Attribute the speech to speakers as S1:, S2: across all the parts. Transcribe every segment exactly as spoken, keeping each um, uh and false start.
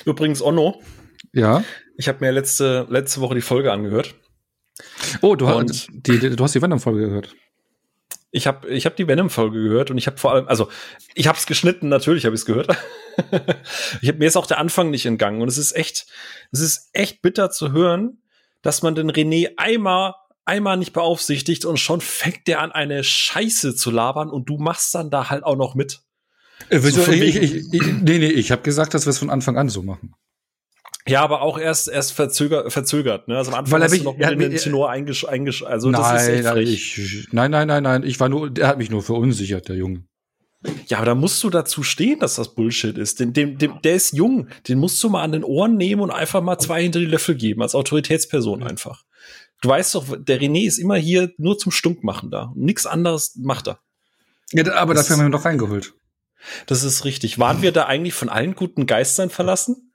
S1: Übrigens, Onno.
S2: Ja?
S1: Ich habe mir letzte, letzte Woche die Folge angehört.
S2: Oh, du, hast die, die, du hast die Venom-Folge gehört.
S1: Ich habe ich hab die Venom-Folge gehört und ich habe vor allem, also ich habe es geschnitten, natürlich habe ich es gehört. ich hab, mir ist auch der Anfang nicht entgangen und es ist echt, es ist echt bitter zu hören, dass man den René einmal, einmal nicht beaufsichtigt und schon fängt der an, eine Scheiße zu labern und du machst dann da halt auch noch mit.
S2: Äh, wieso, so ich, ich, ich, nee, nee, ich habe gesagt, dass wir es von Anfang an so machen.
S1: Ja, aber auch erst erst verzögert, verzögert, ne? Also am Anfang
S2: Weil er
S1: hast
S2: mich,
S1: du noch
S2: mit
S1: in den Tenor eingesch, eingesch also
S2: nein,
S1: das ist echt
S2: nein,
S1: frech.
S2: ich, nein, nein, nein, nein, ich war nur, der hat mich nur verunsichert, der Junge.
S1: Ja, aber da musst du dazu stehen, dass das Bullshit ist. Den, dem, dem, der ist jung, den musst du mal an den Ohren nehmen und einfach mal zwei hinter die Löffel geben, als Autoritätsperson einfach. Du weißt doch, der René ist immer hier nur zum Stunkmachen da. Nichts anderes macht er.
S2: Ja, aber
S1: das
S2: dafür haben wir ihn doch reingeholt.
S1: Das ist richtig. Waren wir da eigentlich von allen guten Geistern verlassen?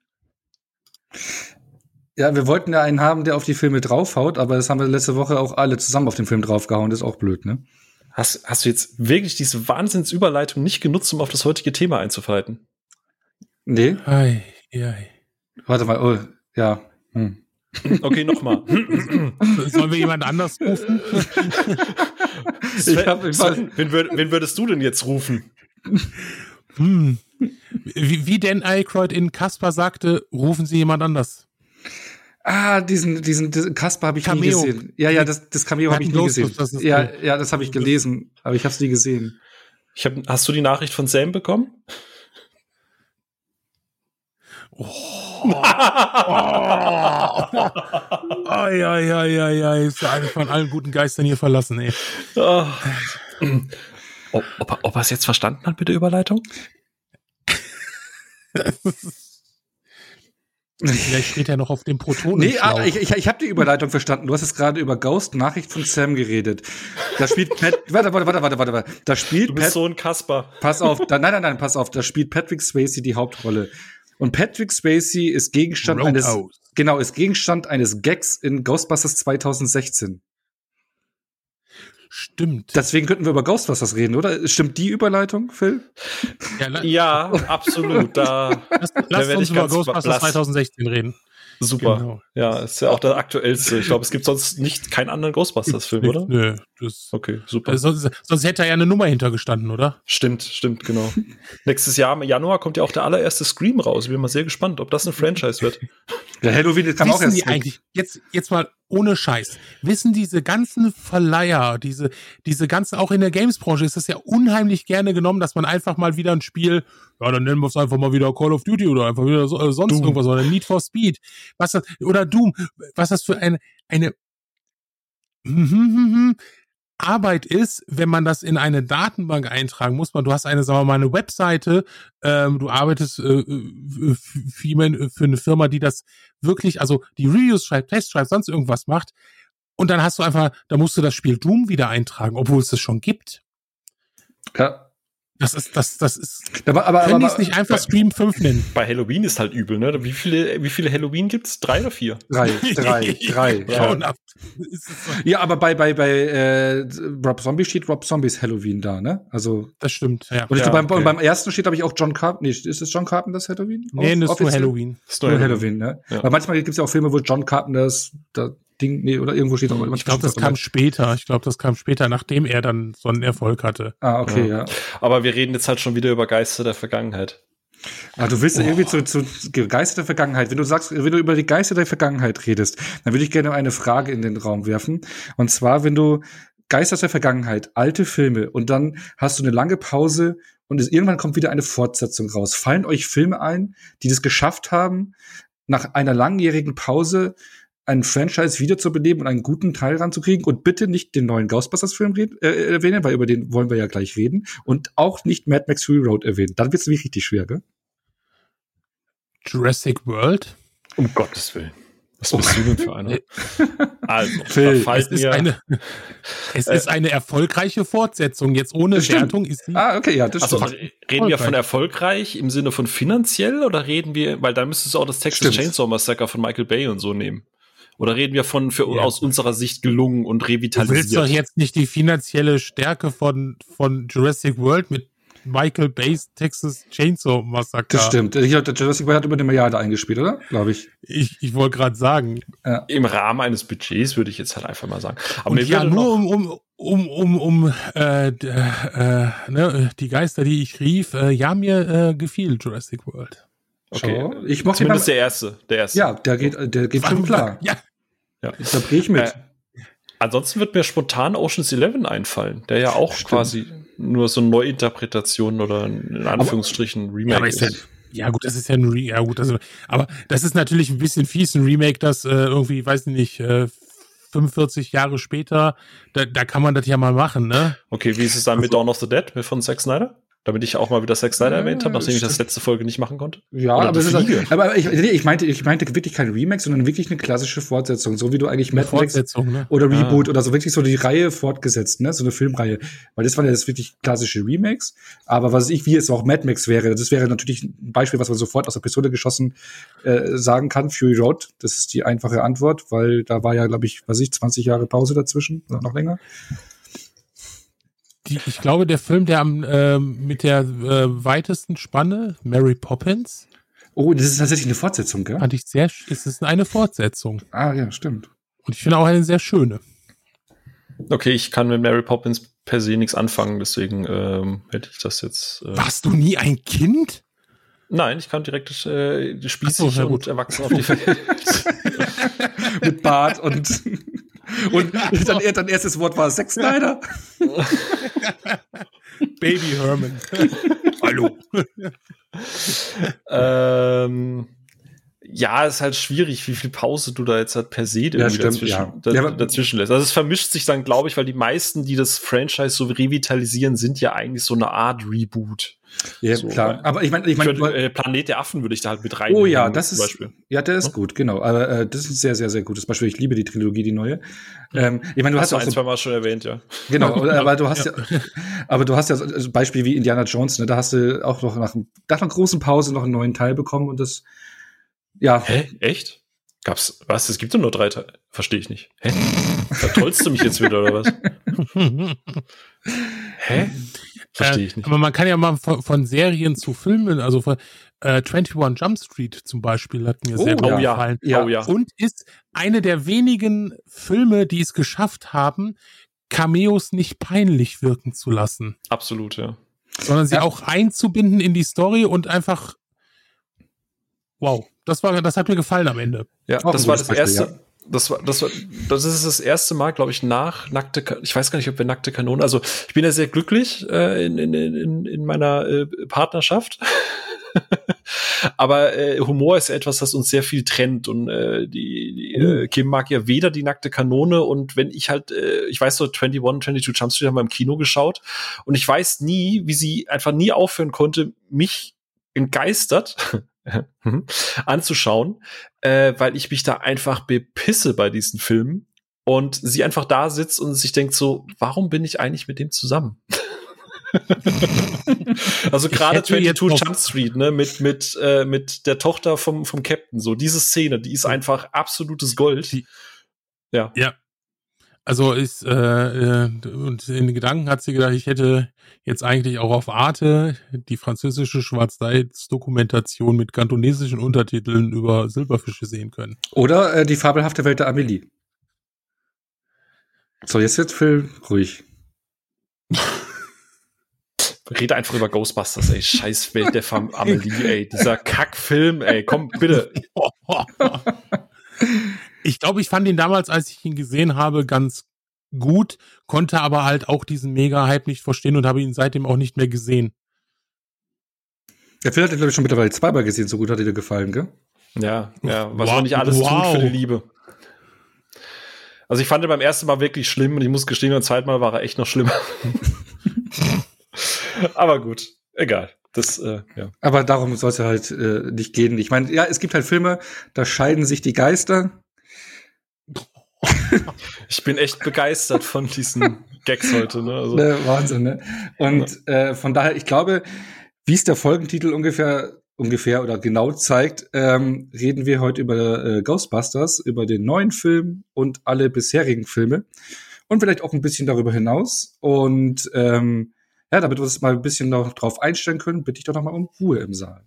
S2: Ja, wir wollten ja einen haben, der auf die Filme draufhaut, aber das haben wir letzte Woche auch alle zusammen auf den Film draufgehauen. Das ist auch blöd, ne?
S1: Hast, hast du jetzt wirklich diese Wahnsinnsüberleitung nicht genutzt, um auf das heutige Thema einzuhalten?
S2: Nee.
S3: Ei, ei.
S2: Warte mal, oh, ja. Hm.
S1: Okay, nochmal.
S3: Sollen wir jemand anders rufen?
S1: ich hab, ich Sven, wen, würd, wen würdest du denn jetzt rufen?
S3: Hm. Wie, wie Dan Aykroyd in Casper sagte, rufen Sie jemand anders.
S2: Ah, diesen, diesen, diesen Casper habe ich Cameo. nie gesehen. Ja, ja, das, das Cameo habe ich nie gesehen. Das ja, cool. ja, das habe ich gelesen, aber ich habe es nie gesehen.
S1: Ich hab, hast du die Nachricht von Sam bekommen?
S3: Oh. oh. Ai, ai, ai, ai, ai. Ist ja eine von allen guten Geistern hier verlassen, ey.
S1: Oh. Ob, ob, ob er es jetzt verstanden hat mit der Überleitung?
S3: Vielleicht steht er noch auf dem Protonen.
S2: Nee, ah, ich, ich, ich habe die Überleitung verstanden. Du hast jetzt gerade über Ghost Nachricht von Sam geredet. Da spielt Pat. warte, warte, warte, warte, warte, warte. Da spielt
S1: Du bist
S2: Pat,
S1: so ein Kasper.
S2: Pass auf, da, nein, nein, nein, pass auf. Da spielt Patrick Swayze die Hauptrolle. Und Patrick Swayze ist Gegenstand
S3: Roadhouse.
S2: eines, genau, ist Gegenstand eines Gags in Ghostbusters zwanzig sechzehn.
S3: Stimmt.
S2: Deswegen könnten wir über Ghostbusters reden, oder? Stimmt die Überleitung, Phil?
S1: Ja, ja absolut. Da,
S3: lass lass da uns über Ghostbusters zwanzig sechzehn reden.
S1: Super.
S3: Genau.
S1: Ja, ist ja auch der aktuellste. Ich glaube, es gibt sonst nicht keinen anderen Ghostbusters-Film, oder?
S3: Nö. Das,
S1: okay, super.
S3: Also, sonst, sonst hätte da ja eine Nummer hintergestanden, oder?
S1: Stimmt, stimmt, genau. Nächstes Jahr im Januar kommt ja auch der allererste Scream raus. Ich bin mal sehr gespannt, ob das ein Franchise wird.
S2: Der Halloween kann
S3: Wissen
S2: auch erst
S3: die eigentlich, jetzt, jetzt mal ohne Scheiß, wissen diese ganzen Verleiher, diese, diese ganzen, auch in der Games-Branche ist es ja unheimlich gerne genommen, dass man einfach mal wieder ein Spiel, ja, dann nennen wir es einfach mal wieder Call of Duty oder einfach wieder so, äh, sonst Doom. Irgendwas oder Need for Speed, was das, oder Doom, was das für eine, eine Arbeit ist, wenn man das in eine Datenbank eintragen muss. Man, du hast eine, sagen wir mal, eine Webseite, ähm, du arbeitest äh, für, für eine Firma, die das wirklich, also die Reviews schreibt, Tests schreibt, sonst irgendwas macht. Und dann hast du einfach, da musst du das Spiel Doom wieder eintragen, obwohl es das schon gibt.
S2: Ja.
S3: Das ist, das, das ist.
S2: Aber, aber,
S3: können
S2: aber,
S3: die es nicht einfach Scream fünf nennen?
S1: Bei Halloween ist halt übel, ne? Wie viele, wie viele Halloween gibt's? Drei oder vier?
S2: Drei, drei, drei. Ja. ja, aber bei, bei, bei äh, Rob Zombie steht Rob Zombies Halloween da, ne? Also.
S3: Das stimmt, ja.
S2: Und,
S1: ja,
S2: beim,
S1: okay.
S2: und beim ersten steht, glaube ich, auch John Carpenter. Nee, ist es John Carpenter's Halloween?
S3: Nee, das ist nur Halloween.
S2: Das ist nur Halloween, ne? Ja. Weil manchmal gibt's ja auch Filme, wo John Carpenter's da Ding, nee, oder irgendwo steht auch.
S3: Ich glaube, das kam später. Ich glaube, das kam später, nachdem er dann so einen Erfolg hatte.
S2: Ah, okay, ja.
S1: ja. Aber wir reden jetzt halt schon wieder über Geister der Vergangenheit.
S2: Ah, du willst oh. irgendwie zu, zu Geister der Vergangenheit. Wenn du sagst, wenn du über die Geister der Vergangenheit redest, dann würde ich gerne eine Frage in den Raum werfen. Und zwar, wenn du Geister der Vergangenheit, alte Filme, und dann hast du eine lange Pause und es, irgendwann kommt wieder eine Fortsetzung raus. Fallen euch Filme ein, die das geschafft haben, nach einer langjährigen Pause einen Franchise wiederzubeleben und einen guten Teil ranzukriegen, und bitte nicht den neuen Ghostbusters-Film äh, erwähnen, weil über den wollen wir ja gleich reden, und auch nicht Mad Max Fury Road erwähnen. Dann wird's nämlich richtig schwer, gell?
S3: Jurassic World?
S1: Um Gottes Willen. Was bist oh. du denn für einer? Also,
S3: Phil, es, ist eine, es äh, ist eine erfolgreiche Fortsetzung. Jetzt ohne Wertung ist sie.
S2: Ah, okay, ja, das
S1: also,
S2: stimmt.
S1: Reden wir von erfolgreich im Sinne von finanziell, oder reden wir, weil da müsstest du auch das Texas stimmt. Chainsaw Massacre von Michael Bay und so nehmen. Oder reden wir von für ja. aus unserer Sicht gelungen und revitalisiert?
S3: Du willst doch jetzt nicht die finanzielle Stärke von, von Jurassic World mit Michael Bay's Texas Chainsaw Massacre.
S2: Das stimmt. Ich glaub, der Jurassic World hat über eine Milliarde eingespielt, oder? Glaube ich.
S3: Ich, ich wollte gerade sagen.
S1: Ja. Im Rahmen eines Budgets würde ich jetzt halt einfach mal sagen. Aber
S3: und
S1: mir
S3: ja,
S1: würde
S3: nur
S1: noch
S3: um, um, um, um, um äh, d- äh, ne, die Geister, die ich rief, äh, ja, mir äh, gefiel Jurassic World.
S1: okay.
S2: Schau, ich mochte
S1: Zumindest
S2: den
S1: der erste. Der erste.
S2: Ja, der geht, der geht schon klar.
S3: Ja.
S1: Ja.
S2: Da gehe ich mit.
S1: Äh, ansonsten wird mir spontan Ocean's Eleven einfallen, der ja auch
S2: Stimmt.
S1: quasi nur so Neuinterpretation oder in Anführungsstrichen Remake
S3: Ja, aber ist ja,
S1: ist.
S3: ja gut, das ist ja ein Re ja gut, das ist, aber das ist natürlich ein bisschen fies, ein Remake, das äh, irgendwie, weiß ich nicht, äh, fünfundvierzig Jahre später, da, da kann man das ja mal machen, ne?
S1: Okay, wie ist es dann mit Dawn of the Dead mit von Zack Snyder? Damit ich auch mal wieder Zack Snyder
S2: Ja,
S1: erwähnt habe, nachdem ich das
S2: stimmt.
S1: letzte Folge nicht machen konnte.
S2: Ja,
S1: Oder
S2: aber,
S1: die
S2: es ist halt,
S1: Fliege.
S2: aber ich, nee, ich meinte, ich meinte wirklich kein Remake, sondern wirklich eine klassische Fortsetzung, so wie du eigentlich
S3: Eine
S2: Mad Max
S3: Fortsetzung, ne?
S2: oder Reboot
S1: Ah.
S2: oder so wirklich so die Reihe fortgesetzt, ne, so eine Filmreihe, weil das waren ja jetzt wirklich klassische Remakes. Aber was ich, wie es auch Mad Max wäre, das wäre natürlich ein Beispiel, was man sofort aus der Pistole geschossen äh, sagen kann. Fury Road, das ist die einfache Antwort, weil da war ja, glaube ich, weiß ich, zwanzig Jahre Pause dazwischen oder noch länger.
S3: Die, ich glaube, der Film, der am ähm, mit der äh, weitesten Spanne, Mary Poppins,
S2: Oh, das ist tatsächlich eine Fortsetzung, gell?
S3: fand ich sehr, sch- es ist eine Fortsetzung.
S2: Ah, ja, stimmt.
S3: Und ich finde auch eine sehr schöne.
S1: Okay, ich kann mit Mary Poppins per se nichts anfangen, deswegen ähm, hätte ich das jetzt. Äh,
S3: Warst du nie ein Kind?
S1: Nein, ich kann direkt äh,
S3: Ach
S1: spießig
S3: so, ja,
S1: und
S3: gut.
S1: erwachsen auf die Welt.
S2: Mit Bart und und dann, dann erstes Wort war Sex Snyder.
S3: Baby Herman. Hallo.
S1: ähm, ja, ist halt schwierig, wie viel Pause du da jetzt halt per se irgendwie
S2: stimmt,
S1: dazwischen,
S2: ja.
S1: da,
S2: Ja, aber-
S1: dazwischen lässt. Also es vermischt sich dann, glaube ich, weil die meisten, die das Franchise so revitalisieren, sind ja eigentlich so eine Art Reboot.
S2: Ja,
S1: So,
S2: klar.
S1: weil-
S2: Aber ich meine, ich
S1: Ich
S2: meine,
S1: würde, äh, Planet der Affen würde ich da halt mit rein.
S2: oh ja, das
S1: zum
S2: ist,
S1: Beispiel.
S2: ja, der ist
S1: Ja.
S2: gut, genau. Aber äh, das ist ein sehr, sehr, sehr gutes Beispiel. Ich liebe die Trilogie, die neue. Ähm, ich meine, du
S1: Hast
S2: hast
S1: du
S2: auch
S1: ein,
S2: so,
S1: zwei Mal schon erwähnt, ja.
S2: genau, aber, aber du hast ja, aber du hast ja so ein Beispiel wie Indiana Jones, ne? Da hast du auch noch nach, nach einer großen Pause noch einen neuen Teil bekommen und das, ja.
S1: Hä? Echt? Gab's, was? Es gibt doch nur drei Teile. Verstehe ich nicht. Hä? Vertollst du mich jetzt wieder, oder was? Hä? Verstehe ich
S3: Äh,
S1: nicht.
S3: aber man kann ja mal von, von Serien zu Filmen, also von äh, einundzwanzig Jump Street zum Beispiel, hat mir
S2: Oh,
S3: sehr gut
S1: oh ja.
S3: gefallen.
S2: Ja.
S1: Oh ja.
S3: Und ist eine der wenigen Filme, die es geschafft haben, Cameos nicht peinlich wirken zu lassen,
S1: Absolut, ja.
S3: sondern sie
S2: Ja.
S3: auch einzubinden in die Story und einfach wow, das war, das hat mir gefallen am Ende.
S1: Ja,
S2: Auch
S1: das
S2: ein
S1: war
S2: gutes
S1: das
S2: Beispiel,
S1: erste. Das war, das war, das ist das erste Mal, glaube ich, nach nackte, Ka- ich weiß gar nicht, ob wir nackte Kanone, also ich bin ja sehr glücklich äh, in, in, in, in meiner äh, Partnerschaft. Aber äh, Humor ist ja etwas, das uns sehr viel trennt und äh, die, die äh, Kim mag ja weder die nackte Kanone und wenn ich halt, äh, ich weiß so, einundzwanzig, zweiundzwanzig Jump Street haben wir im Kino geschaut und ich weiß nie, wie sie einfach nie aufhören konnte, mich entgeistert anzuschauen, äh, weil ich mich da einfach bepisse bei diesen Filmen und sie einfach da sitzt und sich denkt so, warum bin ich eigentlich mit dem zusammen? Also gerade
S3: hätte jetzt
S1: zweiundzwanzig
S3: noch-
S1: Jump Street, ne, mit mit äh, mit der Tochter vom vom Captain, so diese Szene, die ist einfach absolutes Gold.
S3: Die-
S1: ja.
S3: Ja. Also ist, äh, äh, und in den Gedanken hat sie gedacht, ich hätte jetzt eigentlich auch auf Arte die französische Schwarz-Weiß-Dokumentation mit kantonesischen Untertiteln über Silberfische sehen können.
S2: Oder äh, die fabelhafte Welt der Amelie. So, jetzt wird Phil ruhig.
S1: Rede einfach über Ghostbusters, ey, scheiß Welt der Fam Amelie, ey, dieser Kackfilm, ey, komm, bitte.
S3: Ich glaube, ich fand ihn damals, als ich ihn gesehen habe, ganz gut, konnte aber halt auch diesen Mega-Hype nicht verstehen und habe ihn seitdem auch nicht mehr gesehen.
S2: Der Phil hat den, glaube ich, schon mittlerweile zweimal gesehen, so gut hat er dir gefallen, gell?
S1: Ja, ja, was
S3: Wow.
S1: man nicht alles
S3: Wow.
S1: tut für die Liebe. Also ich fand ihn beim ersten Mal wirklich schlimm und ich muss gestehen, beim zweiten Mal war er echt noch schlimmer. Aber gut, egal. Das, äh, ja.
S2: Aber darum soll es ja halt äh, nicht gehen. Ich meine, ja, es gibt halt Filme, da scheiden sich die Geister.
S1: Ich bin echt begeistert von diesen Gags heute. Ne? Also,
S2: Ne, Wahnsinn, ne? Und äh, von daher, ich glaube, wie es der Folgentitel ungefähr ungefähr oder genau zeigt, ähm, reden wir heute über äh, Ghostbusters, über den neuen Film und alle bisherigen Filme und vielleicht auch ein bisschen darüber hinaus. Und ähm, Ja, damit wir uns mal ein bisschen noch drauf einstellen können, bitte ich doch noch mal um Ruhe im Saal.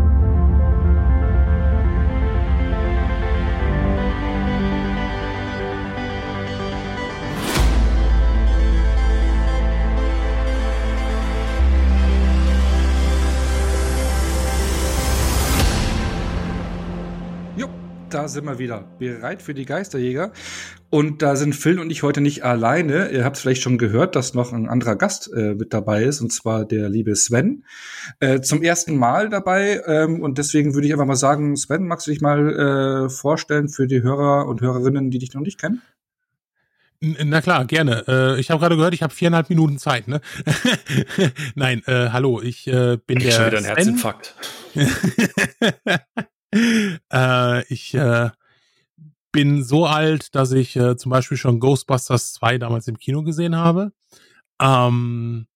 S2: Da sind wir wieder bereit für die Geisterjäger. Und da sind Phil und ich heute nicht alleine. Ihr habt es vielleicht schon gehört, dass noch ein anderer Gast äh, mit dabei ist, und zwar der liebe Sven. Äh, zum ersten Mal dabei. Ähm, und deswegen würde ich einfach mal sagen, Sven, magst du dich mal äh, vorstellen für die Hörer und Hörerinnen, die dich noch nicht kennen?
S3: Na klar, gerne. Äh, ich habe gerade gehört, ich habe viereinhalb Minuten Zeit, ne? Nein, äh, hallo, ich äh, bin
S1: ich
S3: der
S1: schon wieder ein
S3: Sven.
S1: Herzinfarkt.
S3: äh, ich äh, bin so alt, dass ich äh, zum Beispiel schon Ghostbusters zwei damals im Kino gesehen habe. Ähm,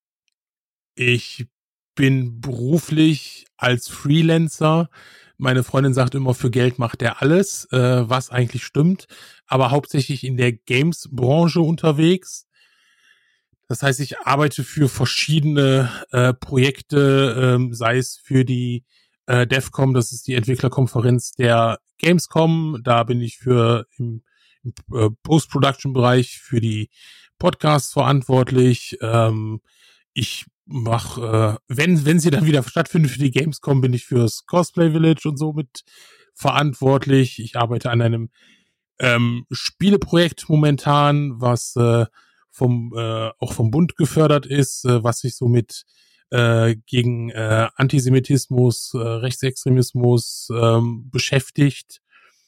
S3: ich bin beruflich als Freelancer. Meine Freundin sagt immer, für Geld macht er alles, äh, was eigentlich stimmt, aber hauptsächlich in der Games-Branche unterwegs. Das heißt, ich arbeite für verschiedene äh, Projekte, ähm, sei es für die äh, DEFCOM, das ist die Entwicklerkonferenz der Gamescom. Da bin ich für im, im äh, Post-Production-Bereich für die Podcasts verantwortlich. Ähm, ich mache, äh, wenn wenn sie dann wieder stattfindet für die Gamescom, bin ich fürs Cosplay Village und so mit verantwortlich. Ich arbeite an einem ähm, Spieleprojekt momentan, was äh, vom äh, auch vom Bund gefördert ist, äh, was sich so mit äh, gegen äh, Antisemitismus, äh, Rechtsextremismus ähm, beschäftigt.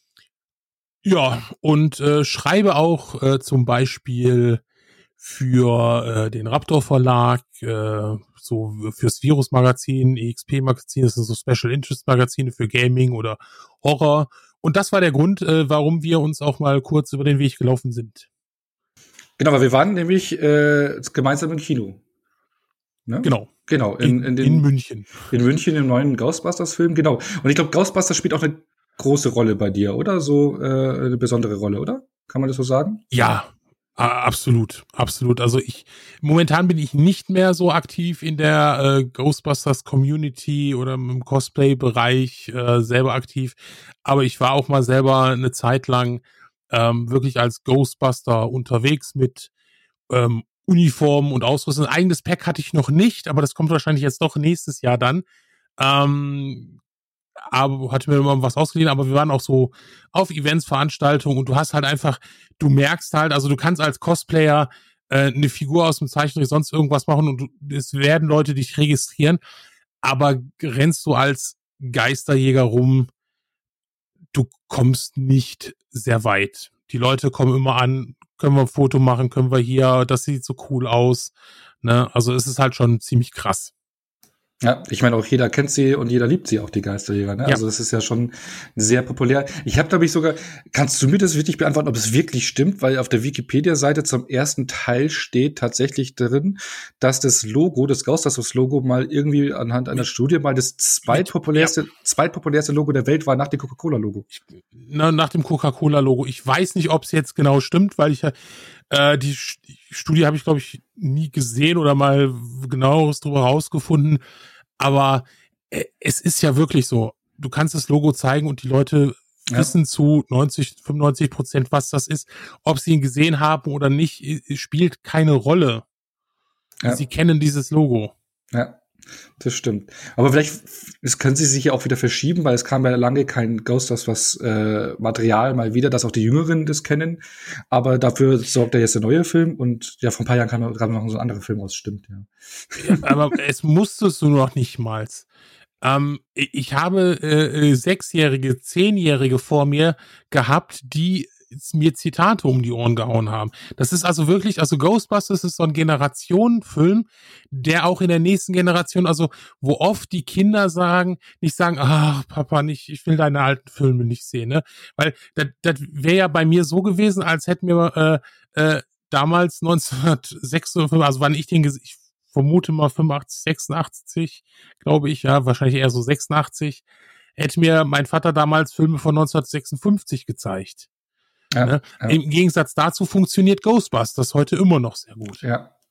S3: Ja, und äh, schreibe auch äh, zum Beispiel für äh, den Raptor Verlag, äh, so fürs Virus-Magazin, E X P-Magazin, das sind so Special Interest-Magazine für Gaming oder Horror. Und das war der Grund, äh, warum wir uns auch mal kurz über den Weg gelaufen sind.
S2: Genau, weil wir waren nämlich äh, gemeinsam im Kino. Ne?
S3: Genau.
S2: Genau, in, in, den,
S3: in München.
S2: In München im neuen Ghostbusters-Film, genau. Und ich glaube, Ghostbusters spielt auch eine große Rolle bei dir, oder? So äh, eine besondere Rolle, oder? Kann man das so sagen?
S3: Ja, absolut, absolut. Also ich, momentan bin ich nicht mehr so aktiv in der äh, Ghostbusters-Community oder im Cosplay-Bereich äh, selber aktiv. Aber ich war auch mal selber eine Zeit lang ähm, wirklich als Ghostbuster unterwegs mit ähm, Uniformen und Ausrüstung. Ein eigenes Pack hatte ich noch nicht, aber das kommt wahrscheinlich jetzt doch nächstes Jahr dann. Ähm, aber hatte mir immer was ausgeliehen, aber wir waren auch so auf Events, Veranstaltungen und du hast halt einfach, du merkst halt, also du kannst als Cosplayer äh, eine Figur aus dem Zeichentrick sonst irgendwas machen und du, es werden Leute dich registrieren, aber rennst du als Geisterjäger rum, du kommst nicht sehr weit. Die Leute kommen immer an, können wir ein Foto machen, können wir hier, das sieht so cool aus. Ne? Also es ist halt schon ziemlich krass.
S2: Ja, ich meine, auch jeder kennt sie und jeder liebt sie auch, die Geisterjäger. Ne? Ja. Also das ist ja schon sehr populär. Ich habe, glaube ich, sogar, kannst du mir das wirklich beantworten, ob es wirklich stimmt? Weil auf der Wikipedia-Seite zum ersten Teil steht tatsächlich drin, dass das Logo, das Ghostbusters-Logo mal irgendwie anhand einer Studie mal das zweitpopulärste, ja. zweitpopulärste Logo der Welt war nach dem Coca-Cola-Logo.
S3: Na, nach dem Coca-Cola-Logo. Ich weiß nicht, ob es jetzt genau stimmt, weil ich äh, die, die Studie habe ich, glaube ich, nie gesehen oder mal genaueres drüber rausgefunden. Aber äh, es ist ja wirklich so, du kannst das Logo zeigen und die Leute ja. wissen zu neunzig, fünfundneunzig Prozent, was das ist. Ob sie ihn gesehen haben oder nicht, spielt keine Rolle. Ja. Sie kennen dieses Logo.
S2: Ja, das stimmt. Aber vielleicht es können sie sich ja auch wieder verschieben, weil es kam ja lange kein Ghostbusters äh, Material mal wieder, dass auch die Jüngeren das kennen. Aber dafür sorgt ja jetzt der neue Film und ja, vor ein paar Jahren kam gerade noch so ein anderer Film raus, stimmt, ja.
S3: Ja, aber es musstest du noch nicht mal. Ähm, ich habe äh, Sechsjährige, Zehnjährige vor mir gehabt, die mir Zitate um die Ohren gehauen haben. Das ist also wirklich, also Ghostbusters ist so ein Generationenfilm, der auch in der nächsten Generation, also wo oft die Kinder sagen, nicht sagen, ach Papa, nicht, ich will deine alten Filme nicht sehen, ne? Weil das, das wäre ja bei mir so gewesen, als hätten wir äh, äh, damals neunzehnhundertsechsundfünfzig, also wann ich den gesehen, ich vermute mal fünfundachtzig, sechsundachtzig, glaube ich, ja, wahrscheinlich eher so sechsundachtzig, hätte mir mein Vater damals Filme von neunzehnhundertsechsundfünfzig gezeigt. Ja, ne? Ja. Im Gegensatz dazu funktioniert Ghostbusters heute immer noch sehr gut.
S2: Ja,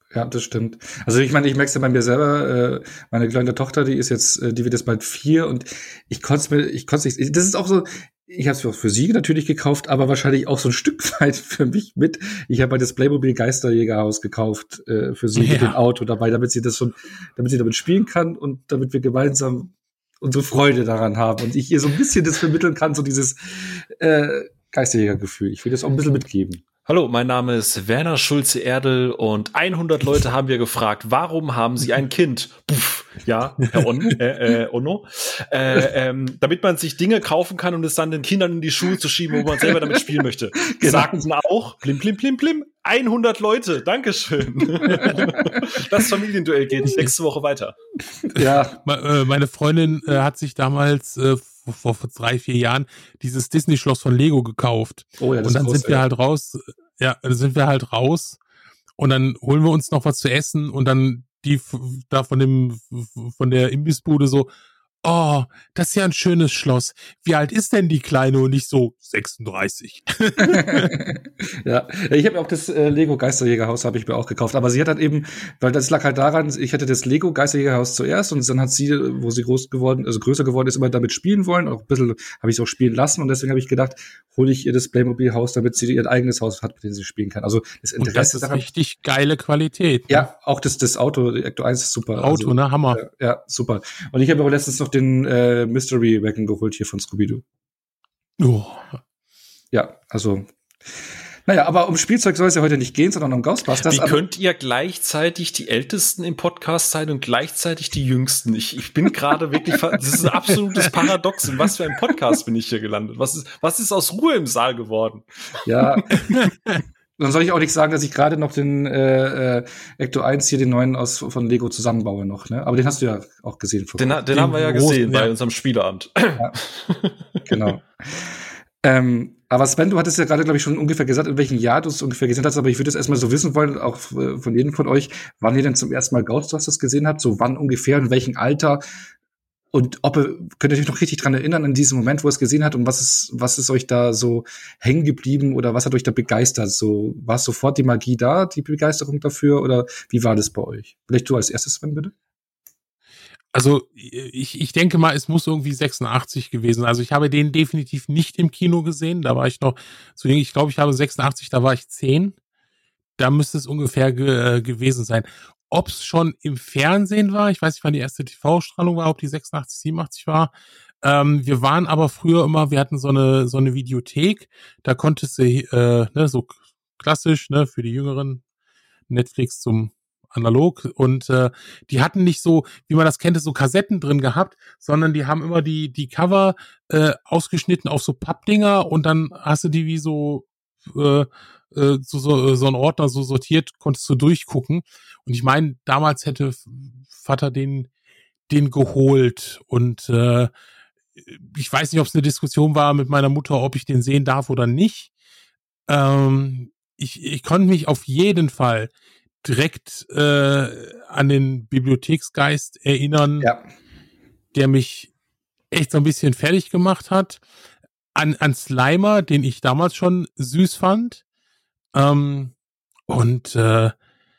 S2: Ja, das stimmt. Also ich meine, ich merke es ja bei mir selber, äh, meine kleine Tochter, die ist jetzt, äh, die wird jetzt bald vier und ich konnte mir, ich konnte nicht, das ist auch so, ich habe es auch für sie natürlich gekauft, aber wahrscheinlich auch so ein Stück weit für mich mit. Ich habe halt das Playmobil Geisterjägerhaus gekauft äh, für sie ja. mit dem Auto dabei, damit sie das schon, damit sie damit spielen kann und damit wir gemeinsam unsere Freude daran haben und ich ihr so ein bisschen das vermitteln kann, so dieses äh, Geisterjägergefühl. Ich will das auch ein bisschen mitgeben.
S1: Hallo, mein Name ist Werner Schulze-Erdel und hundert Leute haben wir gefragt, warum haben Sie ein Kind? Puff, ja, Herr On, äh, äh, Onno. Äh, ähm, damit man sich Dinge kaufen kann, um es dann den Kindern in die Schuhe zu schieben, wo man selber damit spielen möchte. Genau. Sagten auch, plim, plim, plim, plim, hundert Leute, Dankeschön. Das Familienduell geht nächste Woche weiter.
S3: Ja, meine Freundin äh, hat sich damals äh, vor, vor drei, vier Jahren dieses Disney-Schloss von Lego gekauft. Oh ja, das und dann groß, sind wir ja. halt raus, ja, dann sind wir halt raus und dann holen wir uns noch was zu essen und dann die da von dem, von der Imbissbude so, oh, das ist ja ein schönes Schloss. Wie alt ist denn die Kleine? Und ich so, sechsunddreißig.
S2: Ja, ich habe auch das äh, Lego Geisterjägerhaus habe ich mir auch gekauft. Aber sie hat halt eben, weil das lag halt daran, ich hatte das Lego Geisterjägerhaus zuerst und dann hat sie, wo sie groß geworden, also größer geworden ist, immer damit spielen wollen. Auch ein bisschen habe ich es auch spielen lassen und deswegen habe ich gedacht, hole ich ihr das Playmobil-Haus, damit sie ihr eigenes Haus hat, mit dem sie spielen kann. Also das Interesse
S3: und das ist daran, richtig geile Qualität.
S2: Ne? Ja, auch das, das Auto, die Ecto eins ist super.
S3: Auto, also, ne? Hammer.
S2: Ja, ja, super. Und ich habe aber letztens noch den äh, Mystery Wagon geholt hier von Scooby-Doo.
S3: Oh.
S2: Ja, also naja, aber um Spielzeug soll es ja heute nicht gehen, sondern um Ghostbusters.
S1: Wie könnt ihr gleichzeitig die Ältesten im Podcast sein und gleichzeitig die Jüngsten? Ich, ich bin gerade wirklich, das ist ein absolutes Paradox. In was für einem Podcast bin ich hier gelandet? Was ist, was ist aus Ruhe im Saal geworden?
S2: Ja. Dann soll ich auch nicht sagen, dass ich gerade noch den äh, äh, Ecto eins hier, den neuen aus von Lego zusammenbaue noch, ne? Aber den hast du ja auch gesehen.
S1: Den, den, den haben wir ja gesehen ja. bei unserem Spieleabend. Ja.
S2: Genau. ähm, aber Sven, du hattest ja gerade, glaube ich, schon ungefähr gesagt, in welchem Jahr du es ungefähr gesehen hast, aber ich würde jetzt erstmal so wissen wollen, auch von jedem von euch, wann ihr denn zum ersten Mal Ghostbusters gesehen habt, so wann ungefähr, in welchem Alter und ob ihr, könnt ihr euch noch richtig dran erinnern, an diesen Moment, wo ihr es gesehen habt und was ist, was ist euch da so hängen geblieben oder was hat euch da begeistert? So, war sofort die Magie da, die Begeisterung dafür oder wie war das bei euch? Vielleicht du als erstes, Sven, bitte?
S3: Also ich, ich denke mal, es muss irgendwie sechsundachtzig gewesen. Also ich habe den definitiv nicht im Kino gesehen. Da war ich noch zu jung. Ich glaube, ich habe sechsundachtzig, da war ich zehn. Da müsste es ungefähr ge, äh, gewesen sein. Ob es schon im Fernsehen war, ich weiß nicht, wann die erste T V-Strahlung war, ob die sechsundachtzig, siebenundachtzig war. Ähm, wir waren aber früher immer, wir hatten so eine so eine Videothek. Da konntest du, äh, ne, so klassisch, ne, für die Jüngeren, Netflix zum analog und äh, die hatten nicht so, wie man das kennt, so Kassetten drin gehabt, sondern die haben immer die die Cover äh, ausgeschnitten auf so Pappdinger und dann hast du die wie so äh, äh, so, so so ein Ordner so sortiert, konntest du durchgucken und ich meine, damals hätte Vater den den geholt und äh, ich weiß nicht, ob es eine Diskussion war mit meiner Mutter, ob ich den sehen darf oder nicht. Ähm, ich ich konnte mich auf jeden Fall direkt äh, an den Bibliotheksgeist erinnern, ja. Der mich echt so ein bisschen fertig gemacht hat. An, an Slimer, den ich damals schon süß fand. Ähm, und äh,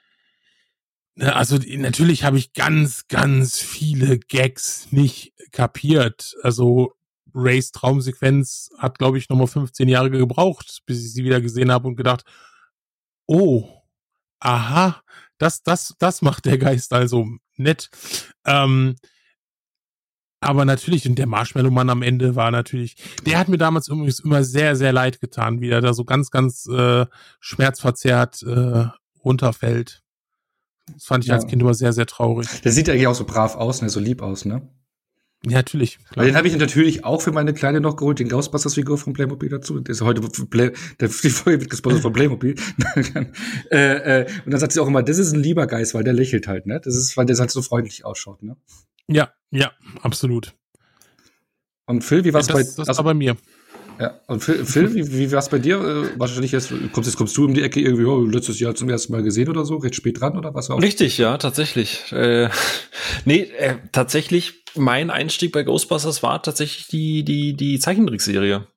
S3: also natürlich habe ich ganz, ganz viele Gags nicht kapiert. Also Rays Traumsequenz hat, glaube ich, nochmal fünfzehn Jahre gebraucht, bis ich sie wieder gesehen habe und gedacht, oh, aha, das, das, das macht der Geist also nett. Ähm, aber natürlich, und der Marshmallow-Mann am Ende war natürlich, der hat mir damals übrigens immer sehr, sehr leid getan, wie er da so ganz, ganz äh, schmerzverzerrt äh, runterfällt. Das fand ich ja. als Kind immer sehr, sehr traurig.
S2: Der sieht ja eigentlich auch so brav aus, ne, so lieb aus, ne?
S3: Ja, natürlich.
S2: Klar. Den habe ich natürlich auch für meine Kleine noch geholt, den Ghostbusters-Figur von Playmobil dazu. Der ist heute, Play, der, die Folge wird gesponsert von Playmobil. äh, äh, und dann sagt sie auch immer, das ist ein lieber Geist, weil der lächelt halt, ne? Das ist, weil der halt so freundlich ausschaut, ne?
S3: Ja, ja, absolut.
S2: Und Phil, wie war's
S3: ja,
S2: bei
S3: Das, das also, war bei mir.
S2: Ja, und Phil, Phil wie, wie war's bei dir? Äh, wahrscheinlich jetzt kommst, jetzt kommst du um die Ecke irgendwie, oh, letztes Jahr zum ersten Mal gesehen oder so, recht spät dran oder was auch?
S1: Richtig, ja, tatsächlich. Äh, nee, äh, tatsächlich, mein Einstieg bei Ghostbusters war tatsächlich die, die, die Zeichentrickserie.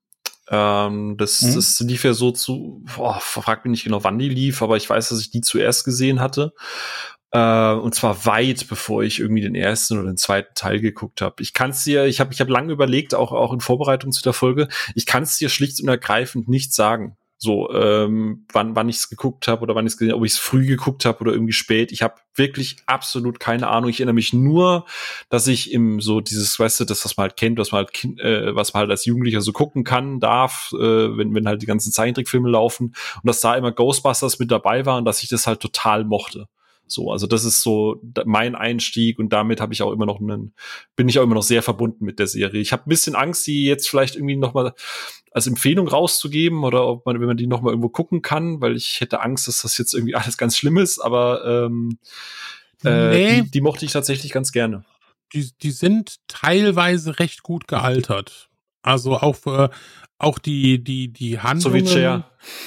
S1: Ähm, das, mhm. das lief ja so zu, boah, frag mich nicht genau, wann die lief, aber ich weiß, dass ich die zuerst gesehen hatte. Äh, und zwar weit, bevor ich irgendwie den ersten oder den zweiten Teil geguckt habe. Ich kann es dir, ich habe ich hab lange überlegt, auch, auch in Vorbereitung zu der Folge, ich kann es dir schlicht und ergreifend nicht sagen. So, ähm, wann, wann ich es geguckt habe oder wann ich es gesehen habe, ob ich es früh geguckt habe oder irgendwie spät. Ich habe wirklich absolut keine Ahnung. Ich erinnere mich nur, dass ich im so dieses, weißt du, das, was man halt kennt, was man halt, kind, äh, was man halt als Jugendlicher so gucken kann, darf, äh, wenn, wenn halt die ganzen Zeichentrickfilme laufen und dass da immer Ghostbusters mit dabei war und dass ich das halt total mochte. So, also das ist so mein Einstieg und damit habe ich auch immer noch einen, bin ich auch immer noch sehr verbunden mit der Serie. Ich habe ein bisschen Angst, die jetzt vielleicht irgendwie noch mal als Empfehlung rauszugeben oder ob man, wenn man die noch mal irgendwo gucken kann, weil ich hätte Angst, dass das jetzt irgendwie alles ganz schlimm ist, aber ähm, äh, nee. die, die mochte ich tatsächlich ganz gerne.
S3: Die, die sind teilweise recht gut gealtert. Also auch für, auch die, die, die Handlungen.
S1: So wie Cher.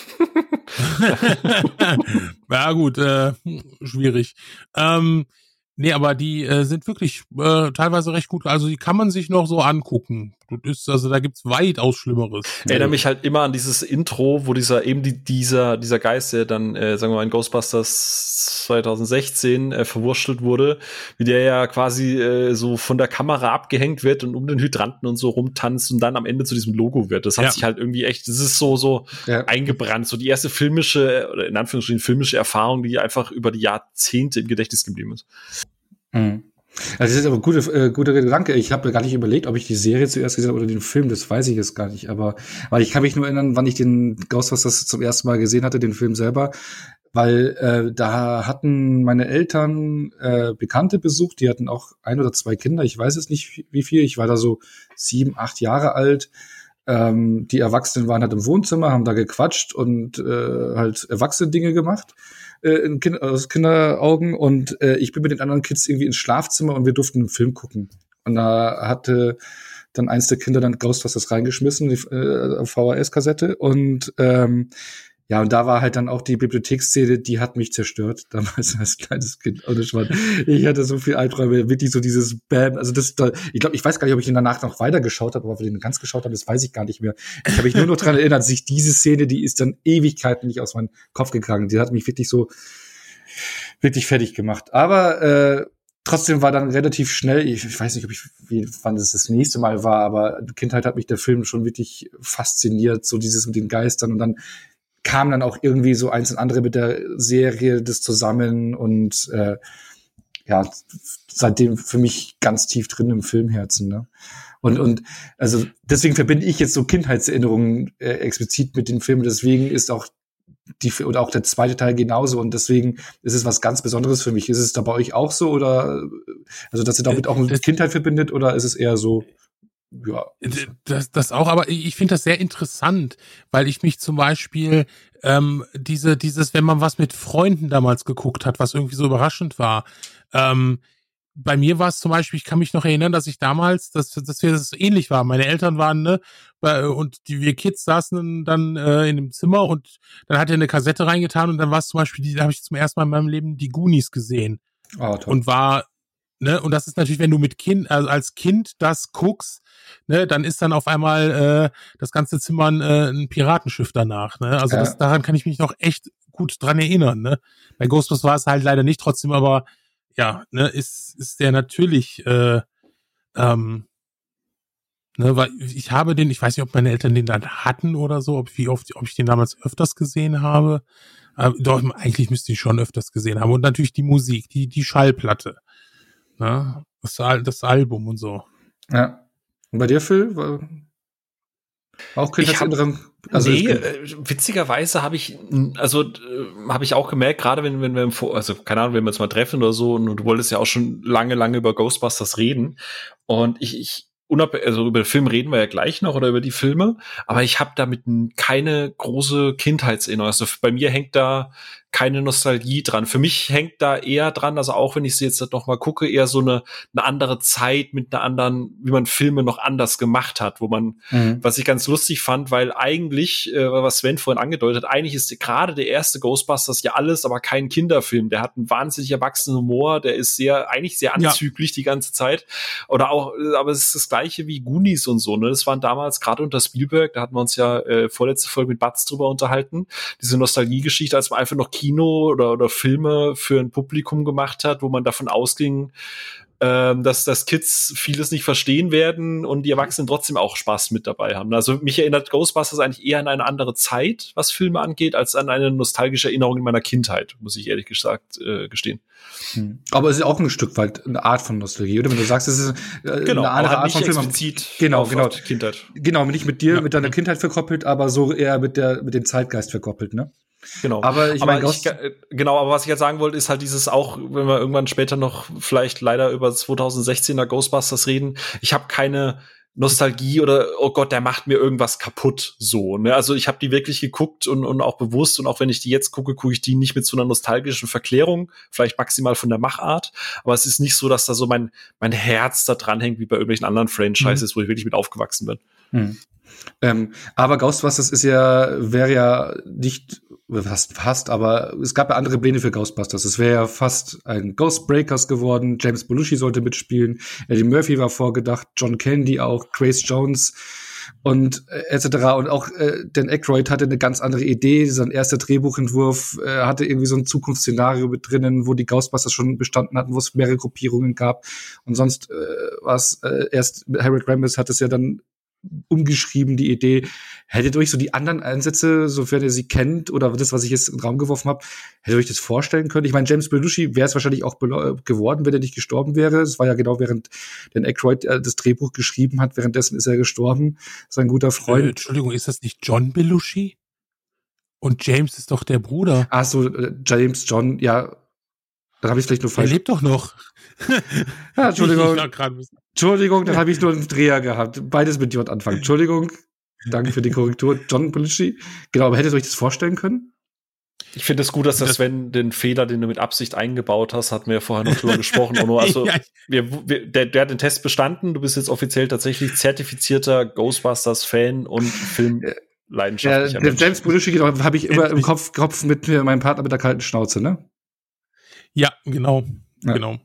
S3: Ja gut, äh, schwierig. Ähm, nee, aber die äh, sind wirklich äh, teilweise recht gut. Also die kann man sich noch so angucken. Das ist, also da gibt's weitaus Schlimmeres.
S1: Ich erinnere mich halt immer an dieses Intro, wo dieser eben die, dieser dieser Geist, der dann, äh, sagen wir mal, in Ghostbusters zwanzig sechzehn äh, verwurschtelt wurde, wie der ja quasi äh, so von der Kamera abgehängt wird und um den Hydranten und so rumtanzt und dann am Ende zu diesem Logo wird. Das hat ja. sich halt irgendwie echt, das ist so so ja. eingebrannt. So die erste filmische, oder in Anführungsstrichen filmische Erfahrung, die einfach über die Jahrzehnte im Gedächtnis geblieben ist.
S2: Mhm. Also das ist aber ein guter, äh, guter Gedanke. Ich habe gar nicht überlegt, ob ich die Serie zuerst gesehen habe oder den Film, das weiß ich jetzt gar nicht. Aber weil ich kann mich nur erinnern, wann ich den Ghostbusters zum ersten Mal gesehen hatte, den Film selber. Weil äh, da hatten meine Eltern äh, Bekannte besucht, die hatten auch ein oder zwei Kinder, ich weiß es nicht wie viel. Ich war da so sieben, acht Jahre alt. Ähm, die Erwachsenen waren halt im Wohnzimmer, haben da gequatscht und äh, halt erwachsene Dinge gemacht. In kind, aus Kinderaugen und äh, ich bin mit den anderen Kids irgendwie ins Schlafzimmer und wir durften einen Film gucken. Und da hatte dann eins der Kinder dann Ghostbusters reingeschmissen, die äh, V H S-Kassette und ähm, ja, und da war halt dann auch die Bibliotheksszene, die hat mich zerstört, damals als kleines Kind. Und ich, war, ich hatte so viel Albträume, wirklich so dieses Bam. Also das, da, ich glaube, ich weiß gar nicht, ob ich ihn danach noch weiter geschaut habe, aber ob wir den ganz geschaut haben, das weiß ich gar nicht mehr. Ich habe mich nur noch dran erinnert, sich diese Szene, die ist dann Ewigkeiten nicht aus meinem Kopf gegangen. Die hat mich wirklich so, wirklich fertig gemacht. Aber äh, trotzdem war dann relativ schnell, ich, ich weiß nicht, ob ich, wie, wann es das nächste Mal war, aber Kindheit hat mich der Film schon wirklich fasziniert, so dieses mit den Geistern und dann kam dann auch irgendwie so eins und andere mit der Serie das zusammen und äh, ja, seitdem für mich ganz tief drin im Filmherzen, ne? Und und also deswegen verbinde ich jetzt so Kindheitserinnerungen äh, explizit mit den Filmen, deswegen ist auch die oder auch der zweite Teil genauso und deswegen ist es was ganz Besonderes für mich. Ist es da bei euch auch so oder also dass ihr damit auch mit Kindheit verbindet oder ist es eher so ja.
S3: Das, das auch, aber ich finde das sehr interessant, weil ich mich zum Beispiel ähm, diese, dieses, wenn man was mit Freunden damals geguckt hat, was irgendwie so überraschend war, ähm, bei mir war es zum Beispiel, ich kann mich noch erinnern, dass ich damals, dass, dass wir das ähnlich war. Meine Eltern waren, ne, bei, und die, wir Kids saßen dann äh, in dem Zimmer und dann hat er eine Kassette reingetan und dann war es zum Beispiel, die, da habe ich zum ersten Mal in meinem Leben die Goonies gesehen.
S2: Oh, toll.
S3: Und war, ne, und das ist natürlich, wenn du mit Kind, also als Kind das guckst, ne, dann ist dann auf einmal äh, das ganze Zimmer ein, äh, ein Piratenschiff danach, ne? Also
S2: ja.
S3: das, daran kann ich mich noch echt gut dran erinnern, ne? Bei Ghostbusters war es halt leider nicht, trotzdem aber ja, ne, ist ist der natürlich äh, ähm, ne, weil ich habe den, ich weiß nicht, ob meine Eltern den dann hatten oder so, ob wie oft, ob ich den damals öfters gesehen habe. Aber doch, eigentlich müsste ich schon öfters gesehen haben. Und natürlich die Musik, die die Schallplatte, ne, das, das Album und so.
S2: Ja. Und bei dir, Phil? War auch Kindheitserinnerung?
S1: Also nee, äh, witzigerweise habe ich, also äh, habe ich auch gemerkt, gerade wenn, wenn wir im Vor- also keine Ahnung, wenn wir uns mal treffen oder so, und du wolltest ja auch schon lange, lange über Ghostbusters reden. Und ich, ich unab- also über den Film reden wir ja gleich noch oder über die Filme, aber ich habe damit keine große Kindheitserinnerung. Also bei mir hängt da keine Nostalgie dran. Für mich hängt da eher dran, also auch wenn ich sie jetzt noch mal gucke, eher so eine, eine andere Zeit mit einer anderen, wie man Filme noch anders gemacht hat, wo man, mhm. was ich ganz lustig fand, weil eigentlich, äh, was Sven vorhin angedeutet hat, eigentlich ist gerade der erste Ghostbusters ja alles, aber kein Kinderfilm. Der hat einen wahnsinnig erwachsenen Humor, der ist sehr, eigentlich sehr anzüglich ja. die ganze Zeit. Oder auch, aber es ist das Gleiche wie Goonies und so, ne? Das waren damals gerade unter Spielberg, da hatten wir uns ja äh, vorletzte Folge mit Batz drüber unterhalten, diese Nostalgiegeschichte, als man einfach noch Kino oder, oder Filme für ein Publikum gemacht hat, wo man davon ausging, ähm, dass, dass Kids vieles nicht verstehen werden und die Erwachsenen trotzdem auch Spaß mit dabei haben. Also mich erinnert Ghostbusters eigentlich eher an eine andere Zeit, was Filme angeht, als an eine nostalgische Erinnerung in meiner Kindheit, muss ich ehrlich gesagt äh, gestehen.
S2: Hm. Aber es ist auch ein Stück weit eine Art von Nostalgie, oder? Wenn du sagst, es ist äh,
S1: genau,
S2: eine andere Art von Film. Genau,
S1: auf,
S2: genau.
S1: Auf die Kindheit.
S2: Genau, nicht mit dir,
S1: ja.
S2: mit deiner Kindheit verkoppelt, aber so eher mit der, mit dem Zeitgeist verkoppelt, ne?
S1: Genau.
S2: Aber ich
S1: aber
S2: meine,
S1: ich, genau, aber was ich jetzt sagen wollte, ist halt dieses auch, wenn wir irgendwann später noch vielleicht leider über zweitausendsechzehner Ghostbusters reden, ich habe keine Nostalgie oder oh Gott, der macht mir irgendwas kaputt, so, ne? Also ich habe die wirklich geguckt und und auch bewusst, und auch wenn ich die jetzt gucke, gucke ich die nicht mit so einer nostalgischen Verklärung, vielleicht maximal von der Machart, aber es ist nicht so, dass da so mein mein Herz da dran hängt wie bei irgendwelchen anderen Franchises, mhm. wo ich wirklich mit aufgewachsen bin.
S2: Mhm. Ähm, aber Ghostbusters ist ja, wäre ja nicht fast, fast, aber es gab ja andere Pläne für Ghostbusters. Es wäre ja fast ein Ghostbreakers geworden. James Belushi sollte mitspielen. Eddie Murphy war vorgedacht, John Candy auch, Grace Jones und äh, et cetera. Und auch äh, Dan Aykroyd hatte eine ganz andere Idee. Sein erster Drehbuchentwurf äh, hatte irgendwie so ein Zukunftsszenario mit drinnen, wo die Ghostbusters schon bestanden hatten, wo es mehrere Gruppierungen gab. Und sonst äh, war es äh, erst, Harold Ramis hat es ja dann umgeschrieben, die Idee. Hättet ihr euch so die anderen Einsätze, sofern ihr sie kennt, oder das, was ich jetzt in den Raum geworfen habe, hättet ihr euch das vorstellen können? Ich meine, James Belushi wäre es wahrscheinlich auch geworden, wenn er nicht gestorben wäre. Es war ja genau während Dan Aykroyd äh, das Drehbuch geschrieben hat, währenddessen ist er gestorben. Sein guter Freund. Äh,
S3: Entschuldigung, ist das nicht John Belushi? Und James ist doch der Bruder.
S2: Ach so, äh, James, John, ja. Dann habe ich vielleicht nur falsch.
S3: Er lebt doch noch.
S2: Ja, Entschuldigung. Entschuldigung, dann habe ich nur einen Dreher gehabt. Beides mit J anfangen. Entschuldigung. Danke für die Korrektur. John Belushi. Genau, aber hättet ihr euch das vorstellen können?
S1: Ich finde es gut, dass das Sven den Fehler, den du mit Absicht eingebaut hast, hatten wir ja vorher noch drüber gesprochen. Ono. Also, ja. wir, wir, der, der hat den Test bestanden. Du bist jetzt offiziell tatsächlich zertifizierter Ghostbusters-Fan und Filmleidenschaftlicher
S2: ja, Mensch. James Belushi, genau, habe ich immer im Kopf, Kopf mit meinem Partner mit der kalten Schnauze, ne?
S3: Ja, genau, ja. genau.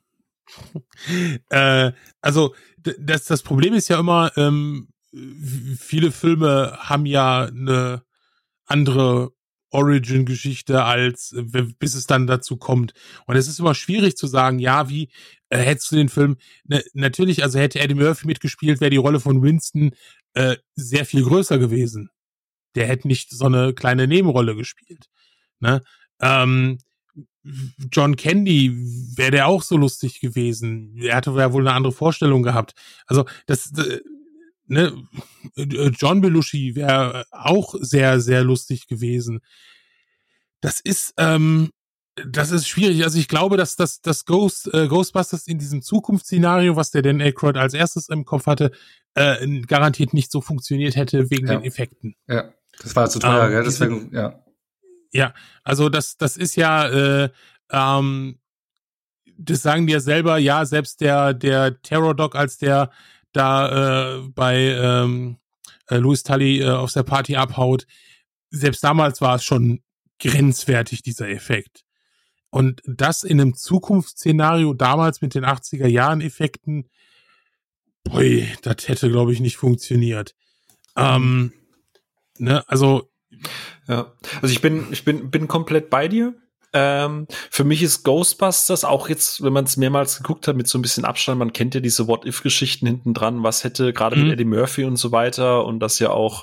S3: äh, also das, das Problem ist ja immer, ähm, viele Filme haben ja eine andere Origin-Geschichte, als bis es dann dazu kommt. Und es ist immer schwierig zu sagen, ja, wie äh, hättest du den Film, ne, natürlich, also hätte Eddie Murphy mitgespielt, wäre die Rolle von Winston äh, sehr viel größer gewesen. Der hätte nicht so eine kleine Nebenrolle gespielt. Ne? Ähm, John Candy, wäre der auch so lustig gewesen. Er hatte ja wohl eine andere Vorstellung gehabt. Also das, äh, ne, John Belushi wäre auch sehr, sehr lustig gewesen. Das ist, ähm, das ist schwierig. Also ich glaube, dass das, das Ghost, äh, Ghostbusters in diesem Zukunftsszenario, was der Dan Aykroyd als erstes im Kopf hatte, äh, garantiert nicht so funktioniert hätte wegen
S2: ja.
S3: den Effekten.
S2: Ja, das war zu teuer,
S3: ähm,
S2: gell? Deswegen, ja.
S3: Ja, also das, das ist ja, äh, ähm, das sagen die ja selber, ja, selbst der, der Terror Dog, als der da äh, bei ähm, äh, Louis Tully äh, auf der Party abhaut, selbst damals war es schon grenzwertig, dieser Effekt. Und das in einem Zukunftsszenario damals mit den achtziger Jahren Effekten, boy, das hätte, glaube ich, nicht funktioniert. Ähm, ne, also
S1: ja, also ich bin, ich bin, bin komplett bei dir. Ähm, für mich ist Ghostbusters auch jetzt, wenn man es mehrmals geguckt hat, mit so ein bisschen Abstand, man kennt ja diese What-If-Geschichten hinten dran, was hätte gerade mhm. mit Eddie Murphy und so weiter, und das ja auch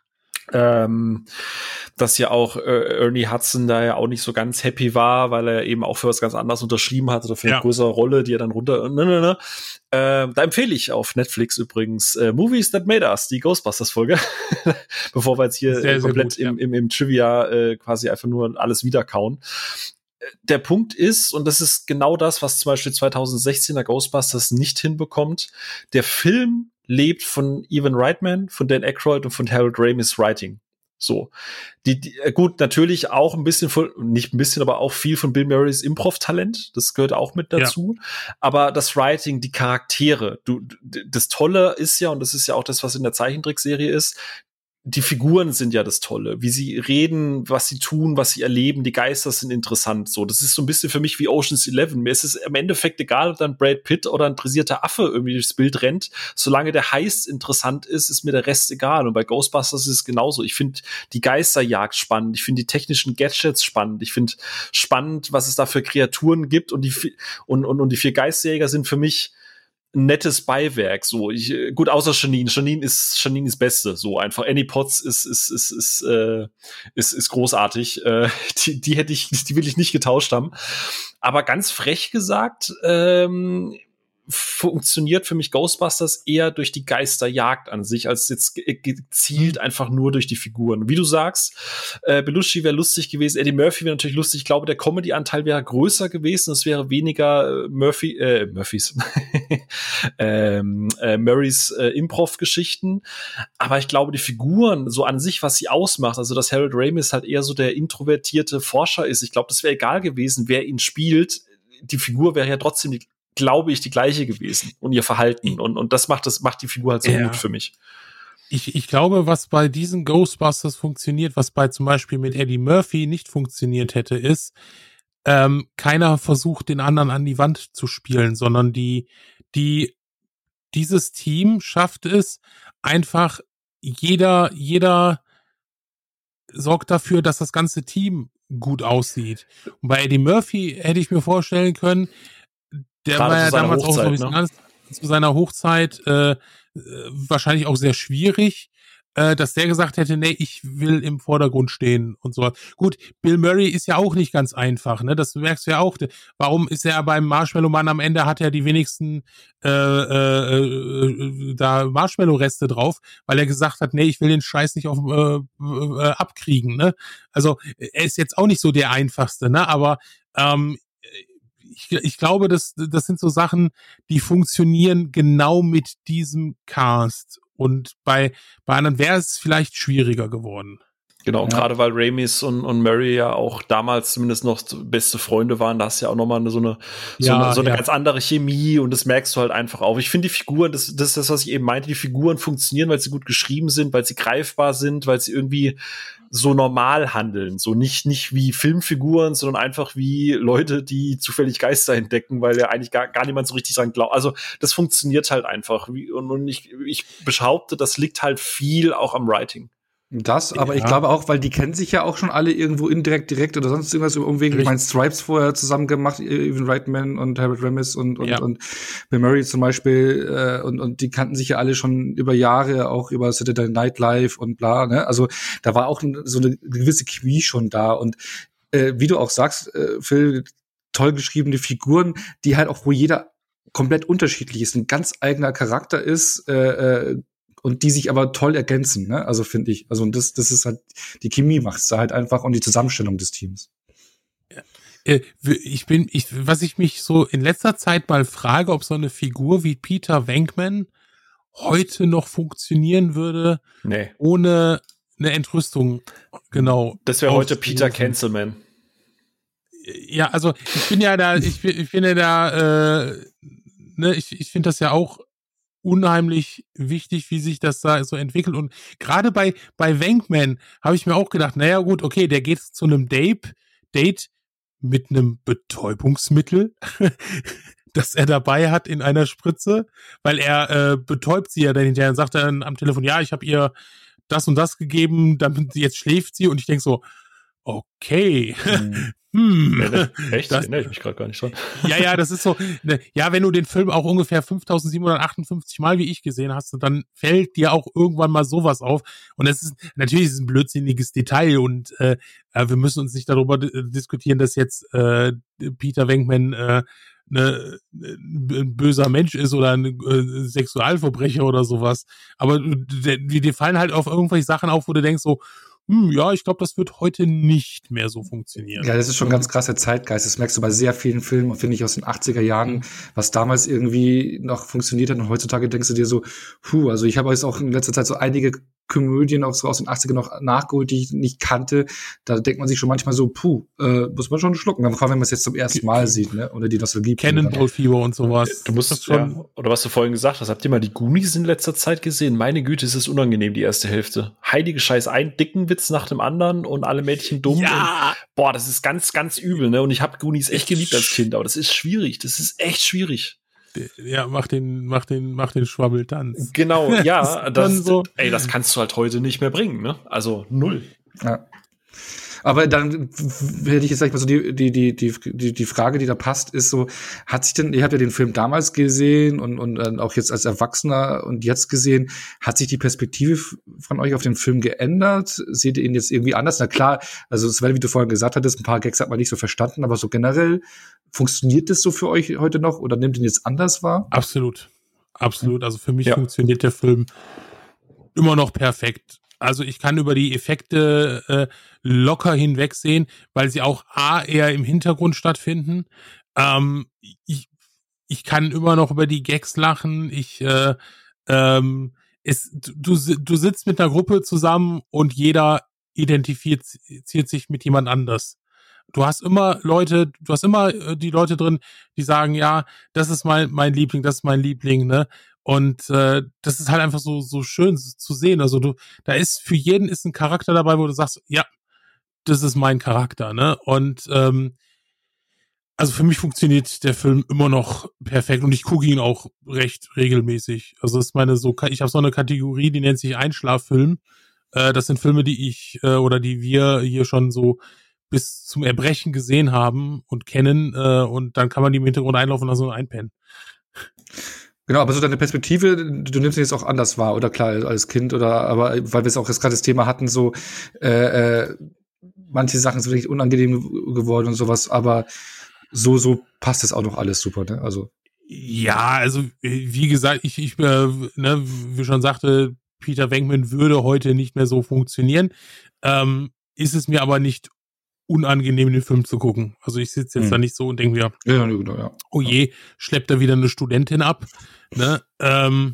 S1: ähm, dass ja auch äh, Ernie Hudson da ja auch nicht so ganz happy war, weil er eben auch für was ganz anderes unterschrieben hat oder für eine ja. größere Rolle, die er dann runter, ne, ne, ne. Äh, da empfehle ich auf Netflix übrigens äh, Movies That Made Us, die Ghostbusters-Folge, bevor wir jetzt hier sehr, komplett sehr gut, im, ja. im, im Trivia äh, quasi einfach nur alles wiederkauen. Der Punkt ist, und das ist genau das, was zum Beispiel zweitausendsechzehner Ghostbusters nicht hinbekommt, der Film lebt von Ivan Reitman, von Dan Aykroyd und von Harold Ramis Writing. So. Die, die, gut, natürlich auch ein bisschen von, nicht ein bisschen, aber auch viel von Bill Murrays Improv-Talent. Das gehört auch mit dazu. Ja. Aber das Writing, die Charaktere, du, das Tolle ist ja, und das ist ja auch das, was in der Zeichentrickserie ist, die Figuren sind ja das Tolle. Wie sie reden, was sie tun, was sie erleben, die Geister sind interessant. So, das ist so ein bisschen für mich wie Ocean's Eleven. Mir ist es im Endeffekt egal, ob dann Brad Pitt oder ein dressierter Affe irgendwie durchs Bild rennt. Solange der Heist interessant ist, ist mir der Rest egal. Und bei Ghostbusters ist es genauso. Ich finde die Geisterjagd spannend. Ich finde die technischen Gadgets spannend. Ich finde spannend, was es da für Kreaturen gibt. Und die, und, und, und die vier Geisterjäger sind für mich ein nettes Beiwerk, so. Ich, gut, außer Janine. Janine ist, Janine ist Beste, so einfach. Annie Potts ist, ist, ist, ist, äh, ist, ist großartig. Äh, die, die hätte ich, die will ich nicht getauscht haben. Aber ganz frech gesagt, ähm, funktioniert für mich Ghostbusters eher durch die Geisterjagd an sich, als jetzt gezielt einfach nur durch die Figuren. Wie du sagst, äh, Belushi wäre lustig gewesen, Eddie Murphy wäre natürlich lustig. Ich glaube, der Comedy-Anteil wäre größer gewesen. Es wäre weniger äh, Murphy, äh, Murphys, ähm, äh, Murrays äh, Improv-Geschichten. Aber ich glaube, die Figuren, so an sich, was sie ausmacht, also dass Harold Ramis halt eher so der introvertierte Forscher ist, ich glaube, das wäre egal gewesen, wer ihn spielt. Die Figur wäre ja trotzdem die, glaube ich, die gleiche gewesen und ihr Verhalten. Und, und das macht das macht die Figur halt so ja. gut für mich.
S3: Ich, ich glaube, was bei diesen Ghostbusters funktioniert, was bei zum Beispiel mit Eddie Murphy nicht funktioniert hätte, ist, ähm, keiner versucht, den anderen an die Wand zu spielen, sondern die, die, dieses Team schafft es einfach, jeder, jeder sorgt dafür, dass das ganze Team gut aussieht. Und bei Eddie Murphy hätte ich mir vorstellen können, der Gerade war ja damals Hochzeit, auch so ein bisschen ne? ganz, zu seiner Hochzeit äh, wahrscheinlich auch sehr schwierig, äh, dass der gesagt hätte, nee, ich will im Vordergrund stehen und so. Gut, Bill Murray ist ja auch nicht ganz einfach, ne? Das merkst du ja auch. Warum ist er beim Marshmallow Mann am Ende, hat er die wenigsten äh, äh, äh, da Marshmallow-Reste drauf, weil er gesagt hat, nee, ich will den Scheiß nicht auf äh, äh, abkriegen, ne? Also er ist jetzt auch nicht so der einfachste, ne? Aber ähm, Ich, ich glaube, das, das sind so Sachen, die funktionieren genau mit diesem Cast. Und bei, bei anderen wäre es vielleicht schwieriger geworden.
S1: Genau,
S3: ja.
S1: Gerade weil Ramis und, und Murray ja auch damals zumindest noch beste Freunde waren, da hast du ja auch nochmal so eine, so ja, eine, so eine ja. ganz andere Chemie und das merkst du halt einfach auch. Ich finde die Figuren, das, das ist das, was ich eben meinte, die Figuren funktionieren, weil sie gut geschrieben sind, weil sie greifbar sind, weil sie irgendwie so normal handeln, so nicht nicht wie Filmfiguren, sondern einfach wie Leute, die zufällig Geister entdecken, weil ja eigentlich gar, gar niemand so richtig dran glaubt. Also das funktioniert halt einfach. Und, und ich, ich behaupte, das liegt halt viel auch am Writing.
S2: Das, aber ja. ich glaube auch, weil die kennen sich ja auch schon alle irgendwo indirekt, direkt oder sonst irgendwas über Umwegen. Ich meine, Stripes vorher zusammen gemacht, Evan Reitman und Harold Ramis und und, ja. und Bill Murray zum Beispiel äh, und und die kannten sich ja alle schon über Jahre, auch über Saturday Night Live und bla. Ne? Also da war auch so eine gewisse Chemie schon da und äh, wie du auch sagst, äh, Phil, toll geschriebene Figuren, die halt auch, wo jeder komplett unterschiedlich ist, ein ganz eigener Charakter ist. Äh, äh, und die sich aber toll ergänzen, ne? Also finde ich, also das das ist halt, die Chemie macht's da halt einfach und die Zusammenstellung des Teams.
S3: Ich bin, ich, was ich mich so in letzter Zeit mal frage, ob so eine Figur wie Peter Venkman heute noch funktionieren würde,
S1: nee.
S3: ohne eine Entrüstung, genau.
S1: Das wäre heute Peter Cancelman.
S3: Ja, also ich bin ja da, ich, ich bin ja da, äh, ne, ich, ich finde das ja auch unheimlich wichtig, wie sich das da so entwickelt. Und gerade bei bei Venkman habe ich mir auch gedacht, naja gut, okay, der geht zu einem Date, Date mit einem Betäubungsmittel, das er dabei hat in einer Spritze, weil er äh, betäubt sie ja dann hinterher und sagt dann am Telefon, ja, ich habe ihr das und das gegeben, damit jetzt schläft sie. Und ich denke so, okay. Hm. hm.
S1: Ja, ne, echt? Das erinnere ich mich gerade gar nicht dran.
S3: Ja, ja, das ist so, ne, ja, wenn du den Film auch ungefähr fünftausendsiebenhundertachtundfünfzig Mal wie ich gesehen hast, dann fällt dir auch irgendwann mal sowas auf. Und es ist, natürlich ist es ein blödsinniges Detail und äh, wir müssen uns nicht darüber d- diskutieren, dass jetzt äh, Peter Venkman äh, ne, ein böser Mensch ist oder ein äh, Sexualverbrecher oder sowas. Aber die, die fallen halt auf irgendwelche Sachen auf, wo du denkst so, hm, ja, ich glaube, das wird heute nicht mehr so funktionieren.
S2: Ja, das ist schon ganz krasser Zeitgeist. Das merkst du bei sehr vielen Filmen, finde ich, aus den achtziger Jahren, mhm. was damals irgendwie noch funktioniert hat. Und heutzutage denkst du dir so, puh, also ich habe jetzt auch in letzter Zeit so einige Komödien auch so aus den achtzigern noch nachgeholt, die ich nicht kannte. Da denkt man sich schon manchmal so, puh, äh, muss man schon schlucken. Vor allem, wenn man es jetzt zum ersten Mal sieht, ne? Oder die Nostalgie.
S3: Cannonball Fever und sowas.
S1: Du musst schon, ja, oder was du vorhin gesagt hast, habt ihr mal die Goonies in letzter Zeit gesehen? Meine Güte, es ist unangenehm, die erste Hälfte. Heilige Scheiß, ein dicken Witz nach dem anderen und alle Mädchen dumm.
S3: Ja.
S1: Und, boah, das ist ganz, ganz übel, ne? Und ich habe Goonies echt geliebt als Kind, aber das ist schwierig. Das ist echt schwierig.
S3: Ja, mach den, mach den, mach den Schwabbeltanz.
S1: Genau, ja, das, das
S3: so.
S1: Ey, das kannst du halt heute nicht mehr bringen, ne? Also null.
S2: Ja. Aber dann hätte ich jetzt sag ich mal so die, die, die, die, die Frage, die da passt, ist so, hat sich denn, ihr habt ja den Film damals gesehen und, und auch jetzt als Erwachsener und jetzt gesehen, hat sich die Perspektive von euch auf den Film geändert? Seht ihr ihn jetzt irgendwie anders? Na klar, also es wäre, wie du vorhin gesagt hattest, ein paar Gags hat man nicht so verstanden, aber so generell, funktioniert das so für euch heute noch oder nimmt ihn jetzt anders wahr?
S3: Absolut. Absolut. Also für mich
S1: ja.
S3: funktioniert der Film immer noch perfekt. Also ich kann über die Effekte äh, locker hinwegsehen, weil sie auch A, eher im Hintergrund stattfinden. Ähm, ich, ich kann immer noch über die Gags lachen. Ich, äh, ähm, es, du, du sitzt mit einer Gruppe zusammen und jeder identifiziert sich mit jemand anders. Du hast immer Leute, du hast immer die Leute drin, die sagen, ja, das ist mein, mein Liebling, das ist mein Liebling, ne? Und äh, das ist halt einfach so so schön zu sehen. Also du, da ist für jeden ist ein Charakter dabei, wo du sagst, ja, das ist mein Charakter, ne? Und ähm, also für mich funktioniert der Film immer noch perfekt und ich gucke ihn auch recht regelmäßig. Also das ist meine so, ich habe so eine Kategorie, die nennt sich Einschlaffilm. Äh, das sind Filme, die ich äh, oder die wir hier schon so bis zum Erbrechen gesehen haben und kennen äh, und dann kann man die im Hintergrund einlaufen und dann so einpennen.
S2: Genau, aber so deine Perspektive, du nimmst ihn jetzt auch anders wahr, oder klar, als Kind, oder aber weil wir es auch jetzt gerade das Thema hatten, so äh, äh, manche Sachen sind wirklich unangenehm geworden und sowas, aber so so passt es auch noch alles super, ne? Also
S3: ja, also wie gesagt, ich ich äh, ne, wie schon sagte, Peter Venkman würde heute nicht mehr so funktionieren. Ähm, ist es mir aber nicht unangenehm, den Film zu gucken. Also ich sitze jetzt hm. da nicht so und denke mir,
S2: ja, genau, ja.
S3: oh je, schleppt da wieder eine Studentin ab. Ne? Ähm,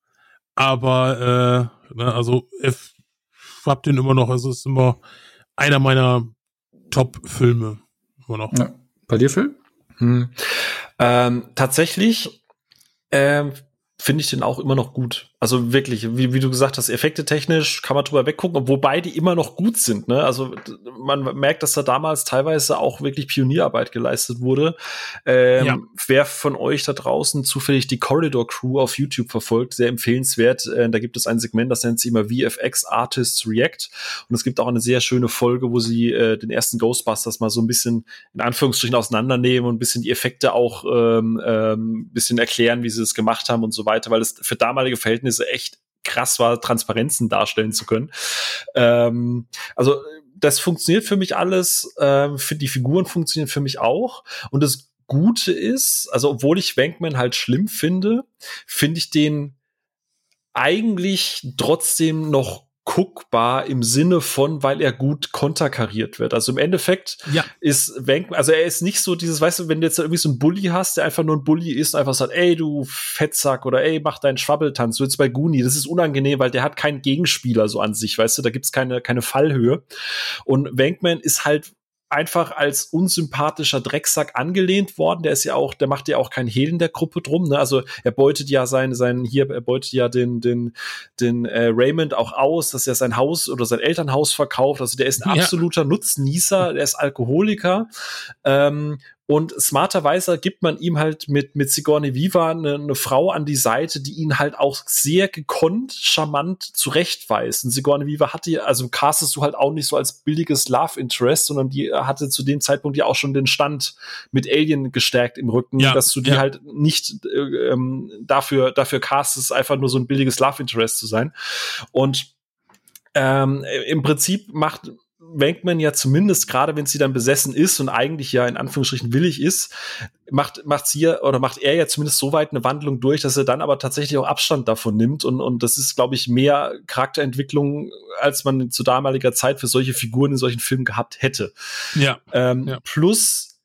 S3: aber äh, ne, also ich hab den immer noch, also es ist immer einer meiner Top-Filme. Immer noch.
S2: Ja. Bei dir, Phil?
S1: Hm. Ähm, tatsächlich ähm, finde ich den auch immer noch gut. Also wirklich, wie, wie du gesagt hast, Effekte technisch kann man drüber weggucken, wobei die immer noch gut sind. Ne? Also man merkt, dass da damals teilweise auch wirklich Pionierarbeit geleistet wurde. Ähm, ja. Wer von euch da draußen zufällig die Corridor Crew auf YouTube verfolgt, sehr empfehlenswert. Äh, da gibt es ein Segment, das nennt sich immer V F X Artists React. Und es gibt auch eine sehr schöne Folge, wo sie äh, den ersten Ghostbusters mal so ein bisschen in Anführungsstrichen auseinandernehmen und ein bisschen die Effekte auch ähm, ähm, ein bisschen erklären, wie sie es gemacht haben und so weiter, weil es für damalige Verhältnisse echt krass war, Transparenzen darstellen zu können. Ähm, also das funktioniert für mich alles, ähm, für die Figuren funktionieren für mich auch. Und das Gute ist, also obwohl ich Venkman halt schlimm finde, finde ich den eigentlich trotzdem noch guckbar im Sinne von, weil er gut konterkariert wird. Also im Endeffekt ja. ist Venkman, also er ist nicht so dieses, weißt du, wenn du jetzt irgendwie so einen Bully hast, der einfach nur ein Bully ist und einfach sagt, ey, du Fettsack oder ey, mach deinen Schwabbeltanz, so jetzt bei Goonie, das ist unangenehm, weil der hat keinen Gegenspieler so an sich, weißt du, da gibt's keine, keine Fallhöhe. Und Venkman ist halt einfach als unsympathischer Drecksack angelehnt worden. Der ist ja auch, der macht ja auch kein Hehl in der Gruppe drum, ne? Also er beutet ja sein, sein, hier, er beutet ja den, den, den äh, Raymond auch aus, dass er sein Haus oder sein Elternhaus verkauft. Also der ist ein ja. absoluter Nutznießer, der ist Alkoholiker. Ähm, Und smarterweise gibt man ihm halt mit, mit Sigourney Weaver eine, eine Frau an die Seite, die ihn halt auch sehr gekonnt, charmant zurechtweist. Und Sigourney Weaver hatte, also castest du halt auch nicht so als billiges Love Interest, sondern die hatte zu dem Zeitpunkt ja auch schon den Stand mit Alien gestärkt im Rücken, ja, dass du die ja. halt nicht äh, ähm, dafür, dafür castest, einfach nur so ein billiges Love Interest zu sein. Und ähm, im Prinzip macht Venkman ja zumindest, gerade wenn sie dann besessen ist und eigentlich ja in Anführungsstrichen willig ist, macht, macht sie ja, oder macht er ja zumindest so weit eine Wandlung durch, dass er dann aber tatsächlich auch Abstand davon nimmt und, und das ist, glaube ich, mehr Charakterentwicklung, als man zu damaliger Zeit für solche Figuren in solchen Filmen gehabt hätte.
S3: Ja.
S1: Ähm,
S3: ja.
S1: Plus,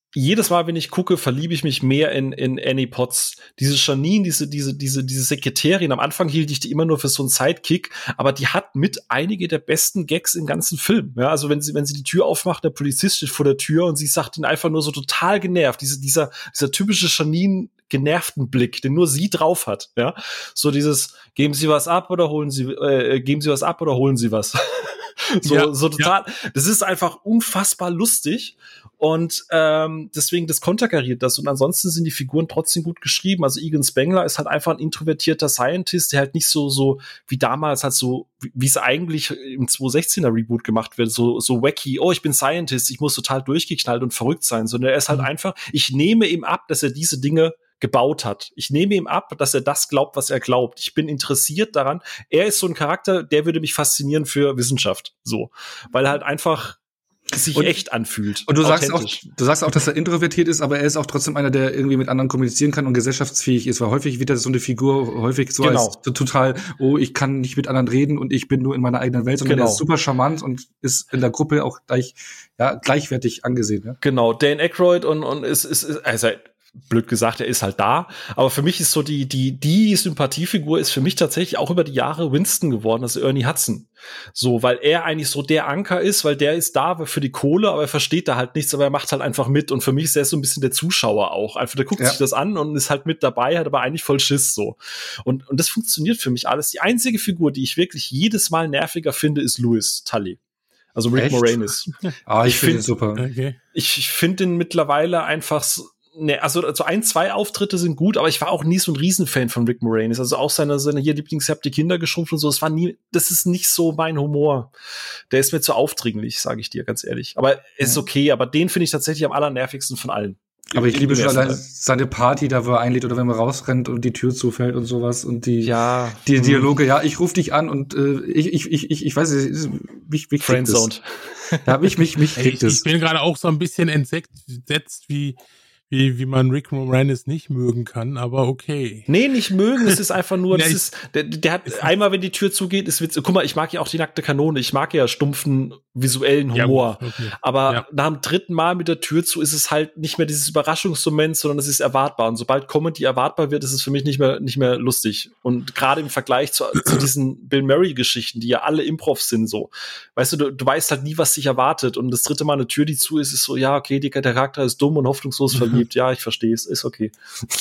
S1: jedes Mal, wenn ich gucke, verliebe ich mich mehr in, in Annie Potts. Diese Janine, diese, diese, diese, diese Sekretärin, am Anfang hielt ich die immer nur für so einen Sidekick, aber die hat mit einige der besten Gags im ganzen Film. Ja, also wenn sie, wenn sie die Tür aufmacht, der Polizist steht vor der Tür und sie sagt ihn einfach nur so total genervt. Diese, dieser, dieser typische Janine, genervten Blick, den nur sie drauf hat, ja. So dieses, geben Sie was ab oder holen Sie, äh, geben Sie was ab oder holen Sie was. so,
S3: ja,
S1: so total,
S3: ja.
S1: Das ist einfach unfassbar lustig und ähm, deswegen, das konterkariert das und ansonsten sind die Figuren trotzdem gut geschrieben. Also Egan Spengler ist halt einfach ein introvertierter Scientist, der halt nicht so, so wie damals halt so, wie es eigentlich im zweitausendsechzehner Reboot gemacht wird, so, so wacky, oh, ich bin Scientist, ich muss total durchgeknallt und verrückt sein, sondern er ist halt mhm. einfach, ich nehme ihm ab, dass er diese Dinge gebaut hat. Ich nehme ihm ab, dass er das glaubt, was er glaubt. Ich bin interessiert daran. Er ist so ein Charakter, der würde mich faszinieren für Wissenschaft. So. Weil er halt einfach sich und, echt anfühlt.
S2: Und du sagst auch, du sagst auch, dass er introvertiert ist, aber er ist auch trotzdem einer, der irgendwie mit anderen kommunizieren kann und gesellschaftsfähig ist, weil häufig wird er so eine Figur häufig so genau. als total, oh, ich kann nicht mit anderen reden und ich bin nur in meiner eigenen Welt, sondern genau. er ist super charmant und ist in der Gruppe auch gleich, ja, gleichwertig angesehen. Ja?
S1: Genau. Dan Aykroyd und, und ist, ist, ist, also, blöd gesagt, er ist halt da. Aber für mich ist so die, die, die Sympathiefigur ist für mich tatsächlich auch über die Jahre Winston geworden, also Ernie Hudson. So, weil er eigentlich so der Anker ist, weil der ist da für die Kohle, aber er versteht da halt nichts, aber er macht halt einfach mit. Und für mich ist er so ein bisschen der Zuschauer auch. Einfach, der guckt ja. sich das an und ist halt mit dabei, hat aber eigentlich voll Schiss, so. Und, und das funktioniert für mich alles. Die einzige Figur, die ich wirklich jedes Mal nerviger finde, ist Louis Tully. Also Rick Echt? Moranis.
S2: Ah, ich, ich finde ihn super.
S3: Okay.
S1: Ich, ich finde ihn mittlerweile einfach so, Ne, also, also ein, zwei Auftritte sind gut, aber ich war auch nie so ein Riesenfan von Rick Moranis. Also auch seine, seine hier Lieblings, ich hab die Kinder geschrumpft und so, das war nie, das ist nicht so mein Humor. Der ist mir zu aufdringlich, sage ich dir ganz ehrlich. Aber ist okay, aber den finde ich tatsächlich am allernervigsten von allen.
S2: Aber ich liebe schon allein seine Party, da wo er einlädt oder wenn man rausrennt und die Tür zufällt und sowas und die,
S1: ja.
S2: die Dialoge, ja, ich rufe dich an und äh, ich, ich, ich, ich, ich weiß nicht, mich, mich
S1: Friendzoned.
S2: Ja, mich, mich, mich kriegt es.
S3: Ich bin gerade auch so ein bisschen entsetzt, wie Wie, wie man Rick Moranis nicht mögen kann, aber okay.
S1: Nee, nicht mögen, es ist einfach nur, das ja, ist, der, der hat einmal, wenn die Tür zugeht, ist Witz. Guck mal, ich mag ja auch die nackte Kanone, ich mag ja stumpfen visuellen Humor. Ja, okay. Aber ja. nach dem dritten Mal mit der Tür zu ist es halt nicht mehr dieses Überraschungsmoment, sondern es ist erwartbar. Und sobald Comedy erwartbar wird, ist es für mich nicht mehr, nicht mehr lustig. Und gerade im Vergleich zu, zu diesen Bill Murray-Geschichten, die ja alle Improv sind, so. Weißt du, du, du weißt halt nie, was dich erwartet. Und das dritte Mal eine Tür, die zu ist, ist so, ja, okay, die, der Charakter ist dumm und hoffnungslos verliebt. Ja, ich verstehe es, ist okay.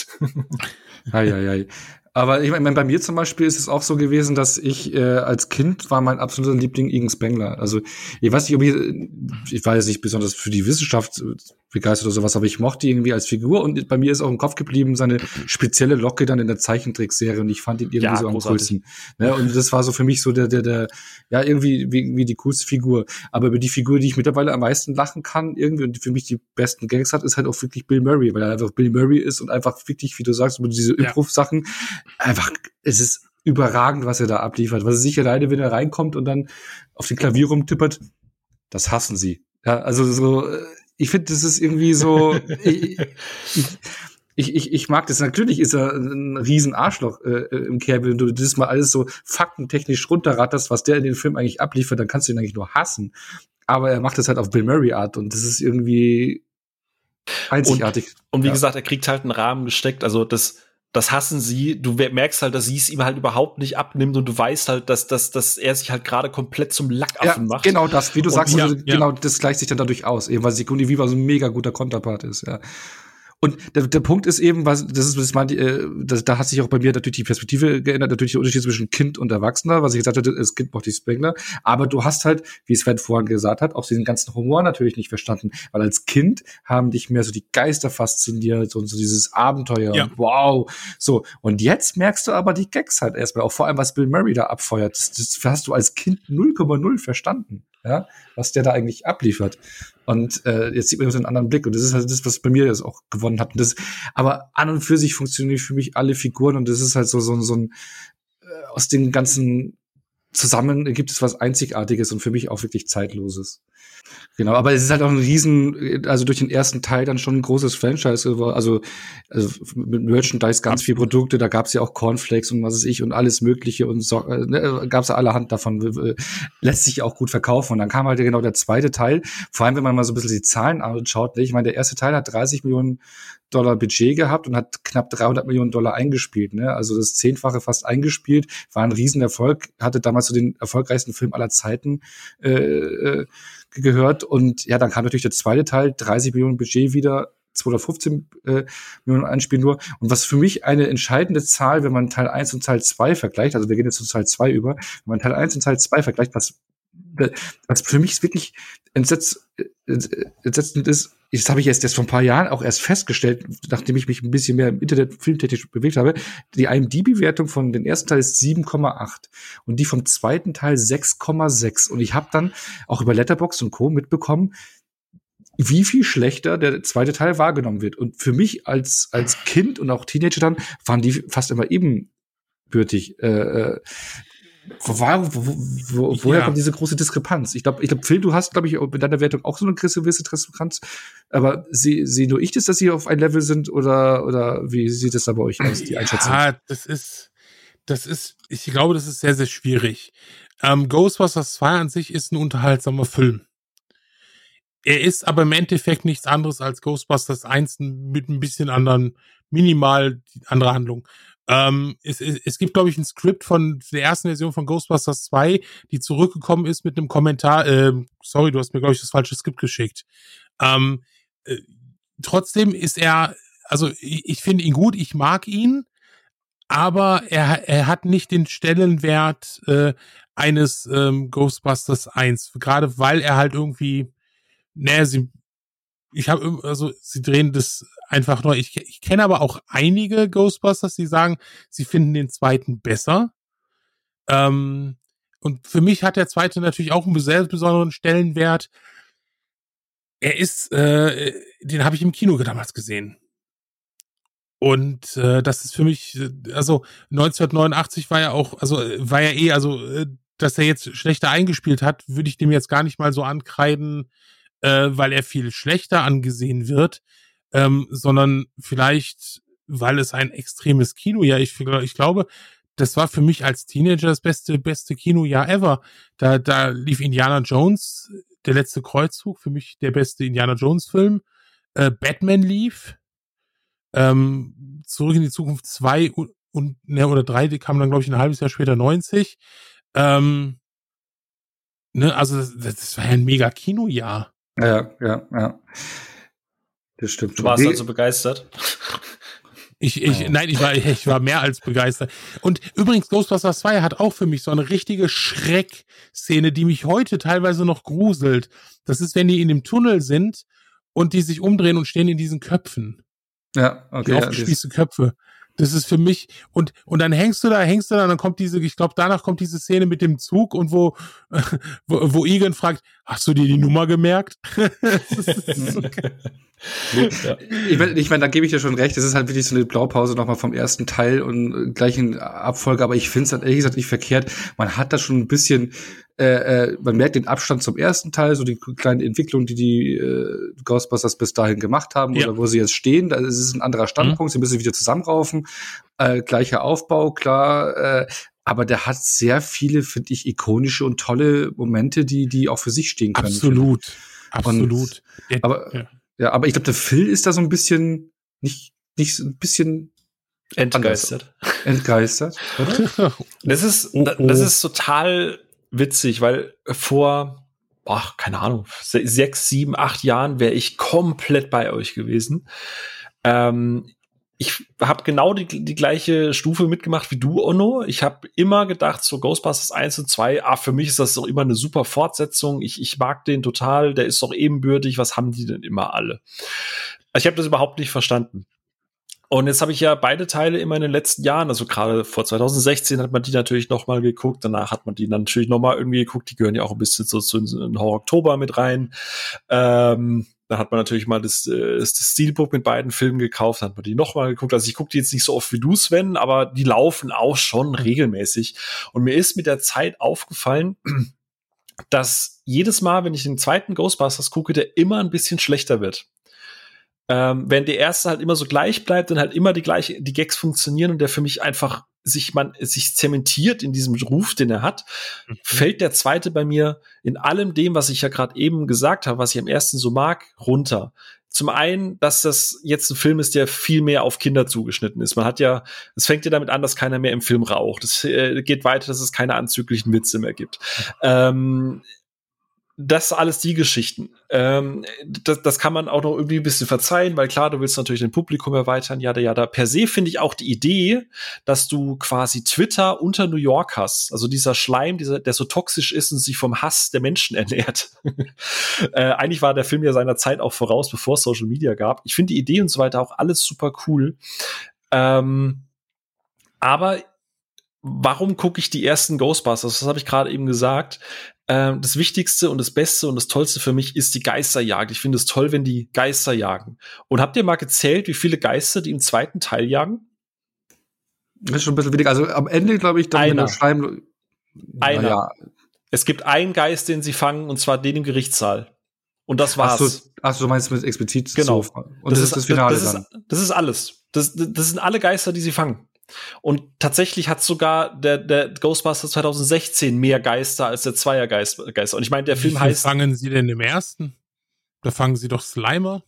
S2: Ei, ei, ei. Aber ich meine, bei mir zum Beispiel ist es auch so gewesen, dass ich äh, als Kind war mein absoluter Liebling Egan Spengler. Also ich weiß nicht, ob ich, ich war jetzt nicht besonders für die Wissenschaft begeistert oder sowas, aber ich mochte ihn irgendwie als Figur und bei mir ist auch im Kopf geblieben seine spezielle Locke dann in der Zeichentrickserie und ich fand ihn irgendwie ja, so am coolsten. Ne? Und das war so für mich so der, der, der, ja, irgendwie wie, wie die coolste Figur. Aber über die Figur, die ich mittlerweile am meisten lachen kann irgendwie und die für mich die besten Gags hat, ist halt auch wirklich Bill Murray, weil er einfach Bill Murray ist und einfach wirklich, wie du sagst, über diese ja. Improv-Sachen, einfach, es ist überragend, was er da abliefert. Was er sich alleine, wenn er reinkommt und dann auf den Klavier rumtippert, das hassen sie. Ja, also so, ich finde, das ist irgendwie so, ich, ich, ich, ich mag das. Natürlich ist er ein riesen Arschloch äh, im Kerl, wenn du das mal alles so faktentechnisch runterratterst, was der in den Film eigentlich abliefert, dann kannst du ihn eigentlich nur hassen. Aber er macht das halt auf Bill Murray Art und das ist irgendwie einzigartig.
S1: Und, und wie
S2: ja.
S1: gesagt, er kriegt halt einen Rahmen gesteckt, also das Das hassen sie. Du merkst halt, dass sie es ihm halt überhaupt nicht abnimmt und du weißt halt, dass, dass, dass er sich halt gerade komplett zum Lackaffen
S2: ja,
S1: macht.
S2: Genau das, wie du
S1: und
S2: sagst,
S1: ja,
S2: also,
S1: ja.
S2: genau das gleicht sich dann dadurch aus, eben weil Sigourney Weaver so ein mega guter Konterpart ist, ja. Und der, der Punkt ist eben, was das ist, das meinte, äh, das, da hat sich auch bei mir natürlich die Perspektive geändert, natürlich der Unterschied zwischen Kind und Erwachsener, was ich gesagt hatte, das Kind mochte ich Spengler, aber du hast halt, wie Sven vorhin gesagt hat, auch diesen ganzen Humor natürlich nicht verstanden, weil als Kind haben dich mehr so die Geister fasziniert und so dieses Abenteuer
S3: ja.
S2: und wow, so. Und jetzt merkst du aber die Gags halt erstmal, auch vor allem, was Bill Murray da abfeuert, das, das hast du als Kind null Komma null verstanden, ja, was der da eigentlich abliefert. Und äh, jetzt sieht man so einen anderen Blick. Und das ist halt das, was bei mir jetzt auch gewonnen hat. Und das, aber an und für sich funktionieren für mich alle Figuren. Und das ist halt so, so, so ein äh, aus den ganzen zusammen gibt es was Einzigartiges und für mich auch wirklich Zeitloses. Genau, aber es ist halt auch ein riesen, also durch den ersten Teil dann schon ein großes Franchise, also, also mit Merchandise ganz viele Produkte, da gab's ja auch Cornflakes und was weiß ich und alles mögliche und so, ne, gab's ja allerhand davon, lässt sich auch gut verkaufen. Und dann kam halt genau der zweite Teil, vor allem wenn man mal so ein bisschen die Zahlen anschaut, ne? Ich meine, der erste Teil hat dreißig Millionen Dollar Budget gehabt und hat knapp dreihundert Millionen Dollar eingespielt, ne? Also das Zehnfache fast eingespielt, war ein Riesenerfolg, hatte damals so den erfolgreichsten Film aller Zeiten äh, äh, gehört. Und ja, dann kam natürlich der zweite Teil, dreißig Millionen Budget wieder, zweihundertfünfzehn äh, Millionen Einspiel nur. Und was für mich eine entscheidende Zahl, wenn man Teil eins und Teil zwei vergleicht, also wir gehen jetzt zu Teil zwei über, wenn man Teil eins und Teil zwei vergleicht, was, was für mich wirklich entsetz, entsetzend ist, das habe ich jetzt, jetzt vor ein paar Jahren auch erst festgestellt, nachdem ich mich ein bisschen mehr im Internet filmtechnisch bewegt habe. Die I M D B-Wertung von dem ersten Teil ist sieben Komma acht und die vom zweiten Teil sechs Komma sechs. Und ich habe dann auch über Letterboxd und Co. mitbekommen, wie viel schlechter der zweite Teil wahrgenommen wird. Und für mich als als Kind und auch Teenager dann waren die fast immer ebenbürtig. Äh, Wo, wo, wo, woher ja. kommt diese große Diskrepanz? Ich glaube, ich glaube, Phil, du hast, glaube ich, mit deiner Wertung auch so eine gewisse Diskrepanz. Aber sehe seh nur ich das, dass sie auf ein Level sind oder oder wie sieht es da bei euch aus, die Einschätzung?
S3: Ja, das ist, das ist, ich glaube, das ist sehr, sehr schwierig. Ähm, Ghostbusters zwei an sich ist ein unterhaltsamer Film. Er ist aber im Endeffekt nichts anderes als Ghostbusters eins mit ein bisschen anderen, minimal andere Handlung. Ähm, es, es, es gibt, glaube ich, ein Skript von der ersten Version von Ghostbusters zwei, die zurückgekommen ist mit einem Kommentar. Äh, sorry, du hast mir, glaube ich, das falsche Skript geschickt. Ähm, äh, trotzdem ist er, also ich, ich finde ihn gut, ich mag ihn, aber er, er hat nicht den Stellenwert äh, eines ähm, Ghostbusters eins, gerade weil er halt irgendwie, naja, sie ich habe also sie drehen das einfach neu. Ich, ich kenne aber auch einige Ghostbusters, die sagen, sie finden den zweiten besser. Ähm, und für mich hat der zweite natürlich auch einen sehr besonderen Stellenwert. Er ist, äh, den habe ich im Kino damals gesehen. Und äh, das ist für mich, also neunzehnhundertneunundachtzig war ja auch, also war ja eh, also äh, dass er jetzt schlechter eingespielt hat, würde ich dem jetzt gar nicht mal so ankreiden, Äh, weil er viel schlechter angesehen wird, ähm, sondern vielleicht, weil es ein extremes Kinojahr, ich, ich glaube, das war für mich als Teenager das beste, beste Kinojahr ever. Da, da lief Indiana Jones, der letzte Kreuzzug, für mich der beste Indiana Jones Film. Äh, Batman lief, ähm, Zurück in die Zukunft zwei und, und ne, oder drei, die kamen dann, glaube ich, ein halbes Jahr später neunzig. Ähm, ne, also das, das war ja ein mega Kinojahr.
S2: Ja, ja, ja. Das stimmt.
S1: Du warst also begeistert?
S3: Ich, ich, oh. Nein, ich war, ich war mehr als begeistert. Und übrigens, Ghostbusters zwei hat auch für mich so eine richtige Schreckszene, die mich heute teilweise noch gruselt. Das ist, wenn die in dem Tunnel sind und die sich umdrehen und stehen in diesen Köpfen.
S2: Ja, okay.
S3: Die aufgespießte ja, Köpfe. Das ist für mich, und, und dann hängst du da, hängst du da, und dann kommt diese, ich glaube, danach kommt diese Szene mit dem Zug und wo, wo, wo Egon fragt, hast du dir die Nummer gemerkt? Das ist so geil.
S2: Ja. Ich meine, ich mein, da gebe ich dir schon recht, das ist halt wirklich so eine Blaupause nochmal vom ersten Teil und gleich in Abfolge, aber ich finde es halt ehrlich gesagt nicht verkehrt. Man hat da schon ein bisschen, äh, man merkt den Abstand zum ersten Teil, so die kleine Entwicklung, die die äh, Ghostbusters bis dahin gemacht haben, ja, oder wo sie jetzt stehen. Da ist es ein anderer Standpunkt, mhm, sie müssen wieder zusammenraufen, äh, gleicher Aufbau, klar, äh, aber der hat sehr viele, finde ich, ikonische und tolle Momente, die die auch für sich stehen können.
S3: Absolut, absolut.
S2: Und, aber ja. Ja, aber ich glaube, der Phil ist da so ein bisschen, nicht, nicht so ein bisschen
S1: entgeistert.
S2: Anders. Entgeistert, oder?
S1: Das ist, das ist total witzig, weil vor, boah, keine Ahnung, sechs, sieben, acht Jahren wäre ich komplett bei euch gewesen. Ähm, ich habe genau die, die gleiche Stufe mitgemacht wie du, Onno. Ich habe immer gedacht, so Ghostbusters eins und zwei, ah, für mich ist das doch immer eine super Fortsetzung. Ich, ich mag den total, der ist doch ebenbürtig. Was haben die denn immer alle? Ich habe das überhaupt nicht verstanden. Und jetzt habe ich ja beide Teile immer in den letzten Jahren, also gerade vor zwanzig sechzehn hat man die natürlich noch mal geguckt, danach hat man die natürlich noch mal irgendwie geguckt. Die gehören ja auch ein bisschen so zu in Horror Oktober mit rein. Ähm, Da hat man natürlich mal das, das, das Steelbook mit beiden Filmen gekauft, hat man die nochmal geguckt. Also ich gucke die jetzt nicht so oft wie du, Sven, aber die laufen auch schon regelmäßig. Und mir ist mit der Zeit aufgefallen, dass jedes Mal, wenn ich den zweiten Ghostbusters gucke, der immer ein bisschen schlechter wird. Ähm, wenn der erste halt immer so gleich bleibt und halt immer die gleiche, die Gags funktionieren und der für mich einfach sich man sich zementiert in diesem Ruf, den er hat, mhm. fällt der zweite bei mir in allem dem, was ich ja gerade eben gesagt habe, was ich am ersten so mag, runter. Zum einen, dass das jetzt ein Film ist, der viel mehr auf Kinder zugeschnitten ist. Man hat ja, es fängt ja damit an, dass keiner mehr im Film raucht. Es äh, geht weiter, dass es keine anzüglichen Witze mehr gibt. Ähm, Das alles die Geschichten. Ähm, das, das kann man auch noch irgendwie ein bisschen verzeihen, weil klar, du willst natürlich den Publikum erweitern, ja, ja, da per se finde ich auch die Idee, dass du quasi Twitter unter New York hast. Also dieser Schleim, dieser, der so toxisch ist und sich vom Hass der Menschen ernährt. äh, eigentlich war der Film ja seiner Zeit auch voraus, bevor es Social Media gab. Ich finde die Idee und so weiter auch alles super cool. Ähm, aber warum gucke ich die ersten Ghostbusters? Das habe ich gerade eben gesagt. Ähm, das Wichtigste und das Beste und das Tollste für mich ist die Geisterjagd. Ich finde es toll, wenn die Geister jagen. Und habt ihr mal gezählt, wie viele Geister die im zweiten Teil jagen?
S2: Das ist schon ein bisschen wenig. Also am Ende, glaube ich, dann
S1: Einer.
S2: Wenn der Schleim,
S1: Einer.
S2: Ja.
S1: Es gibt einen Geist, den sie fangen, und zwar den im Gerichtssaal. Und das war's.
S2: Ach so, ach so, du meinst mit explizit
S1: Genau.
S2: so. Und das, das ist das Finale
S1: das ist,
S2: dann.
S1: Das ist alles. Das, das sind alle Geister, die sie fangen. Und tatsächlich hat sogar der, der Ghostbusters zwanzig sechzehn mehr Geister als der Zweiergeister. Und ich meine, der Film
S3: Wie
S1: heißt.
S3: Wie fangen sie denn im ersten? Da fangen sie doch Slimer.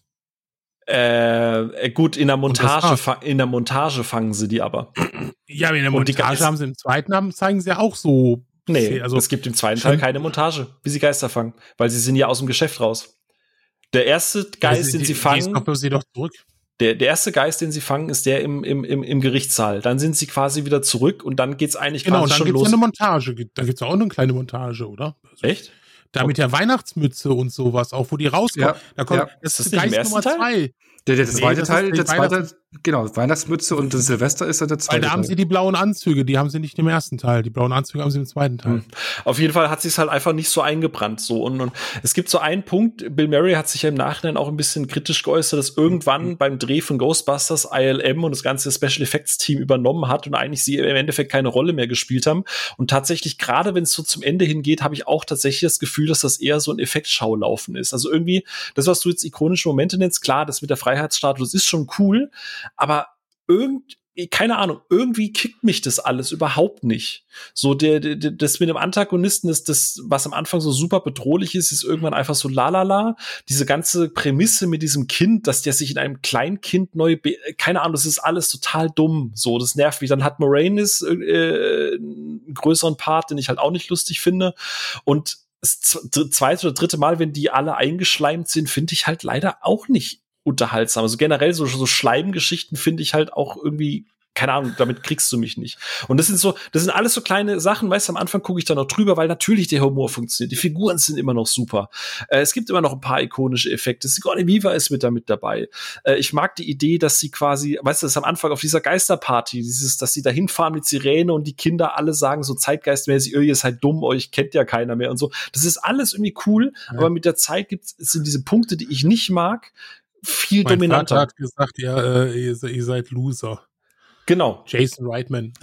S1: Äh, gut, in der Montage, fa- in der Montage fangen sie die aber.
S3: Ja, aber in der Montage haben sie im zweiten haben, zeigen sie ja auch so.
S1: Nee, also es gibt im zweiten Teil keine Montage, wie sie Geister fangen, weil sie sind ja aus dem Geschäft raus. Der erste Geist,
S3: also,
S1: den
S3: die,
S1: sie fangen.
S3: Die sie doch zurück.
S1: Der, der erste Geist, den sie fangen, ist der im, im, im, im Gerichtssaal. Dann sind sie quasi wieder zurück und dann geht's eigentlich
S3: genau,
S1: quasi schon los.
S3: Genau, dann gibt's ja eine Montage. Da gibt's auch eine kleine Montage, oder? Also,
S1: echt?
S3: Da mit der Weihnachtsmütze und sowas, auch wo die rauskommen.
S2: Ja,
S3: da kommt,
S2: ja.
S3: Das ist
S1: das nicht
S3: Geist Nummer
S1: Teil?
S3: zwei.
S2: Der, der, der
S3: Nee,
S2: zweite
S3: das
S2: Teil,
S3: ist
S2: der
S3: der
S2: zweite,
S3: Weihnachts-
S2: genau, Weihnachtsmütze und das Silvester ist dann der zweite
S3: Weil da haben
S2: Teil.
S3: sie die blauen Anzüge, die haben sie nicht im ersten Teil. Die blauen Anzüge haben sie im zweiten Teil.
S1: Hm. Auf jeden Fall hat sie es halt einfach nicht so eingebrannt. So. Und, und es gibt so einen Punkt, Bill Murray hat sich ja im Nachhinein auch ein bisschen kritisch geäußert, dass irgendwann mhm. beim Dreh von Ghostbusters I L M und das ganze Special Effects Team übernommen hat und eigentlich sie im Endeffekt keine Rolle mehr gespielt haben. Und tatsächlich, gerade wenn es so zum Ende hingeht, habe ich auch tatsächlich das Gefühl, dass das eher so ein Effektschaulaufen ist. Also irgendwie, das, was du jetzt ikonische Momente nennst, klar, das mit der Freiheitsstatue, das ist schon cool, aber irgend, keine Ahnung, irgendwie kickt mich das alles überhaupt nicht. So, der, der, das mit dem Antagonisten ist das, was am Anfang so super bedrohlich ist, ist irgendwann einfach so lalala. Diese ganze Prämisse mit diesem Kind, dass der sich in einem Kleinkind neu, be- keine Ahnung, das ist alles total dumm. So, das nervt mich. Dann hat Moranis äh, einen größeren Part, den ich halt auch nicht lustig finde. Und das zweite oder dritte Mal, wenn die alle eingeschleimt sind, finde ich halt leider auch nicht unterhaltsam. Also generell so, so Schleimgeschichten finde ich halt auch irgendwie, keine Ahnung, damit kriegst du mich nicht. Und das sind so, das sind alles so kleine Sachen, weißt du, am Anfang gucke ich da noch drüber, weil natürlich der Humor funktioniert. Die Figuren sind immer noch super. Äh, es gibt immer noch ein paar ikonische Effekte. Sigourney Weaver ist mit da mit dabei. Äh, ich mag die Idee, dass sie quasi, weißt du, das ist am Anfang auf dieser Geisterparty, dieses, dass sie da hinfahren mit Sirene und die Kinder alle sagen so zeitgeistmäßig, ihr seid dumm, euch kennt ja keiner mehr und so. Das ist alles irgendwie cool, ja. Aber mit der Zeit gibt's, sind diese Punkte, die ich nicht mag, viel
S3: mein
S1: dominanter.
S3: Vater hat gesagt, ja, äh, ihr, ihr seid Loser.
S1: Genau.
S3: Jason Reitman.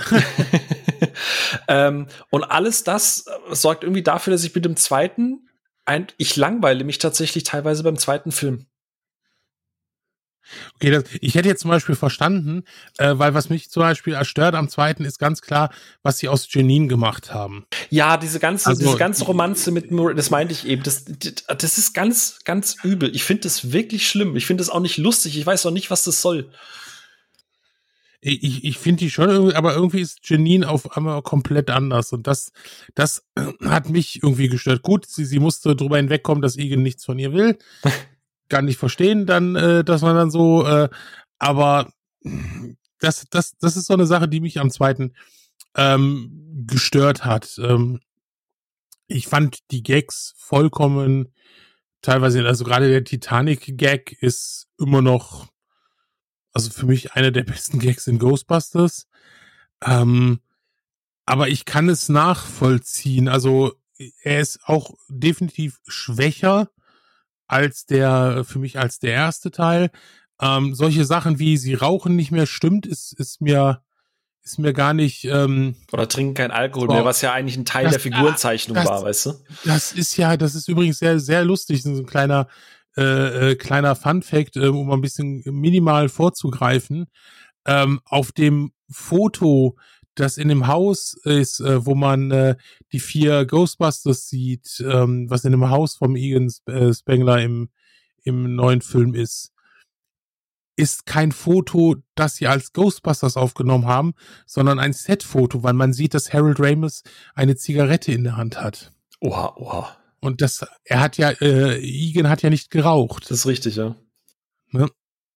S1: ähm, und alles das sorgt irgendwie dafür, dass ich mit dem zweiten, ein, ich langweile mich tatsächlich teilweise beim zweiten Film.
S3: Okay, das, ich hätte jetzt zum Beispiel verstanden, äh, weil was mich zum Beispiel erstört am zweiten ist ganz klar, was sie aus Janine gemacht haben.
S1: Ja, diese ganze,
S3: also,
S1: diese ganze Romanze mit Mur- das meinte ich eben, das, das ist ganz, ganz übel. Ich finde das wirklich schlimm. Ich finde das auch nicht lustig. Ich weiß auch nicht, was das soll.
S3: Ich, ich finde die schon irgendwie, aber irgendwie ist Janine auf einmal komplett anders und das, das hat mich irgendwie gestört. Gut, sie, sie musste drüber hinwegkommen, dass Egan nichts von ihr will. Gar nicht verstehen dann, äh, dass man dann so, äh, aber das, das, das ist so eine Sache, die mich am zweiten ähm, gestört hat. Ähm, ich fand die Gags vollkommen, teilweise, also gerade der Titanic-Gag ist immer noch, also für mich einer der besten Gags in Ghostbusters. Ähm, aber ich kann es nachvollziehen. Also er ist auch definitiv schwächer als der, für mich als der erste Teil. Ähm, solche Sachen wie sie rauchen nicht mehr stimmt, ist, ist mir, ist mir gar nicht, ähm,
S1: oder trinken kein Alkohol
S3: so,
S1: mehr, was ja eigentlich ein Teil
S3: das,
S1: der Figurenzeichnung
S3: das,
S1: war, weißt du?
S3: Das ist ja, das ist übrigens sehr, sehr lustig, so ein kleiner, äh, äh, kleiner Fun-Fact, äh, um ein bisschen minimal vorzugreifen. Ähm, auf dem Foto, das in dem Haus ist, äh, wo man äh, die vier Ghostbusters sieht, ähm, was in dem Haus vom Egan äh, Spengler im, im neuen Film ist, ist kein Foto, das sie als Ghostbusters aufgenommen haben, sondern ein Set-Foto, weil man sieht, dass Harold Ramis eine Zigarette in der Hand hat.
S1: Oha, oha.
S3: Und das, er hat ja, äh, Egan hat ja nicht geraucht.
S1: Das ist richtig, ja.
S3: Ne?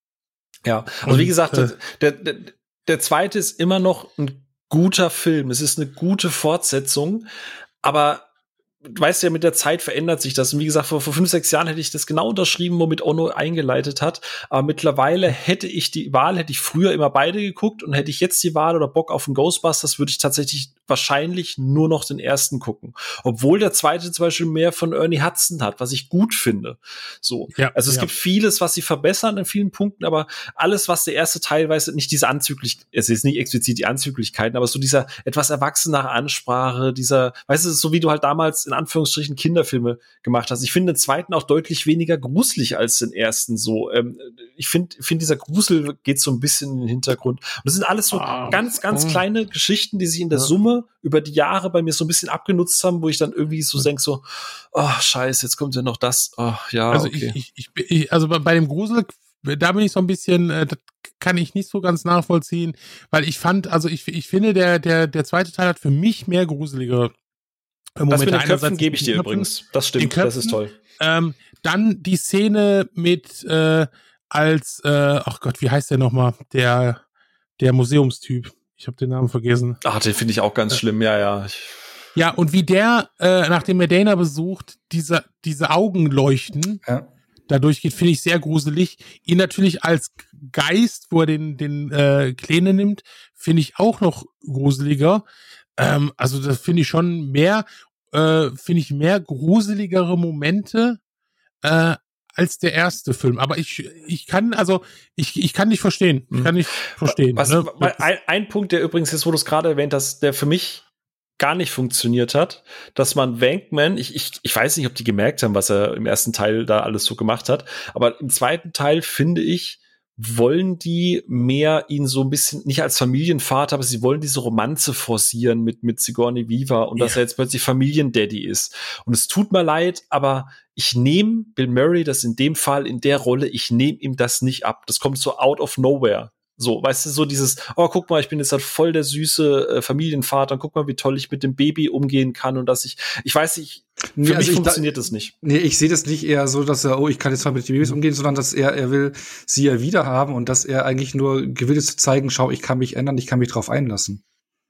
S1: Ja, also
S3: Und,
S1: wie gesagt,
S3: äh,
S1: der, der, der zweite ist immer noch ein guter Film. Es ist eine gute Fortsetzung, aber du weißt ja, mit der Zeit verändert sich das. Und wie gesagt, vor, vor fünf, sechs Jahren hätte ich das genau unterschrieben, womit Ono eingeleitet hat. Aber mittlerweile hätte ich die Wahl, hätte ich früher immer beide geguckt und hätte ich jetzt die Wahl oder Bock auf einen Ghostbusters, würde ich tatsächlich wahrscheinlich nur noch den ersten gucken. Obwohl der zweite zum Beispiel mehr von Ernie Hudson hat, was ich gut finde. So.
S3: Ja,
S1: also es
S3: ja.
S1: gibt vieles, was sie verbessern in vielen Punkten, aber alles, was der erste Teil weiß, nicht diese Anzüglichkeit, es ist nicht explizit die Anzüglichkeiten, aber so dieser etwas erwachsenere Ansprache, dieser, weißt du, so wie du halt damals in Anführungsstrichen Kinderfilme gemacht hast. Ich finde den zweiten auch deutlich weniger gruselig als den ersten so. Ähm, ich finde, finde dieser Grusel geht so ein bisschen in den Hintergrund. Und das sind alles so
S3: Ah,
S1: ganz, ganz
S3: oh.
S1: kleine Geschichten, die sich in der
S3: Ja.
S1: Summe über die Jahre bei mir so ein bisschen abgenutzt haben, wo ich dann irgendwie so denke so, oh, scheiße, jetzt kommt ja noch das. Oh, ja,
S3: Also
S1: okay.
S3: ich, ich, ich, ich, also bei, bei dem Grusel, da bin ich so ein bisschen, äh, das kann ich nicht so ganz nachvollziehen, weil ich fand, also ich, ich finde, der, der, der zweite Teil hat für mich mehr gruselige äh, Momente.
S1: Das mit den
S3: Einerseits
S1: Köpfen gebe ich dir
S3: Köpfen,
S1: übrigens. Das
S3: den
S1: stimmt,
S3: Köpfen,
S1: das ist toll.
S3: Ähm, dann die Szene mit äh, als, äh, ach Gott, wie heißt der nochmal? Der, der Museumstyp. Ich habe den Namen vergessen.
S1: Ach, den finde ich auch ganz schlimm, ja, ja. Ich
S3: Ja, und wie der, äh, nachdem er Dana besucht, diese, diese Augen leuchten,
S2: Ja.
S3: da durchgeht, finde ich sehr gruselig. Ihn natürlich als Geist, wo er den, den äh, Kleine nimmt, finde ich auch noch gruseliger. Ähm, also das finde ich schon mehr, äh, finde ich mehr gruseligere Momente äh, als der erste Film. Aber ich, ich kann, also ich, ich kann nicht verstehen. Ich kann nicht verstehen.
S1: Was,
S3: ne?
S1: ein, ein Punkt, der übrigens ist, wo du es gerade erwähnt hast, der für mich gar nicht funktioniert hat, dass man Venkman, ich, ich, ich weiß nicht, ob die gemerkt haben, was er im ersten Teil da alles so gemacht hat, aber im zweiten Teil, finde ich, wollen die mehr ihn so ein bisschen, nicht als Familienvater, aber sie wollen diese Romanze forcieren mit, mit Sigourney Weaver und
S3: Ja.
S1: dass er jetzt plötzlich Familiendaddy ist. Und es tut mir leid, aber ich nehme Bill Murray das in dem Fall, in der Rolle, ich nehme ihm das nicht ab. Das kommt so out of nowhere. So, weißt du, so dieses, oh, guck mal, ich bin jetzt halt voll der süße äh, Familienvater und guck mal, wie toll ich mit dem Baby umgehen kann und dass ich, ich weiß nicht, für
S2: Nee,
S1: mich
S2: also ich
S1: funktioniert
S2: da-
S1: das nicht.
S2: Nee, ich sehe das nicht eher so, dass er, oh, ich kann jetzt mal mit den Babys umgehen, sondern dass er, er will sie ja wieder haben und dass er eigentlich nur gewillt ist zu zeigen, schau, ich kann mich ändern, ich kann mich drauf einlassen.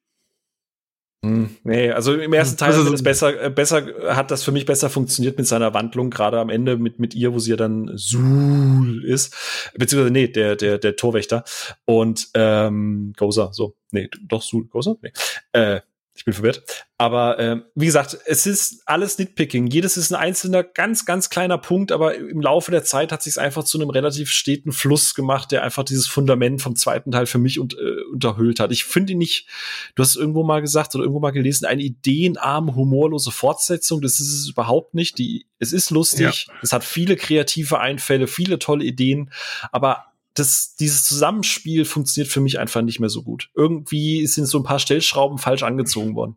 S1: Hm, nee, also im ersten Teil
S2: Also
S1: hat
S2: so-
S1: das besser, äh, besser, hat das für mich besser funktioniert mit seiner Wandlung, gerade am Ende mit, mit ihr, wo sie ja dann Sul ist, beziehungsweise, nee, der, der, der Torwächter und, ähm, Gozer, so, nee, doch, Sul, Gozer? Nee, äh, ich bin verwirrt. Aber ähm, wie gesagt, es ist alles Nitpicking. Jedes ist ein einzelner, ganz, ganz kleiner Punkt, aber im Laufe der Zeit hat sich es einfach zu einem relativ steten Fluss gemacht, der einfach dieses Fundament vom zweiten Teil für mich und, äh, unterhöhlt hat. Ich finde ihn nicht, du hast es irgendwo mal gesagt oder irgendwo mal gelesen, eine ideenarme, humorlose Fortsetzung. Das ist es überhaupt nicht. Die, es ist lustig, ja. Es hat viele kreative Einfälle, viele tolle Ideen, aber Das, dieses Zusammenspiel funktioniert für mich einfach nicht mehr so gut. Irgendwie sind so ein paar Stellschrauben falsch angezogen worden.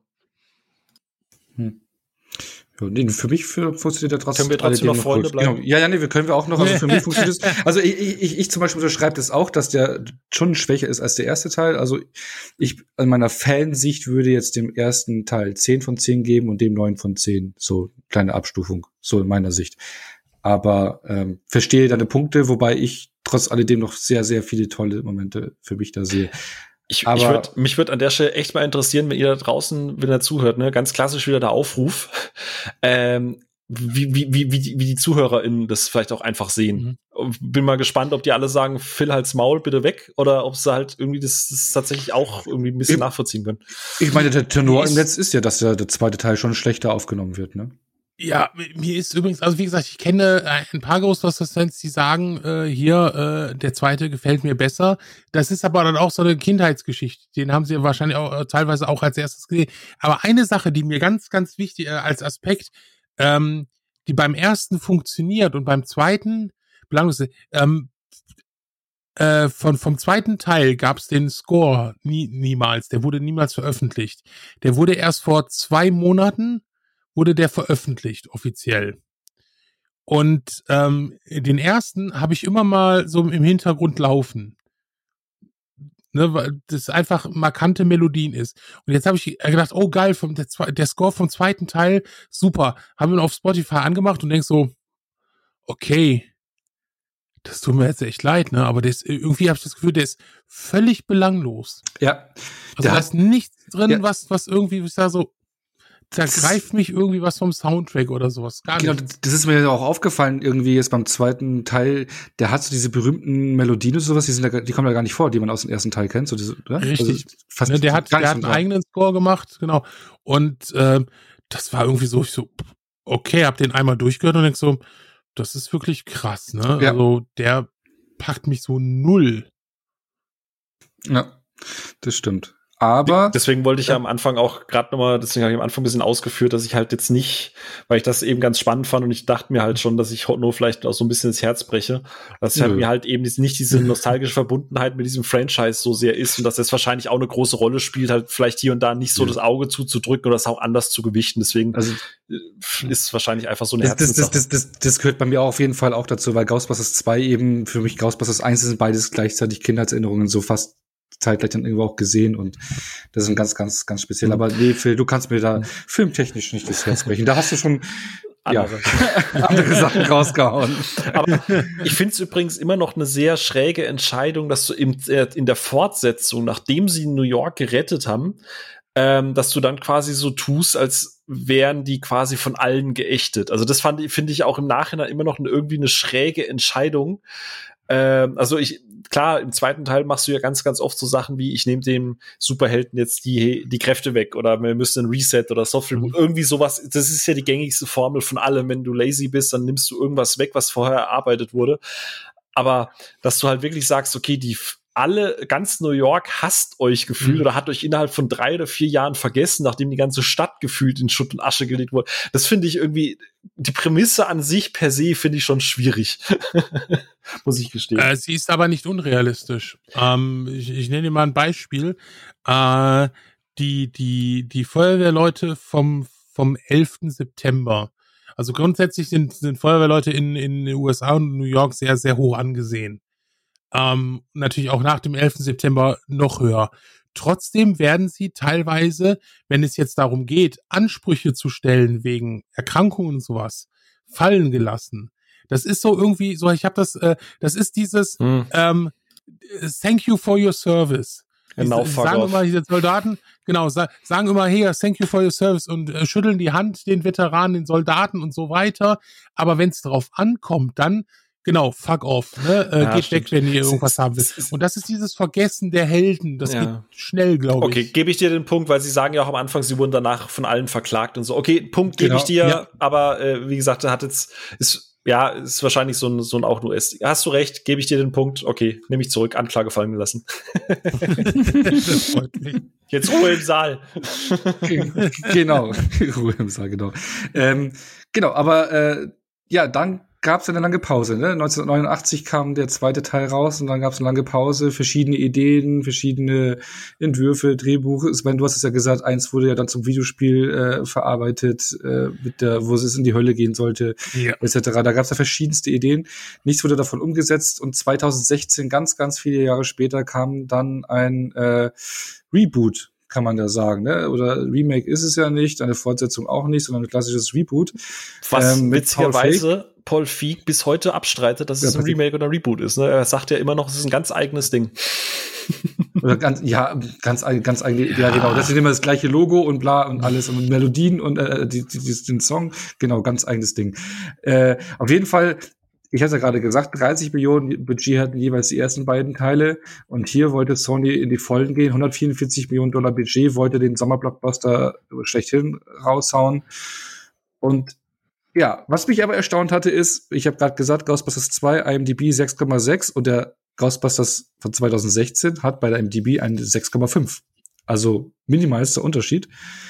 S2: Hm. Ja, nee, für mich für, funktioniert der trotzdem.
S1: Können wir trotzdem noch Freunde bleiben?
S2: Genau. Ja, ja, nee, wir können wir auch noch. Also für mich funktioniert das. Also ich, ich, ich zum Beispiel unterschreibe das auch, dass der schon schwächer ist als der erste Teil. Also ich in meiner Fansicht würde jetzt dem ersten Teil zehn von zehn geben und dem neun von zehn. So kleine Abstufung, so in meiner Sicht. Aber ähm, verstehe deine Punkte, wobei ich trotz alledem noch sehr, sehr viele tolle Momente für mich da sehe.
S1: Ich,
S2: Aber
S1: ich würd, mich würde an der Stelle echt mal interessieren, wenn ihr da draußen, wenn ihr zuhört, ne, ganz klassisch wieder der Aufruf, ähm, wie, wie, wie, wie, die, wie die ZuhörerInnen das vielleicht auch einfach sehen. Mhm. Bin mal gespannt, ob die alle sagen, Phil halt's Maul, bitte weg, oder ob sie halt irgendwie das, das tatsächlich auch irgendwie ein bisschen ich, nachvollziehen können.
S2: Ich meine, der Tenor im Netz ist ja, dass der, der zweite Teil schon schlechter aufgenommen wird, ne?
S3: Ja, mir ist übrigens, also wie gesagt, ich kenne ein paar Ghostbusters-Fans, die sagen, äh, hier, äh, der zweite gefällt mir besser. Das ist aber dann auch so eine Kindheitsgeschichte. Den haben sie wahrscheinlich auch äh, teilweise auch als erstes gesehen. Aber eine Sache, die mir ganz, ganz wichtig äh, als Aspekt, ähm, die beim ersten funktioniert und beim zweiten belanglos ist, ähm, äh, von, vom zweiten Teil gab es den Score nie, niemals. Der wurde niemals veröffentlicht. Der wurde erst vor zwei Monaten wurde der veröffentlicht, offiziell. Und ähm, den ersten habe ich immer mal so im Hintergrund laufen. Ne, weil das einfach markante Melodien ist. Und jetzt habe ich gedacht, oh geil, vom, der, der Score vom zweiten Teil, super. Haben wir ihn auf Spotify angemacht und denk so, okay, das tut mir jetzt echt leid, ne? Aber der ist, irgendwie habe ich das Gefühl, der ist völlig belanglos.
S2: Ja.
S3: Also da ist nichts drin,
S2: ja.
S3: was, was irgendwie, ich sag so, da greift mich irgendwie was vom Soundtrack oder sowas. Gar
S2: genau,
S3: nicht.
S2: Das ist mir ja auch aufgefallen, irgendwie jetzt beim zweiten Teil, der hat so diese berühmten Melodien und sowas, die sind da, die kommen da gar nicht vor, die man aus dem ersten Teil kennt. So diese, oder?
S3: Richtig.
S2: Also fast
S3: ne, der hat, der hat einen eigenen Score gemacht, genau. Und ähm, das war irgendwie so, ich so, okay, hab den einmal durchgehört und denk so, das ist wirklich krass, ne?
S2: Ja.
S3: Also der packt mich so null.
S2: Ja, das stimmt. Aber
S1: deswegen wollte ich ja
S2: äh,
S1: am Anfang auch gerade nochmal, deswegen habe ich am Anfang ein bisschen ausgeführt, dass ich halt jetzt nicht, weil ich das eben ganz spannend fand und ich dachte mir halt schon, dass ich nur vielleicht auch so ein bisschen das Herz breche, dass halt mir halt eben nicht diese nostalgische Verbundenheit mit diesem Franchise so sehr ist und dass das wahrscheinlich auch eine große Rolle spielt, halt vielleicht hier und da nicht so ja. das Auge zuzudrücken oder das auch anders zu gewichten. Deswegen also, ist wahrscheinlich einfach so eine
S2: das,
S1: Herzenssache.
S2: Das, das, das, das, das gehört bei mir auch auf jeden Fall auch dazu, weil Ghostbusters zwei eben für mich Ghostbusters eins sind beides gleichzeitig Kindheitserinnerungen, so fast zeitgleich dann irgendwo auch gesehen und das ist ein ganz, ganz, ganz speziell. Aber nee, Phil, du kannst mir da filmtechnisch nicht das Herz brechen. Da hast du schon andere, ja, andere Sachen rausgehauen.
S1: Aber ich finde es übrigens immer noch eine sehr schräge Entscheidung, dass du im, äh, in der Fortsetzung, nachdem sie New York gerettet haben, ähm, dass du dann quasi so tust, als wären die quasi von allen geächtet. Also das fand, finde ich auch im Nachhinein immer noch eine, irgendwie eine schräge Entscheidung. Ähm, also ich, klar, im zweiten Teil machst du ja ganz, ganz oft so Sachen wie, ich nehme dem Superhelden jetzt die, die Kräfte weg oder wir müssen ein Reset oder Soft Reboot, mhm. irgendwie sowas. Das ist ja die gängigste Formel von allem. Wenn du lazy bist, dann nimmst du irgendwas weg, was vorher erarbeitet wurde. Aber dass du halt wirklich sagst, okay, die alle, ganz New York hasst euch gefühlt mhm. oder hat euch innerhalb von drei oder vier Jahren vergessen, nachdem die ganze Stadt gefühlt in Schutt und Asche gelegt wurde. Das finde ich irgendwie, die Prämisse an sich per se finde ich schon schwierig. Muss ich gestehen.
S3: Äh, sie ist aber nicht unrealistisch. Ähm, ich, ich nenne dir mal ein Beispiel. Äh, die, die, die Feuerwehrleute vom, vom elften September. Also grundsätzlich sind, sind Feuerwehrleute in, in den U S A und New York sehr, sehr hoch angesehen. Ähm, natürlich auch nach dem elften September noch höher. Trotzdem werden sie teilweise, wenn es jetzt darum geht, Ansprüche zu stellen wegen Erkrankungen und sowas, fallen gelassen. Das ist so irgendwie, so ich habe das, äh, das ist dieses hm. ähm, Thank you for your service.
S1: Genau,
S3: die, sagen off. immer diese Soldaten, genau, sa- sagen immer, hey, thank you for your service und äh, schütteln die Hand den Veteranen, den Soldaten und so weiter. Aber wenn es drauf ankommt, dann genau, fuck off, ne? Äh, ja, geht stimmt. weg, wenn ihr irgendwas haben wollt. Und das ist dieses Vergessen der Helden. Das ja. geht schnell, glaube ich.
S1: Okay, gebe ich dir den Punkt, weil sie sagen ja auch am Anfang, sie wurden danach von allen verklagt und so. Okay, Punkt gebe genau. ich dir, ja. aber äh, wie gesagt, hat jetzt ist ja ist wahrscheinlich so ein so ein auch nur ist. Hast du recht, gebe ich dir den Punkt. Okay, nehme ich zurück, Anklage fallen gelassen.
S3: Das freut mich.
S1: Jetzt Ruhe im Saal.
S2: Genau, Ruhe im Saal, genau. Ähm, genau, aber äh, ja, dann gab es eine lange Pause. Ne? neunzehnhundertneunundachtzig kam der zweite Teil raus und dann gab es eine lange Pause, verschiedene Ideen, verschiedene Entwürfe, Drehbuch. Ich meine, du hast es ja gesagt, eins wurde ja dann zum Videospiel äh, verarbeitet, äh, mit der, wo es in die Hölle gehen sollte, ja. et cetera. Da gab es ja verschiedenste Ideen. Nichts wurde davon umgesetzt und zweitausendsechzehn, ganz, ganz viele Jahre später, kam dann ein äh, Reboot, kann man da sagen, ne? Oder Remake ist es ja nicht, eine Fortsetzung auch nicht, sondern ein klassisches Reboot.
S1: Was ähm, witzigerweise Paul Feig bis heute abstreitet, dass es ja, ein Remake oder ein Reboot ist. Ne? Er sagt ja immer noch, es ist ein ganz eigenes Ding.
S2: Oder ganz, ja, ganz, ganz eigene, ja, genau. Das ist immer das gleiche Logo und bla und alles und Melodien und äh, die, die, die, den Song. Genau, ganz eigenes Ding. Äh, auf jeden Fall, ich hatte ja gerade gesagt, dreißig Millionen Budget hatten jeweils die ersten beiden Teile. Und hier wollte Sony in die Vollen gehen. hundertvierundvierzig Millionen Dollar Budget, wollte den Sommerblockbuster schlechthin raushauen. Und Ja, was mich aber erstaunt hatte, ist, ich habe gerade gesagt, Ghostbusters zwei, I M D B sechs Komma sechs und der Ghostbusters von zwanzig sechzehn hat bei der I M D B eine sechs Komma fünf. Also minimalster Unterschied.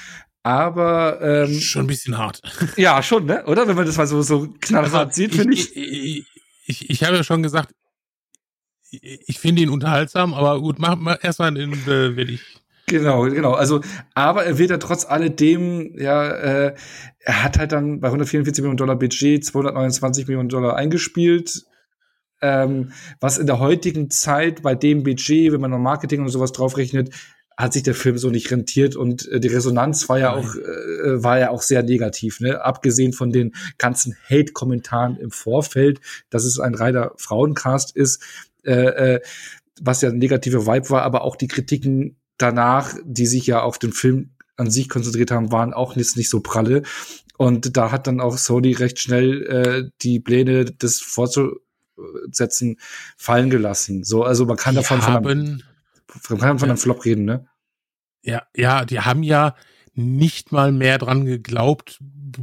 S2: Aber ähm,
S3: schon ein bisschen hart.
S2: Ja, schon, ne? Oder? Wenn man das mal so, so knallhart
S3: also,
S2: sieht, finde ich.
S3: Ich, ich, ich, ich habe ja schon gesagt, ich, ich finde ihn unterhaltsam, aber gut, mach mal erstmal in, äh, will ich.
S2: Genau, genau. Also, aber er wird ja trotz alledem, ja, äh, er hat halt dann bei hundertvierundvierzig Millionen Dollar Budget zweihundertneunundzwanzig Millionen Dollar eingespielt. Ähm, was in der heutigen Zeit bei dem Budget, wenn man noch Marketing und sowas draufrechnet, hat sich der Film so nicht rentiert und äh, die Resonanz war ja Nein. auch äh, war ja auch sehr negativ, ne? Abgesehen von den ganzen Hate-Kommentaren im Vorfeld, dass es ein reiner Frauencast ist, äh, äh, was ja ein negativer Vibe war, aber auch die Kritiken danach, die sich ja auf den Film an sich konzentriert haben, waren auch nicht, nicht so pralle. Und da hat dann auch Sony recht schnell äh, die Pläne, das fortzusetzen, fallen gelassen. So, also man kann
S3: die
S2: davon
S3: haben,
S2: von einem, man kann von einem Flop reden, ne?
S3: Ja, ja, die haben ja nicht mal mehr dran geglaubt,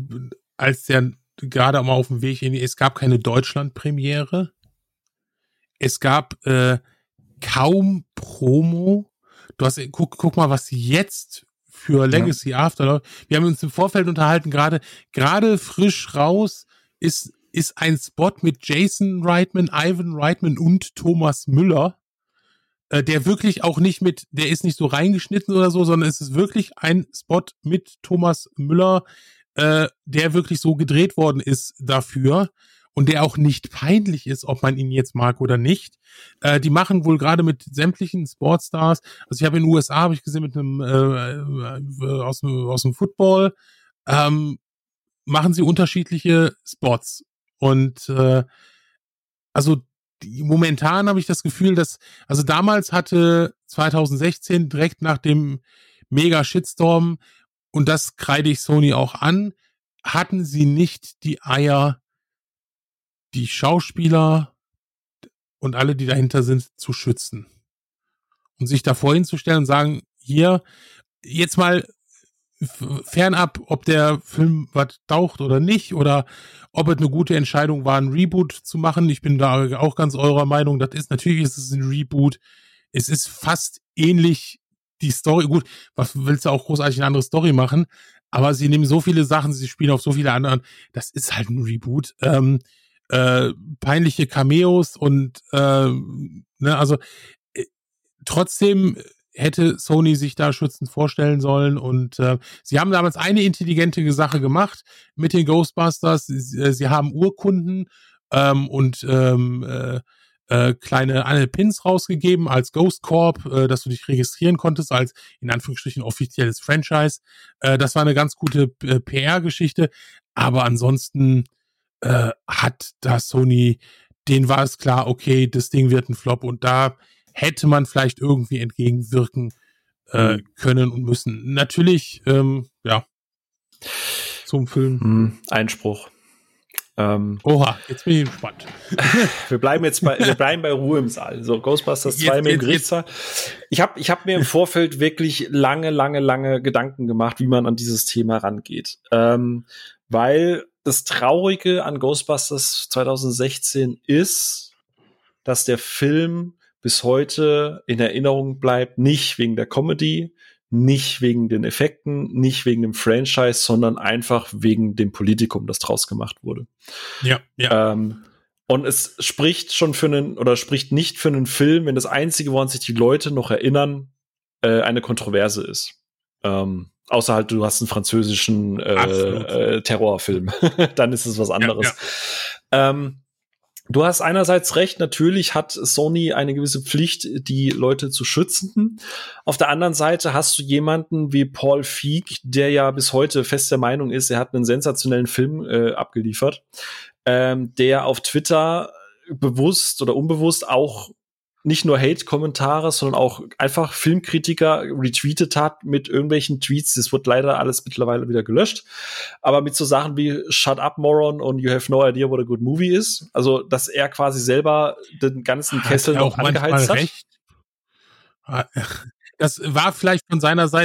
S3: als der gerade mal auf dem Weg in, es gab keine Deutschland-Premiere. Es gab äh, kaum Promo. Du hast, guck, guck mal, was jetzt für Legacy ja. After. Wir haben uns im Vorfeld unterhalten, gerade, gerade frisch raus ist, ist ein Spot mit Jason Reitman, Ivan Reitman und Thomas Müller, äh, der wirklich auch nicht mit, der ist nicht so reingeschnitten oder so, sondern es ist wirklich ein Spot mit Thomas Müller, äh, der wirklich so gedreht worden ist dafür. Und der auch nicht peinlich ist, ob man ihn jetzt mag oder nicht. Äh, die machen wohl gerade mit sämtlichen Sportstars, also ich habe in den U S A, habe ich gesehen, mit einem äh, aus, dem, aus dem Football, ähm, machen sie unterschiedliche Spots. Und äh, also die, momentan habe ich das Gefühl, dass, also damals hatte zwanzig sechzehn, direkt nach dem Mega-Shitstorm, und das kreide ich Sony auch an, hatten sie nicht die Eier, die Schauspieler und alle, die dahinter sind, zu schützen. Und sich davor hinzustellen und sagen, hier, jetzt mal fernab, ob der Film was taucht oder nicht, oder ob es eine gute Entscheidung war, ein Reboot zu machen. Ich bin da auch ganz eurer Meinung. Das ist, natürlich ist es ein Reboot. Es ist fast ähnlich die Story. Gut, was willst du auch großartig eine andere Story machen? Aber sie nehmen so viele Sachen, sie spielen auf so viele andere. Das ist halt ein Reboot. Ähm, Äh, peinliche Cameos und äh, ne, also äh, trotzdem hätte Sony sich da schützend vorstellen sollen und äh, sie haben damals eine intelligente Sache gemacht mit den Ghostbusters. Sie, sie haben Urkunden ähm, und ähm, äh, äh, kleine Anne Pins rausgegeben als Ghost Corp, äh, dass du dich registrieren konntest als in Anführungsstrichen offizielles Franchise. Äh, das war eine ganz gute äh, P R-Geschichte, aber ansonsten Äh, hat da Sony, denen war es klar, okay, das Ding wird ein Flop und da hätte man vielleicht irgendwie entgegenwirken äh, können und müssen. Natürlich, ähm, ja, zum Film.
S1: Einspruch. Ähm,
S3: Oha, jetzt bin ich gespannt.
S1: wir bleiben jetzt bei, wir bleiben bei Ruhe im Saal. So, Ghostbusters zwei mit dem Gerichtssaal. Ich habe ich hab mir im Vorfeld wirklich lange, lange, lange Gedanken gemacht, wie man an dieses Thema rangeht. Ähm, weil das Traurige an Ghostbusters zwanzig sechzehn ist, dass der Film bis heute in Erinnerung bleibt, nicht wegen der Comedy, nicht wegen den Effekten, nicht wegen dem Franchise, sondern einfach wegen dem Politikum, das draus gemacht wurde.
S3: Ja, ja.
S1: Ähm, und es spricht schon für einen, oder spricht nicht für einen Film, wenn das Einzige, woran sich die Leute noch erinnern, äh, eine Kontroverse ist. Ähm, außer halt, du hast einen französischen äh, äh, Terrorfilm. Dann ist es was anderes. Ja, ja. Ähm, du hast einerseits recht, natürlich hat Sony eine gewisse Pflicht, die Leute zu schützen. Auf der anderen Seite hast du jemanden wie Paul Feig, der ja bis heute fest der Meinung ist, er hat einen sensationellen Film äh, abgeliefert, ähm, der auf Twitter bewusst oder unbewusst auch nicht nur Hate-Kommentare, sondern auch einfach Filmkritiker retweetet hat mit irgendwelchen Tweets. Das wird leider alles mittlerweile wieder gelöscht. Aber mit so Sachen wie Shut up, Moron und You have no idea what a good movie is. Also, dass er quasi selber den ganzen Kessel noch angeheizt hat.
S3: Recht. Das war vielleicht von seiner Seite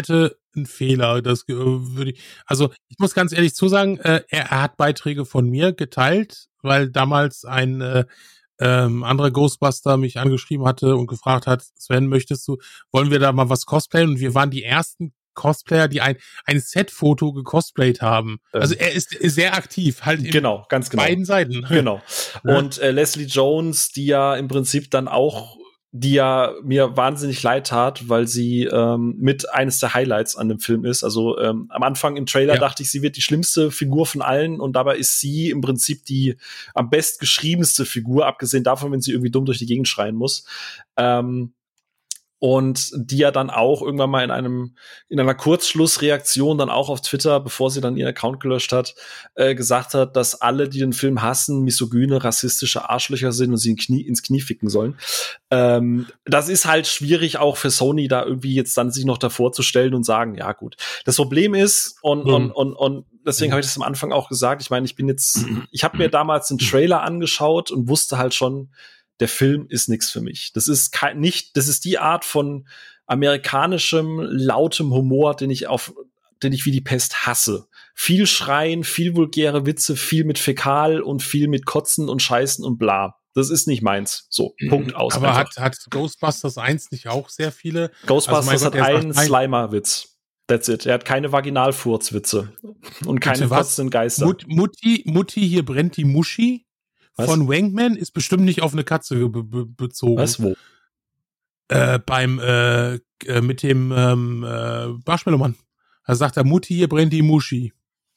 S3: ein Fehler. Das äh, würde ich, also ich muss ganz ehrlich zu sagen, äh, er, er hat Beiträge von mir geteilt, weil damals ein äh, ähm, anderer Ghostbuster mich angeschrieben hatte und gefragt hat, Sven, möchtest du, wollen wir da mal was cosplayen? Und wir waren die ersten Cosplayer, die ein ein Set-Foto gecosplayt haben.
S1: Ähm,
S3: also er ist, ist sehr aktiv, halt in
S1: genau, ganz genau.
S3: beiden Seiten.
S1: Genau. Und äh, Leslie Jones, die ja im Prinzip dann auch, die ja mir wahnsinnig leid tat, weil sie ähm, mit eines der Highlights an dem Film ist. Also ähm, am Anfang im Trailer ja. dachte ich, sie wird die schlimmste Figur von allen und dabei ist sie im Prinzip die am best geschriebenste Figur, abgesehen davon, wenn sie irgendwie dumm durch die Gegend schreien muss. Ähm, Und die ja dann auch irgendwann mal in einem in einer Kurzschlussreaktion dann auch auf Twitter, bevor sie dann ihren Account gelöscht hat, äh, gesagt hat, dass alle, die den Film hassen, misogyne, rassistische Arschlöcher sind und sie in Knie, ins Knie ficken sollen. Ähm, das ist halt schwierig auch für Sony, da irgendwie jetzt dann sich noch davor zu stellen und sagen, ja gut. Das Problem ist, und, mhm. und, und, und deswegen habe ich das am Anfang auch gesagt, ich meine, ich bin jetzt, ich habe mir damals den Trailer angeschaut und wusste halt schon, der Film ist nix für mich. Das ist kein, nicht, das ist die Art von amerikanischem, lautem Humor, den ich auf, den ich wie die Pest hasse. Viel Schreien, viel vulgäre Witze, viel mit Fäkal und viel mit Kotzen und Scheißen und bla. Das ist nicht meins. So, Punkt aus.
S3: Aber hat, hat Ghostbusters eins nicht auch sehr viele?
S1: Ghostbusters also Gott, hat einen Slimer-Witz. That's it. Er hat keine Vaginalfurzwitze und keine kotzenden Geister.
S3: Mut, Mutti, Mutti, hier brennt die Muschi. Was? Von Wankman ist bestimmt nicht auf eine Katze be- be- bezogen.
S1: Was, wo?
S3: Äh, beim, äh, äh, mit dem ähm, äh, Marshmallow-Mann. Da sagt er, Mutti, hier brennt die Muschi.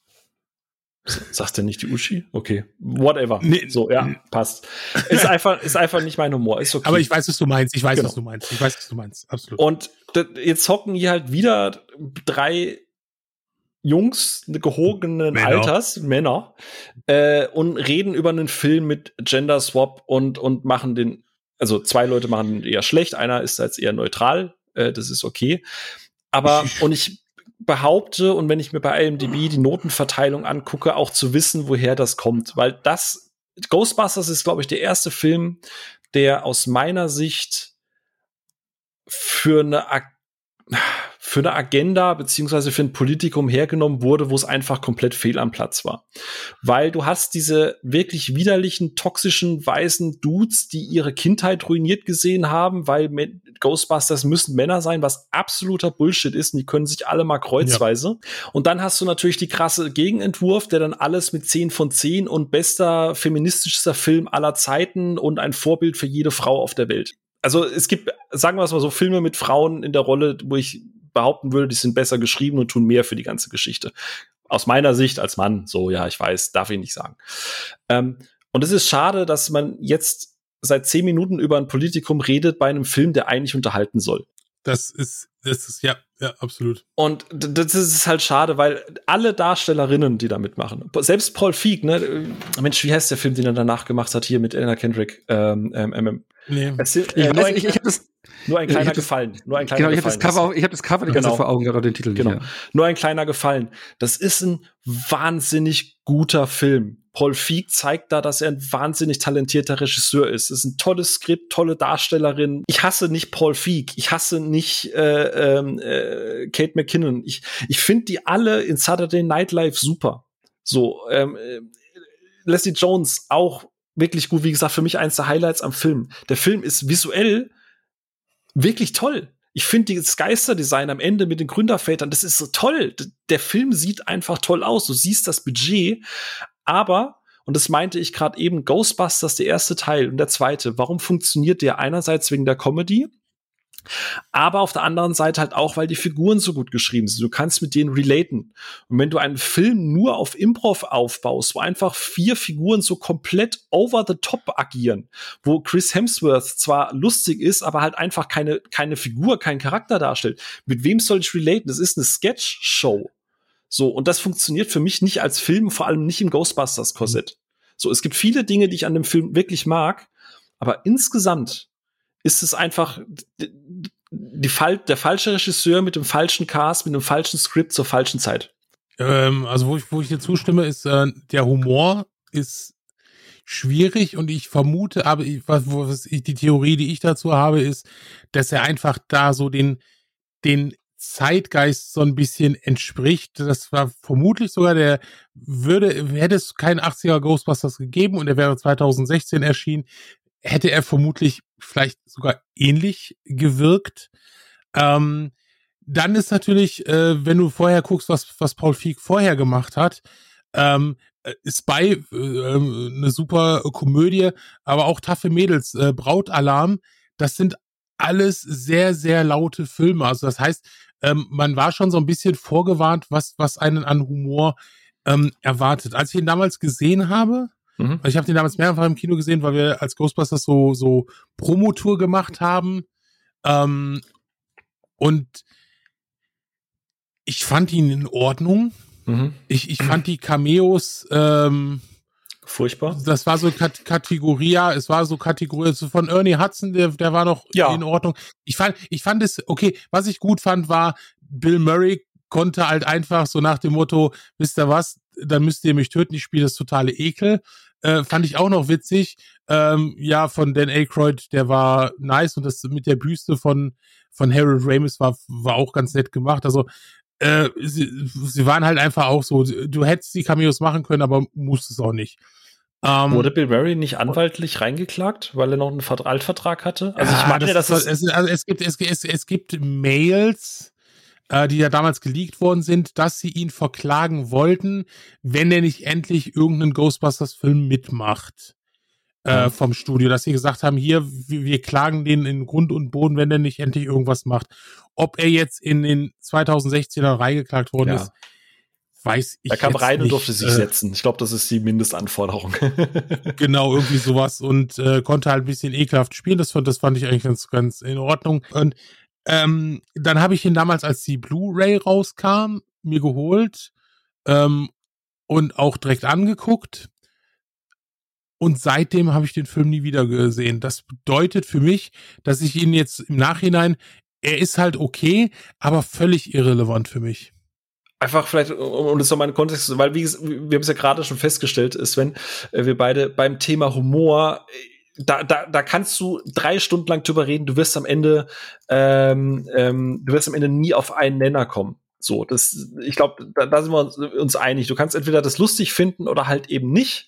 S1: Sagt er nicht die Uschi? Okay. Whatever.
S3: Nee.
S1: So, ja, passt. Ist einfach, ist einfach nicht mein Humor. Ist okay.
S3: Aber ich weiß, was du meinst. Ich weiß,
S1: genau.
S3: was du meinst. Ich weiß, was du meinst. Absolut.
S1: Und d- jetzt hocken hier halt wieder drei Jungs gehobenen Männer. Alters, Männer, äh, und reden über einen Film mit Gender Swap und, und machen den, also zwei Leute machen den eher schlecht, einer ist jetzt eher neutral, äh, das ist okay. Aber, und ich behaupte, und wenn ich mir bei I M D B die Notenverteilung angucke, auch zu wissen, woher das kommt, weil das, Ghostbusters ist, glaube ich, der erste Film, der aus meiner Sicht für eine Ak- für eine Agenda beziehungsweise für ein Politikum hergenommen wurde, wo es einfach komplett fehl am Platz war. Weil du hast diese wirklich widerlichen, toxischen, weißen Dudes, die ihre Kindheit ruiniert gesehen haben, weil Ghostbusters müssen Männer sein, was absoluter Bullshit ist und die können sich alle mal kreuzweise. Ja. Und dann hast du natürlich die krasse Gegenentwurf, der dann alles mit zehn von zehn und bester feministischster Film aller Zeiten und ein Vorbild für jede Frau auf der Welt. Also es gibt, sagen wir es mal so, Filme mit Frauen in der Rolle, wo ich behaupten würde, die sind besser geschrieben und tun mehr für die ganze Geschichte. Aus meiner Sicht als Mann, so, ja, ich weiß, darf ich nicht sagen. Ähm, und es ist schade, dass man jetzt seit zehn Minuten über ein Politikum redet bei einem Film, der eigentlich unterhalten soll.
S3: Das ist, das ist, ja, ja, absolut.
S1: Und das ist halt schade, weil alle Darstellerinnen, die da mitmachen, selbst Paul Feig, ne, Mensch, wie heißt der Film, den er danach gemacht hat, hier mit Anna Kendrick, ähm, ähm,
S2: nee. Es, äh, ich, nur, ein, ich, ich hab das,
S1: nur ein kleiner Gefallen. Nur ein kleiner
S2: genau, ich
S1: Gefallen.
S2: Hab das Cover, ich habe das Cover die ganze
S1: genau.
S2: Zeit vor Augen, gerade den Titel
S1: genau.
S2: nicht. Ja.
S1: Nur ein kleiner Gefallen. Das ist ein wahnsinnig guter Film. Paul Feig zeigt da, dass er ein wahnsinnig talentierter Regisseur ist. Es ist ein tolles Skript, tolle Darstellerin. Ich hasse nicht Paul Feig. Ich hasse nicht äh, äh, Kate McKinnon. Ich, ich finde die alle in Saturday Night Live super. So, ähm, äh, Leslie Jones auch wirklich gut. Wie gesagt, für mich eins der Highlights am Film. Der Film ist visuell wirklich toll. Ich finde das Geisterdesign am Ende mit den Gründervätern, das ist so toll. Der Film sieht einfach toll aus. Du siehst das Budget, aber, und das meinte ich gerade eben, Ghostbusters, der erste Teil und der zweite, warum funktioniert der einerseits wegen der Comedy, aber auf der anderen Seite halt auch, weil die Figuren so gut geschrieben sind. Du kannst mit denen relaten. Und wenn du einen Film nur auf Improv aufbaust, wo einfach vier Figuren so komplett over the top agieren, wo Chris Hemsworth zwar lustig ist, aber halt einfach keine, keine Figur, keinen Charakter darstellt, mit wem soll ich relaten? Das ist eine Sketch-Show. So, und das funktioniert für mich nicht als Film, vor allem nicht im Ghostbusters-Korsett. So, es gibt viele Dinge, die ich an dem Film wirklich mag, aber insgesamt ist es einfach die, die, der falsche Regisseur mit dem falschen Cast, mit dem falschen Skript zur falschen Zeit.
S3: Ähm, also wo ich, wo ich dir zustimme, ist, äh, der Humor ist schwierig und ich vermute, aber ich, was, was ich, die Theorie, die ich dazu habe, ist, dass er einfach da so den, den Zeitgeist so ein bisschen entspricht. Das war vermutlich sogar der, würde, hätte es keinen achtziger Ghostbusters gegeben und er wäre zwanzig sechzehn erschienen, hätte er vermutlich vielleicht sogar ähnlich gewirkt. Ähm, dann ist natürlich, äh, wenn du vorher guckst, was, was Paul Feig vorher gemacht hat, ähm, Spy, äh, eine super Komödie, aber auch Taffe Mädels, äh, Brautalarm, das sind alles sehr, sehr laute Filme. Also das heißt, ähm, man war schon so ein bisschen vorgewarnt, was, was einen an Humor ähm, erwartet. Als ich ihn damals gesehen habe, mhm. ich habe den damals mehrfach im Kino gesehen, weil wir als Ghostbusters so, so Promotour gemacht haben. Ähm, und ich fand ihn in Ordnung. Mhm. Ich, ich fand die Cameos ähm,
S1: furchtbar.
S3: Das war so Kat- Kategorie, es war so Kategorie also von Ernie Hudson, der, der war noch ja. in Ordnung. Ich fand, ich fand es, okay, was ich gut fand, war, Bill Murray konnte halt einfach so nach dem Motto, wisst ihr was, dann müsst ihr mich töten, ich spiele das totale Ekel. Äh, fand ich auch noch witzig. Ähm, ja, von Dan Aykroyd, der war nice und das mit der Büste von, von Harold Ramis war, war auch ganz nett gemacht. Also, Äh, sie, sie waren halt einfach auch so, du hättest die Cameos machen können, aber musstest auch nicht.
S1: Ähm, Wurde Bill Murray nicht anwaltlich reingeklagt, weil er noch einen Altvertrag hatte? Also
S3: ja,
S1: ich meine,
S3: das,
S1: das
S3: ist, es, also es gibt es, es, es gibt Mails, äh, die ja damals geleakt worden sind, dass sie ihn verklagen wollten, wenn er nicht endlich irgendeinen Ghostbusters-Film mitmacht. Äh, vom Studio, dass sie gesagt haben, hier, wir, wir klagen den in Grund und Boden, wenn der nicht endlich irgendwas macht. Ob er jetzt in den zwanzig sechzehner reingeklagt worden ja. ist, weiß ich nicht.
S1: Er kam rein
S3: nicht.
S1: und durfte sich äh, setzen. Ich glaube, das ist die Mindestanforderung.
S3: Genau, irgendwie sowas und äh, konnte halt ein bisschen ekelhaft spielen. Das fand, das fand ich eigentlich ganz, ganz in Ordnung. Und ähm, dann habe ich ihn damals, als die Blu-ray rauskam, mir geholt ähm, und auch direkt angeguckt. Und seitdem habe ich den Film nie wieder gesehen. Das bedeutet für mich, dass ich ihn jetzt im Nachhinein, er ist halt okay, aber völlig irrelevant für mich.
S1: Einfach vielleicht, um das nochmal in Kontext, weil wie, wir haben es ja gerade schon festgestellt, Sven, wir beide beim Thema Humor, da, da, da kannst du drei Stunden lang drüber reden, du wirst am Ende, ähm, ähm, du wirst am Ende nie auf einen Nenner kommen. So, das, ich glaube, da, da sind wir uns, uns einig. Du kannst entweder das lustig finden oder halt eben nicht.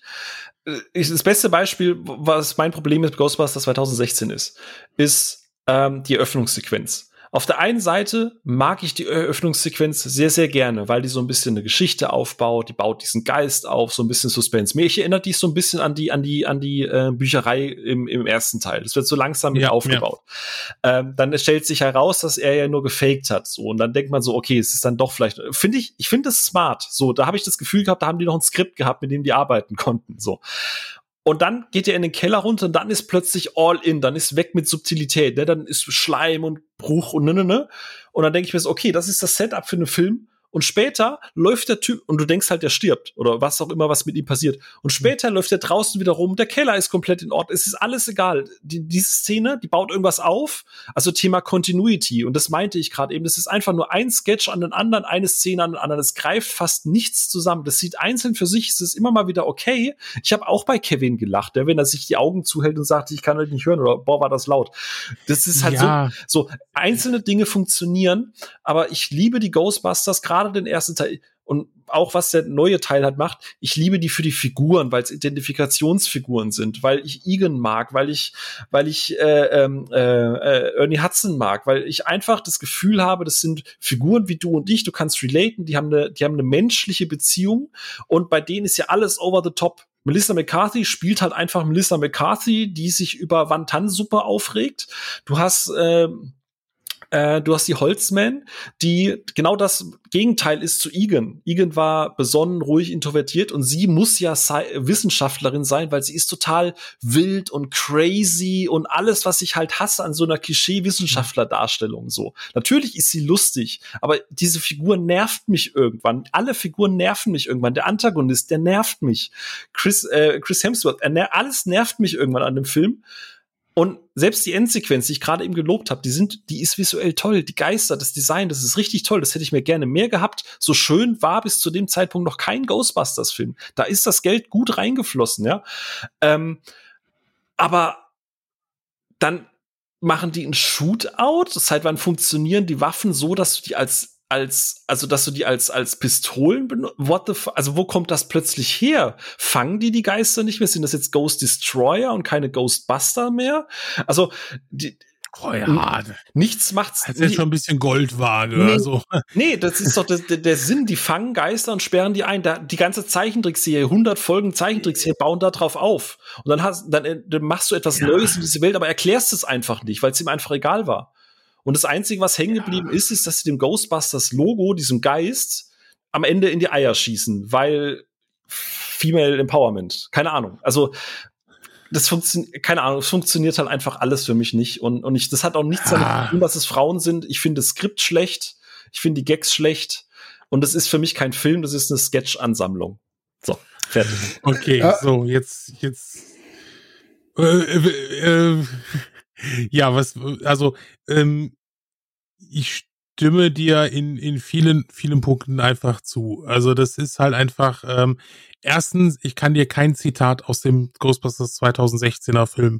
S1: Das beste Beispiel, was mein Problem mit Ghostbusters zwanzig sechzehn ist, ist ähm, die Eröffnungssequenz. Auf der einen Seite mag ich die Eröffnungssequenz sehr, sehr gerne, weil die so ein bisschen eine Geschichte aufbaut, die baut diesen Geist auf, so ein bisschen Suspense. Mich erinnert die so ein bisschen an die, an die, an die äh, Bücherei im, im ersten Teil. Das wird so langsam mit ja, aufgebaut. Ja. Ähm, dann stellt sich heraus, dass er ja nur gefaked hat. So, und dann denkt man so, okay, es ist dann doch vielleicht, finde ich, ich finde das smart. So, da habe ich das Gefühl gehabt, da haben die noch ein Skript gehabt, mit dem die arbeiten konnten. So. Und dann geht er in den Keller runter und dann ist plötzlich all in, dann ist weg mit Subtilität, ne? Dann ist Schleim und Bruch und ne, ne, ne. Und dann denke ich mir so, okay, das ist das Setup für einen Film. Und später läuft der Typ, und du denkst halt, der stirbt oder was auch immer, was mit ihm passiert. Und später läuft er draußen wieder rum, der Keller ist komplett in Ordnung, es ist alles egal. Die, diese Szene, die baut irgendwas auf, also Thema Continuity. Und das meinte ich gerade eben, das ist einfach nur ein Sketch an den anderen, eine Szene an den anderen. Das greift fast nichts zusammen. Das sieht einzeln für sich, es ist immer mal wieder okay. Ich habe auch bei Kevin gelacht, der, wenn er sich die Augen zuhält und sagt, ich kann halt nicht hören oder boah, war das laut. Das ist halt ja. so, so einzelne Dinge funktionieren, aber ich liebe die Ghostbusters, gerade den ersten Teil und auch was der neue Teil hat macht, ich liebe die für die Figuren, weil es Identifikationsfiguren sind, weil ich Egan mag, weil ich weil ich äh, äh, äh, Ernie Hudson mag, weil ich einfach das Gefühl habe, das sind Figuren wie du und ich, du kannst relaten, die haben eine die haben eine menschliche Beziehung und bei denen ist ja alles over the top. Melissa McCarthy spielt halt einfach Melissa McCarthy, die sich über Wantan-Suppe aufregt. Du hast äh, Äh, du hast die Holzman, die genau das Gegenteil ist zu Egan. Egan war besonnen, ruhig, introvertiert und sie muss ja sei- Wissenschaftlerin sein, weil sie ist total wild und crazy und alles, was ich halt hasse an so einer Klischee-Wissenschaftler-Darstellung so. Natürlich ist sie lustig, aber diese Figur nervt mich irgendwann. Alle Figuren nerven mich irgendwann. Der Antagonist, der nervt mich. Chris, äh, Chris Hemsworth, er ner- alles nervt mich irgendwann an dem Film. Und selbst die Endsequenz, die ich gerade eben gelobt habe, die sind, die ist visuell toll. Die Geister, das Design, das ist richtig toll. Das hätte ich mir gerne mehr gehabt. So schön war bis zu dem Zeitpunkt noch kein Ghostbusters-Film. Da ist das Geld gut reingeflossen, ja. Ähm, aber dann machen die ein Shootout? Seit wann funktionieren die Waffen so, dass du die als, als, also, dass du die als, als Pistolen benutzt? What the fuck? Also, wo kommt das plötzlich her? Fangen die die Geister nicht mehr? Sind das jetzt Ghost Destroyer und keine Ghostbuster mehr? Also, die,
S3: Oh ja,
S1: nichts macht's.
S3: das ist jetzt schon ein bisschen Goldwaage.
S1: Nee,
S3: also.
S1: nee, das ist doch der, der Sinn. Die fangen Geister und sperren die ein. Da, die ganze Zeichentrickserie, hundert Folgen Zeichentrickserie bauen da drauf auf. Und dann, hast, dann, dann machst du etwas ja. Neues in diese Welt, aber erklärst es einfach nicht, weil es ihm einfach egal war. Und das Einzige, was hängen geblieben ja. ist, ist, dass sie dem Ghostbusters-Logo, diesem Geist, am Ende in die Eier schießen, weil Female Empowerment. Keine Ahnung. Also, das funktioniert, keine Ahnung, es funktioniert halt einfach alles für mich nicht. Und, und ich, das hat auch nichts damit zu tun, dass es Frauen sind. Ich finde das Skript schlecht. Ich finde die Gags schlecht. Und das ist für mich kein Film, das ist eine Sketch-Ansammlung. So, fertig.
S3: Okay, ja. so, jetzt, jetzt, äh, äh, äh, ja, was, also, ähm, ich stimme dir in, in vielen, vielen Punkten einfach zu. Also, das ist halt einfach, ähm, erstens, ich kann dir kein Zitat aus dem Ghostbusters zweitausendsechzehner Film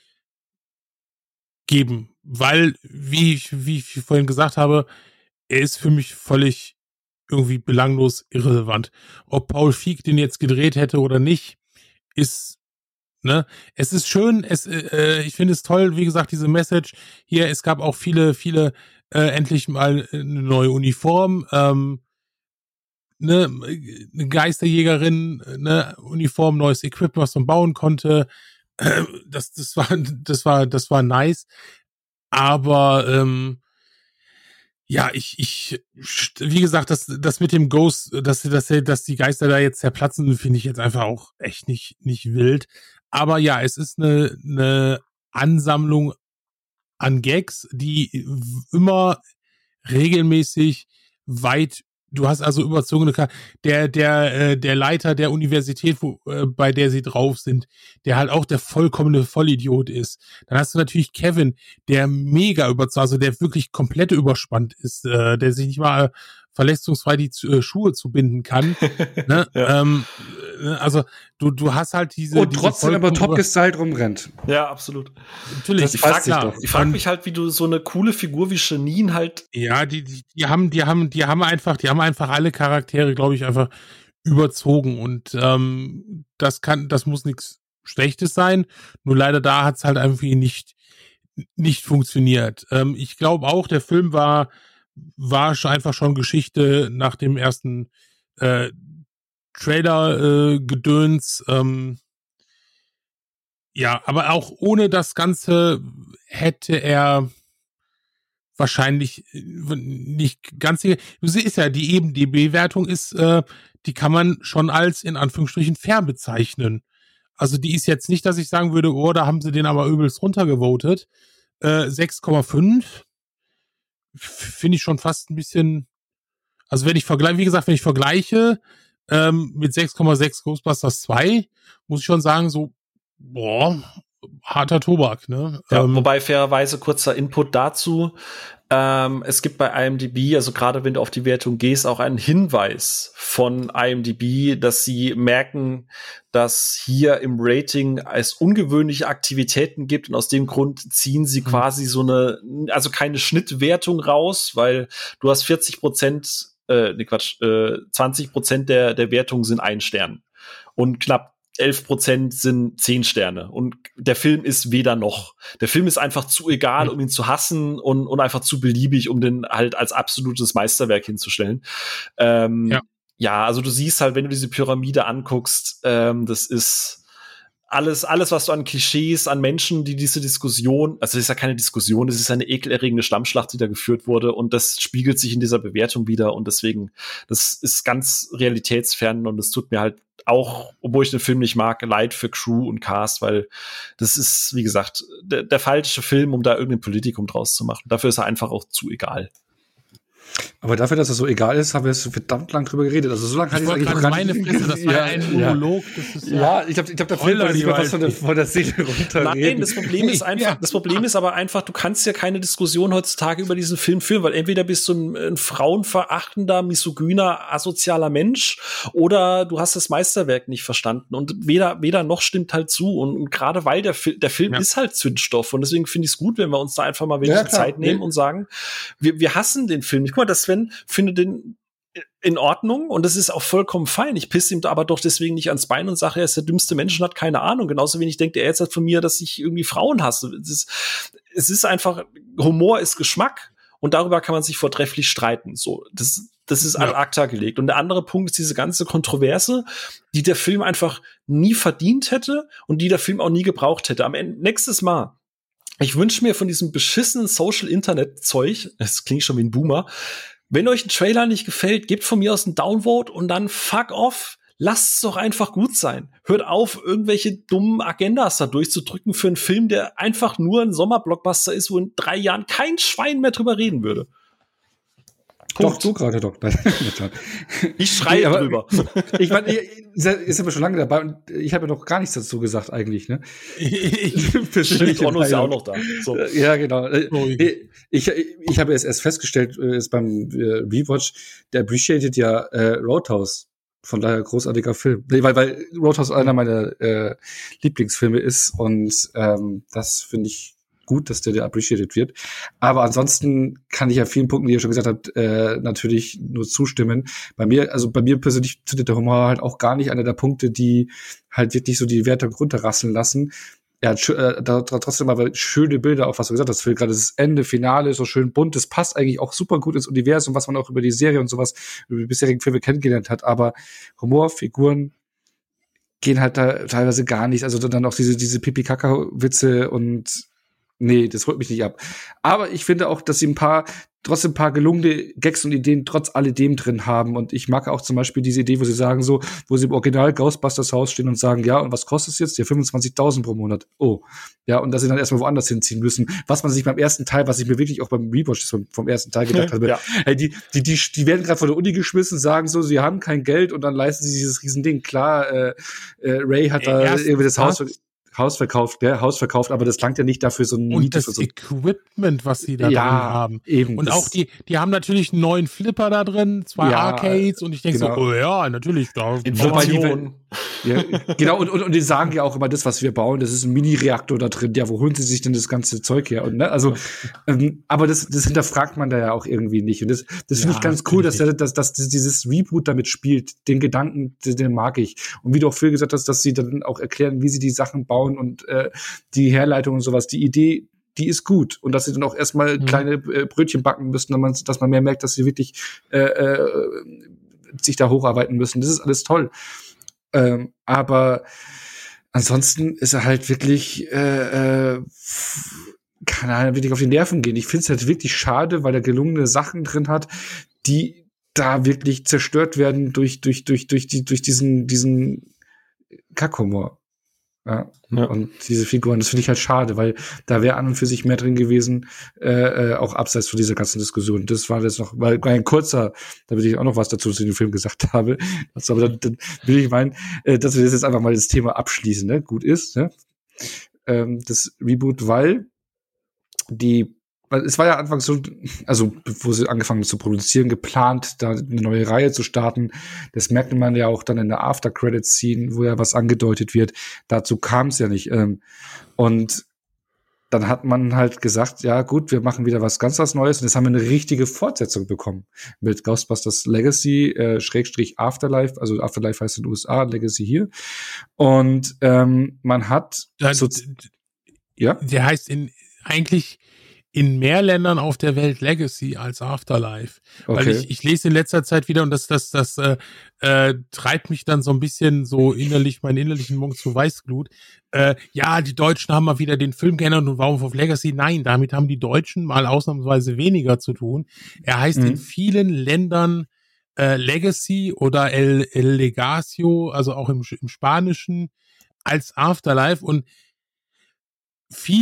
S3: geben, weil, wie ich, wie ich vorhin gesagt habe, er ist für mich völlig irgendwie belanglos irrelevant. Ob Paul Feig den jetzt gedreht hätte oder nicht, ist, ne, es ist schön, es, äh, ich finde es toll, wie gesagt, diese Message hier, es gab auch viele, viele, äh, endlich mal eine neue Uniform, ähm, ne, eine Geisterjägerin, ne, Uniform, neues Equipment, was man bauen konnte, äh, das, das war, das war, das war nice, aber, ähm, ja, ich, ich, wie gesagt, das, das mit dem Ghost, dass, dass, dass die Geister da jetzt zerplatzen, finde ich jetzt einfach auch echt nicht, nicht wild. Aber ja, es ist eine, eine Ansammlung an Gags, die immer regelmäßig weit, du hast also überzogene, der, der, äh, der Leiter der Universität, wo, äh, bei der sie drauf sind, der halt auch der vollkommene Vollidiot ist. Dann hast du natürlich Kevin, der mega überzeugt, also der wirklich komplett überspannt ist, äh, der sich nicht mal äh, verletzungsfrei die äh, Schuhe zubinden kann. ne? ja. ähm, also du, du hast halt diese.
S2: Und
S3: diese
S2: trotzdem aber top gestylt rumrennt.
S1: Ja, absolut.
S3: Natürlich.
S1: Das ich frage frag mich halt, wie du so eine coole Figur wie Janine halt.
S3: Ja, die, die, die haben, die haben, die haben einfach, die haben einfach alle Charaktere, glaube ich, einfach überzogen. Und ähm, das kann, das muss nichts Schlechtes sein. Nur leider da hat's halt irgendwie nicht, nicht funktioniert. Ähm, ich glaube auch, der Film war, war schon einfach schon Geschichte nach dem ersten äh, Trailer-Gedöns. Äh, ähm, ja, aber auch ohne das Ganze hätte er wahrscheinlich nicht ganz sicher. Du siehst ja, die eben die Bewertung ist, äh, die kann man schon als in Anführungsstrichen fair bezeichnen. Also die ist jetzt nicht, dass ich sagen würde, oh, da haben sie den aber übelst runtergevotet. Äh, sechs Komma fünf finde ich schon fast ein bisschen, also wenn ich vergleiche, wie gesagt, wenn ich vergleiche ähm, mit sechs Komma sechs Ghostbusters zwei, muss ich schon sagen, so, boah, harter Tobak, ne?
S1: Ja,
S3: ähm,
S1: wobei fairerweise kurzer Input dazu. Ähm, es gibt bei I M D B, also gerade wenn du auf die Wertung gehst, auch einen Hinweis von I M D B, dass sie merken, dass hier im Rating es ungewöhnliche Aktivitäten gibt und aus dem Grund ziehen sie mhm. quasi so eine, also keine Schnittwertung raus, weil du hast vierzig Prozent, äh, nee Quatsch, äh, zwanzig Prozent der, der Wertung sind ein Stern und knapp elf Prozent sind zehn Sterne. Und der Film ist weder noch. Der Film ist einfach zu egal, um ihn zu hassen und, und einfach zu beliebig, um den halt als absolutes Meisterwerk hinzustellen. Ähm, ja. ja, also du siehst halt, wenn du diese Pyramide anguckst, ähm, das ist alles, alles, was du an Klischees, an Menschen, die diese Diskussion, also das ist ja keine Diskussion, das ist eine ekelerregende Schlammschlacht, die da geführt wurde und das spiegelt sich in dieser Bewertung wieder und deswegen, das ist ganz realitätsfern und es tut mir halt auch, obwohl ich den Film nicht mag, leid für Crew und Cast, weil das ist, wie gesagt, der, der falsche Film, um da irgendein Politikum draus zu machen. Dafür ist er einfach auch zu egal.
S2: Aber dafür, dass es so egal ist, haben wir jetzt verdammt lang drüber geredet. Also so lange hatte ich eigentlich noch gar
S3: meine
S2: nicht.
S3: Fresse, das war ja ein Monolog.
S2: Ja,
S3: das ist
S2: ja, ja ich glaube, ich glaub, da fällt man nicht mehr was von der, von der Seele runterreden.
S1: Nein, das Problem ist einfach,
S3: Ja.
S1: das Problem ist aber einfach, du kannst ja keine Diskussion heutzutage über diesen Film führen, weil entweder bist du ein, ein frauenverachtender, misogyner, asozialer Mensch oder du hast das Meisterwerk nicht verstanden. Und weder, weder noch stimmt halt zu. Und, und gerade weil der, Fi- der Film
S3: Ja.
S1: ist halt Zündstoff. Und deswegen finde ich es gut, wenn wir uns da einfach mal wenig
S2: Ja, klar.
S1: Zeit nehmen
S2: Nee.
S1: und sagen, wir, wir hassen den Film. Guck mal, der Sven findet den in Ordnung und das ist auch vollkommen fein. Ich pisse ihm da aber doch deswegen nicht ans Bein und sage, er ist der dümmste Mensch und hat keine Ahnung. Genauso wenig denkt er jetzt halt von mir, dass ich irgendwie Frauen hasse. Es ist, es ist einfach, Humor ist Geschmack und darüber kann man sich vortrefflich streiten. So, das, das ist ad
S3: Ja.
S1: acta gelegt. Und der andere Punkt ist diese ganze Kontroverse, die der Film einfach nie verdient hätte und die der Film auch nie gebraucht hätte. Am Ende, nächstes Mal, ich wünsche mir von diesem beschissenen Social-Internet-Zeug, es klingt schon wie ein Boomer, wenn euch ein Trailer nicht gefällt, gebt von mir aus einen Downvote und dann fuck off. Lasst es doch einfach gut sein. Hört auf, irgendwelche dummen Agendas da durchzudrücken für einen Film, der einfach nur ein Sommerblockbuster ist, wo in drei Jahren kein Schwein mehr drüber reden würde.
S2: Doch, du gerade, doch. Nein,
S1: Ich schreie
S2: Nee, aber-
S1: drüber.
S2: ich meine, ihr seid aber schon lange dabei und ich habe ja noch gar nichts dazu gesagt eigentlich, ne?
S1: Stimmt, Onno ist ja auch noch da. So.
S2: Ja, genau. Äh,
S3: Sorry.
S2: Ich, ich habe jetzt erst festgestellt, äh, ist beim äh, Rewatch, der appreciated ja äh, Roadhouse. Von daher großartiger Film. Nee, weil, weil Roadhouse einer meiner äh, Lieblingsfilme ist und ähm, das finde ich gut, dass der, der appreciated wird. Aber ansonsten kann ich ja vielen Punkten, die ihr schon gesagt habt, äh, natürlich nur zustimmen. Bei mir, also bei mir persönlich zündet der Humor halt auch gar nicht einer der Punkte, die halt wirklich so die Werte runterrasseln lassen. Er hat äh, da, da trotzdem aber schöne Bilder, auch was du gesagt hast, Phil, gerade das Ende, Finale, so schön bunt, das passt eigentlich auch super gut ins Universum, was man auch über die Serie und sowas, über die bisherigen Filme kennengelernt hat, aber Humor, Figuren gehen halt da teilweise gar nicht, also dann auch diese, diese Pipi-Kaka-Witze und nee, das holt mich nicht ab. Aber ich finde auch, dass sie ein paar, trotzdem ein paar gelungene Gags und Ideen trotz alledem drin haben. Und ich mag auch zum Beispiel diese Idee, wo sie sagen so, wo sie im Original Ghostbusters Haus stehen und sagen, ja, und was kostet es jetzt? Ja, fünfundzwanzigtausend pro Monat. Oh. Ja, und dass sie dann erstmal woanders hinziehen müssen. Was man sich beim ersten Teil, was ich mir wirklich auch beim Rewatch vom, vom ersten Teil gedacht habe,
S1: Ja.
S2: hey, die, die, die, die werden gerade von der Uni geschmissen, sagen so, sie haben kein Geld und dann leisten sie dieses Riesending. Klar, äh, äh, Ray hat da
S3: Erstens
S2: irgendwie das Haus,
S3: das.
S2: Haus verkauft, der Haus verkauft, aber das langt ja nicht dafür, so ein
S3: Und
S2: Miete
S3: das
S2: für so.
S3: Equipment, was sie da
S2: Ja,
S3: drin haben.
S2: eben,
S3: Und
S2: das-
S3: auch die, die haben natürlich einen neuen Flipper da drin, zwei
S2: Ja,
S3: Arcades und ich denke
S2: genau.
S3: so, oh ja, natürlich, da
S1: Information.
S2: Ja, genau, und, und, und die sagen ja auch immer, das, was wir bauen, das ist ein Mini-Reaktor da drin. Ja, wo holen sie sich denn das ganze Zeug her? Und, ne, also, ähm, aber das, das hinterfragt man da ja auch irgendwie nicht. Und das, das finde
S3: Ja,
S2: ich ganz cool, dass,
S3: finde
S2: der, dass, dass dieses Reboot damit spielt. Den Gedanken, den, den mag ich. Und wie du auch viel gesagt hast, dass sie dann auch erklären, wie sie die Sachen bauen und äh, die Herleitung und sowas. Die Idee, die ist gut. Und dass sie dann auch erstmal
S3: Mhm.
S2: kleine äh, Brötchen backen müssen, dass man, dass man mehr merkt, dass sie wirklich äh, äh, sich da hocharbeiten müssen. Das ist alles toll. Ähm, aber ansonsten ist er halt wirklich, äh, äh, keine Ahnung, wirklich auf die Nerven gehen. Ich finde es halt wirklich schade, weil er gelungene Sachen drin hat, die da wirklich zerstört werden durch, durch, durch, durch, die, durch diesen, diesen Kackhumor. Ja.
S1: Ja.
S2: Und diese Figuren, das finde ich halt schade, weil da wäre an und für sich mehr drin gewesen, äh, äh, auch abseits von dieser ganzen Diskussion. Das war jetzt noch, weil ein kurzer, da will ich auch noch was dazu zu dem Film gesagt habe. Also, aber dann, dann will ich meinen, äh, dass wir das jetzt einfach mal das Thema abschließen, ne? Gut ist, ne? Ähm, das Reboot, weil die, weil es war ja anfangs so, also bevor sie angefangen haben zu produzieren, geplant, da eine neue Reihe zu starten. Das merkte man ja auch dann in der After-Credits-Scene, wo ja was angedeutet wird. Dazu kam es ja nicht. Ähm, und dann hat man halt gesagt, ja gut, wir machen wieder was ganz was Neues. Und jetzt haben wir eine richtige Fortsetzung bekommen mit Ghostbusters Legacy, äh, Schrägstrich Afterlife. Also Afterlife heißt in den U S A, Legacy hier. Und ähm, man hat
S3: Da,
S2: so, ja,
S3: der heißt in eigentlich in mehr Ländern auf der Welt Legacy als Afterlife. Weil
S2: okay.
S3: ich, ich lese in letzter Zeit wieder und das, das, das äh, äh, treibt mich dann so ein bisschen so innerlich, meinen innerlichen Mund zu Weißglut. Äh, ja, die Deutschen haben mal wieder den Film geändert und warum auf Legacy? Nein, damit haben die Deutschen mal ausnahmsweise weniger zu tun. Er heißt
S2: Mhm.
S3: in vielen Ländern äh, Legacy oder El, El Legacio, also auch im, im Spanischen als Afterlife und viele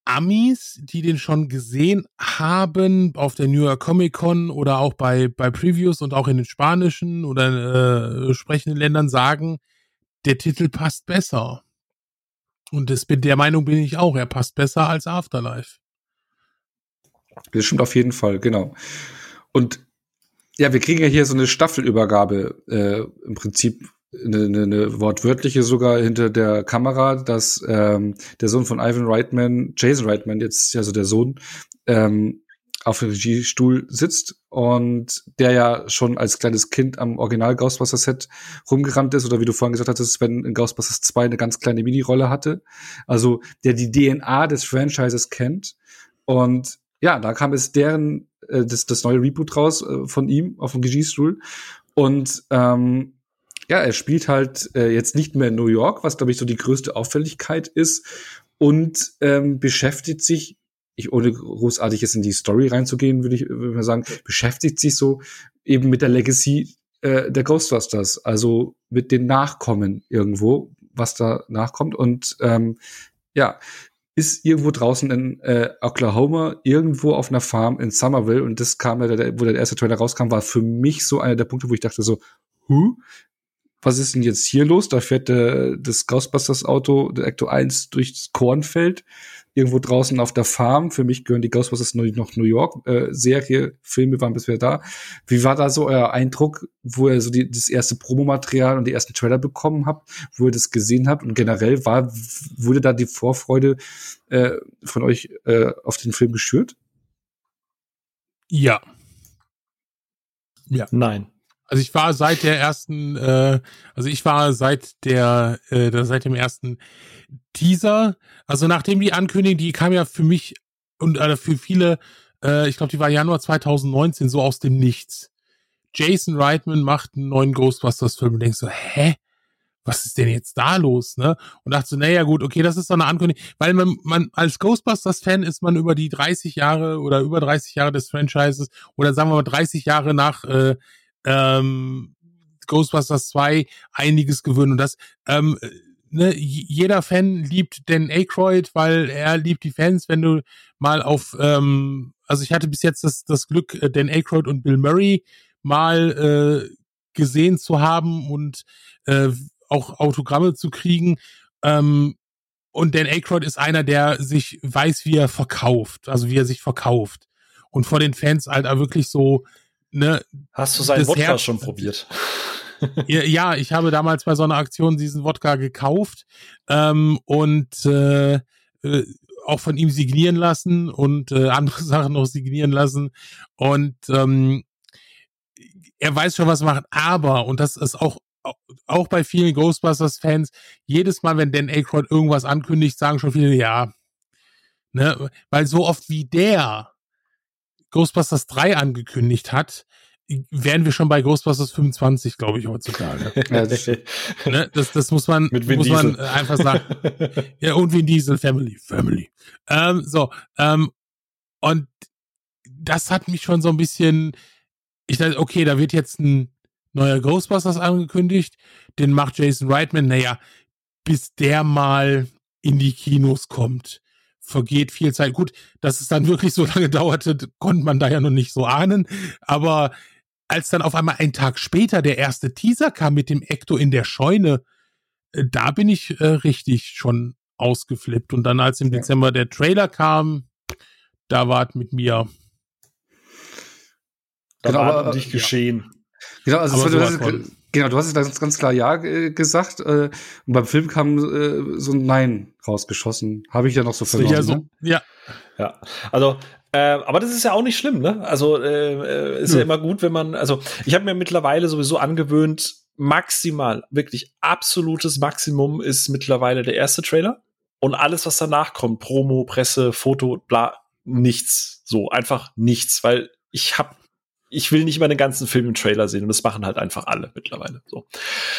S3: Amis, die den schon gesehen haben auf der New York Comic Con oder auch bei, bei Previews und auch in den spanischen oder äh, sprechenden Ländern sagen, der Titel passt besser. Und das bin, der Meinung bin ich auch, er passt besser als Afterlife.
S2: Das stimmt auf jeden Fall, genau. Und ja, wir kriegen ja hier so eine Staffelübergabe, äh, im Prinzip eine, eine, eine wortwörtliche sogar hinter der Kamera, dass ähm, der Sohn von Ivan Reitman, Jason Reitman, jetzt also der Sohn, ähm, auf dem Regiestuhl sitzt und der ja schon als kleines Kind am Original Ghostbusters-Set rumgerannt ist oder wie du vorhin gesagt hattest, wenn in Ghostbusters zwei eine ganz kleine Mini-Rolle hatte. Also der die D N A des Franchises kennt. Und ja, da kam es deren, äh, das, das neue Reboot raus äh, von ihm auf dem Regiestuhl. Und ähm, ja, er spielt halt äh, jetzt nicht mehr in New York, was, glaube ich, so die größte Auffälligkeit ist. Und ähm, beschäftigt sich, ich ohne großartig jetzt in die Story reinzugehen, würde ich würde mal sagen, beschäftigt sich so eben mit der Legacy äh, der Ghostbusters, also mit den Nachkommen irgendwo, was da nachkommt. Und ähm, ja, ist irgendwo draußen in äh, Oklahoma, irgendwo auf einer Farm in Somerville. Und das kam ja, der, wo der erste Trailer rauskam, war für mich so einer der Punkte, wo ich dachte so, huh? Was ist denn jetzt hier los? Da fährt äh, das Ghostbusters-Auto, der Ecto eins, durchs Kornfeld, irgendwo draußen auf der Farm. Für mich gehören die Ghostbusters noch New York. Äh, Serie, Filme waren bisher da. Wie war da so euer Eindruck, wo ihr so die, das erste Promomaterial und die ersten Trailer bekommen habt, wo ihr das gesehen habt? Und generell war, wurde da die Vorfreude äh, von euch äh, auf den Film geschürt?
S3: Ja. Ja.
S1: Nein.
S3: Also ich war seit der ersten, äh, also ich war seit der, äh, seit dem ersten Teaser, also nachdem die Ankündigung, die kam ja für mich und äh, für viele, äh, ich glaube, die war Januar zwanzig neunzehn, so aus dem Nichts. Jason Reitman macht einen neuen Ghostbusters-Film und denkst so, hä? Was ist denn jetzt da los, ne? Und dachte so, naja, gut, okay, das ist doch eine Ankündigung, weil man, man als Ghostbusters-Fan ist man über die dreißig Jahre oder über dreißig Jahre des Franchises oder sagen wir mal dreißig Jahre nach, äh, ähm, Ghostbusters zwei einiges gewöhnt und das, ähm, ne, jeder Fan liebt Dan Aykroyd, weil er liebt die Fans, wenn du mal auf, ähm, also ich hatte bis jetzt das, das Glück, Dan Aykroyd und Bill Murray mal äh, gesehen zu haben und äh, auch Autogramme zu kriegen, ähm, und Dan Aykroyd ist einer, der sich weiß, wie er verkauft, also wie er sich verkauft und vor den Fans halt auch wirklich so. Ne,
S1: hast du seinen Wodka
S3: Herz,
S1: schon probiert?
S3: ja, ja, ich habe damals bei so einer Aktion diesen Wodka gekauft ähm, und äh, äh, auch von ihm signieren lassen und äh, andere Sachen noch signieren lassen. Und ähm, er weiß schon, was er macht. Aber, und das ist auch auch bei vielen Ghostbusters-Fans, jedes Mal, wenn Dan Aykroyd irgendwas ankündigt, sagen schon viele, ja. Ne, weil so oft wie der Ghostbusters drei angekündigt hat, wären wir schon bei Ghostbusters fünfundzwanzig, glaube ich, heutzutage. Ja, das, ne, das, das muss man,
S1: Mit Vin
S3: muss
S1: Diesel.
S3: man einfach sagen. Ja, und Vin Diesel, Family, Family. Ähm, so, ähm, und das hat mich schon so ein bisschen, ich dachte, okay, da wird jetzt ein neuer Ghostbusters angekündigt, den macht Jason Reitman, naja, bis der mal in die Kinos kommt, vergeht viel Zeit. Gut, dass es dann wirklich so lange dauerte, konnte man da ja noch nicht so ahnen. Aber als dann auf einmal einen Tag später der erste Teaser kam mit dem Ecto in der Scheune, äh, da bin ich äh, richtig schon ausgeflippt. Und dann, als im ja. Dezember der Trailer kam, da war es mit mir.
S1: Da
S2: genau,
S1: war um dich geschehen.
S2: Genau, also
S3: Aber
S2: du hast, genau, du hast ganz, ganz klar Ja äh, gesagt. Äh, und beim Film kam äh, so ein Nein rausgeschossen. Habe ich ja noch so verloren.
S3: Ja, so,
S2: ne?
S3: ja.
S1: Ja, also, äh, aber das ist ja auch nicht schlimm, ne? Also, äh, ist ja. ja immer gut, wenn man, also, ich habe mir mittlerweile sowieso angewöhnt, maximal, wirklich absolutes Maximum ist mittlerweile der erste Trailer und alles, was danach kommt, Promo, Presse, Foto, bla, nichts. So, einfach nichts, weil ich hab Ich will nicht mal den ganzen Film im Trailer sehen und das machen halt einfach alle mittlerweile. So,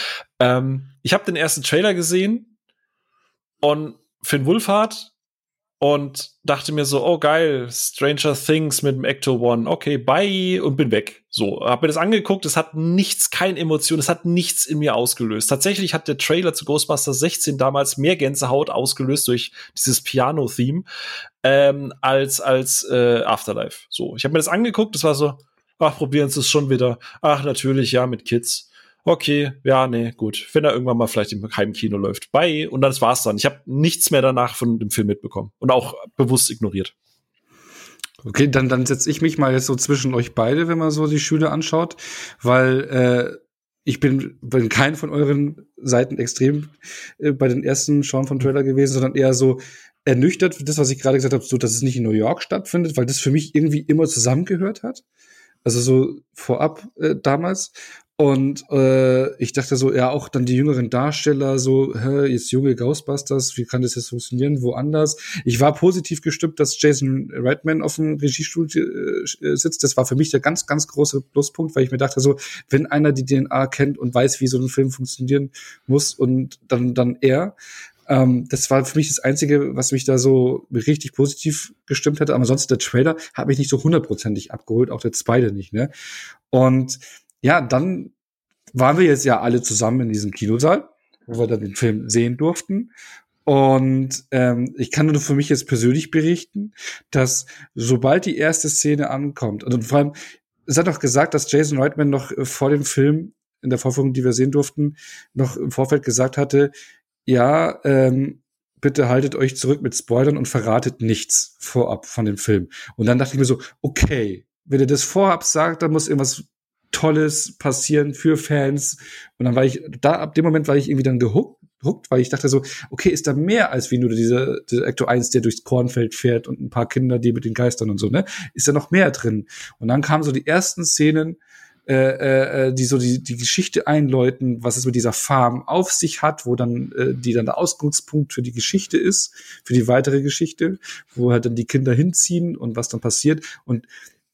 S1: ähm, ich habe den ersten Trailer gesehen und Finn Wolfhard und dachte mir so, oh geil, Stranger Things mit dem Ecto One, okay, bye, und bin weg. So, hab mir das angeguckt, es hat nichts, keine Emotion, es hat nichts in mir ausgelöst. Tatsächlich hat der Trailer zu Ghostbusters sechzehn damals mehr Gänsehaut ausgelöst durch dieses Piano-Theme ähm, als als äh, Afterlife. So, ich habe mir das angeguckt, es war so, ach, probieren Sie es schon wieder. Ach, natürlich, ja, mit Kids. Okay, ja, nee, gut. Wenn er irgendwann mal vielleicht im Heimkino läuft. Bye. Und das war's dann. Ich habe nichts mehr danach von dem Film mitbekommen. Und auch bewusst ignoriert.
S2: Okay, dann, dann setze ich mich mal jetzt so zwischen euch beide, wenn man so die Schüler anschaut. Weil äh, ich bin, bin kein von euren Seiten extrem äh, bei den ersten Schauen von Trailer gewesen, sondern eher so ernüchtert, das, was ich gerade gesagt habe, so, dass es nicht in New York stattfindet, weil das für mich irgendwie immer zusammengehört hat. Also so vorab äh, damals. Und äh, ich dachte so, ja, auch dann die jüngeren Darsteller, so, hä, jetzt junge Ghostbusters, wie kann das jetzt funktionieren, woanders? Ich war positiv gestimmt, dass Jason Reitman auf dem Regiestuhl äh, sitzt. Das war für mich der ganz, ganz große Pluspunkt, weil ich mir dachte so, wenn einer die D N A kennt und weiß, wie so ein Film funktionieren muss, und dann, dann er. Ähm, das war für mich das Einzige, was mich da so richtig positiv gestimmt hätte. Aber sonst der Trailer hat mich nicht so hundertprozentig abgeholt, auch der zweite nicht, ne? Und ja, dann waren wir jetzt ja alle zusammen in diesem Kinosaal, wo wir dann den Film sehen durften. Und ähm, ich kann nur für mich jetzt persönlich berichten, dass sobald die erste Szene ankommt, und vor allem, es hat doch gesagt, dass Jason Reitman noch vor dem Film, in der Vorführung, die wir sehen durften, noch im Vorfeld gesagt hatte, ja, ähm, bitte haltet euch zurück mit Spoilern und verratet nichts vorab von dem Film. Und dann dachte ich mir so, okay, wenn ihr das vorab sagt, dann muss irgendwas Tolles passieren für Fans. Und dann war ich, da ab dem Moment war ich irgendwie dann gehuckt, gehuckt, weil ich dachte so, okay, ist da mehr als wie nur dieser, dieser Ecto eins, der durchs Kornfeld fährt und ein paar Kinder, die mit den Geistern und so, ne? Ist da noch mehr drin? Und dann kamen so die ersten Szenen, äh, äh, die so die, die Geschichte einläuten, was es mit dieser Farm auf sich hat, wo dann, äh, die dann der Ausgangspunkt für die Geschichte ist, für die weitere Geschichte, wo halt dann die Kinder hinziehen und was dann passiert. Und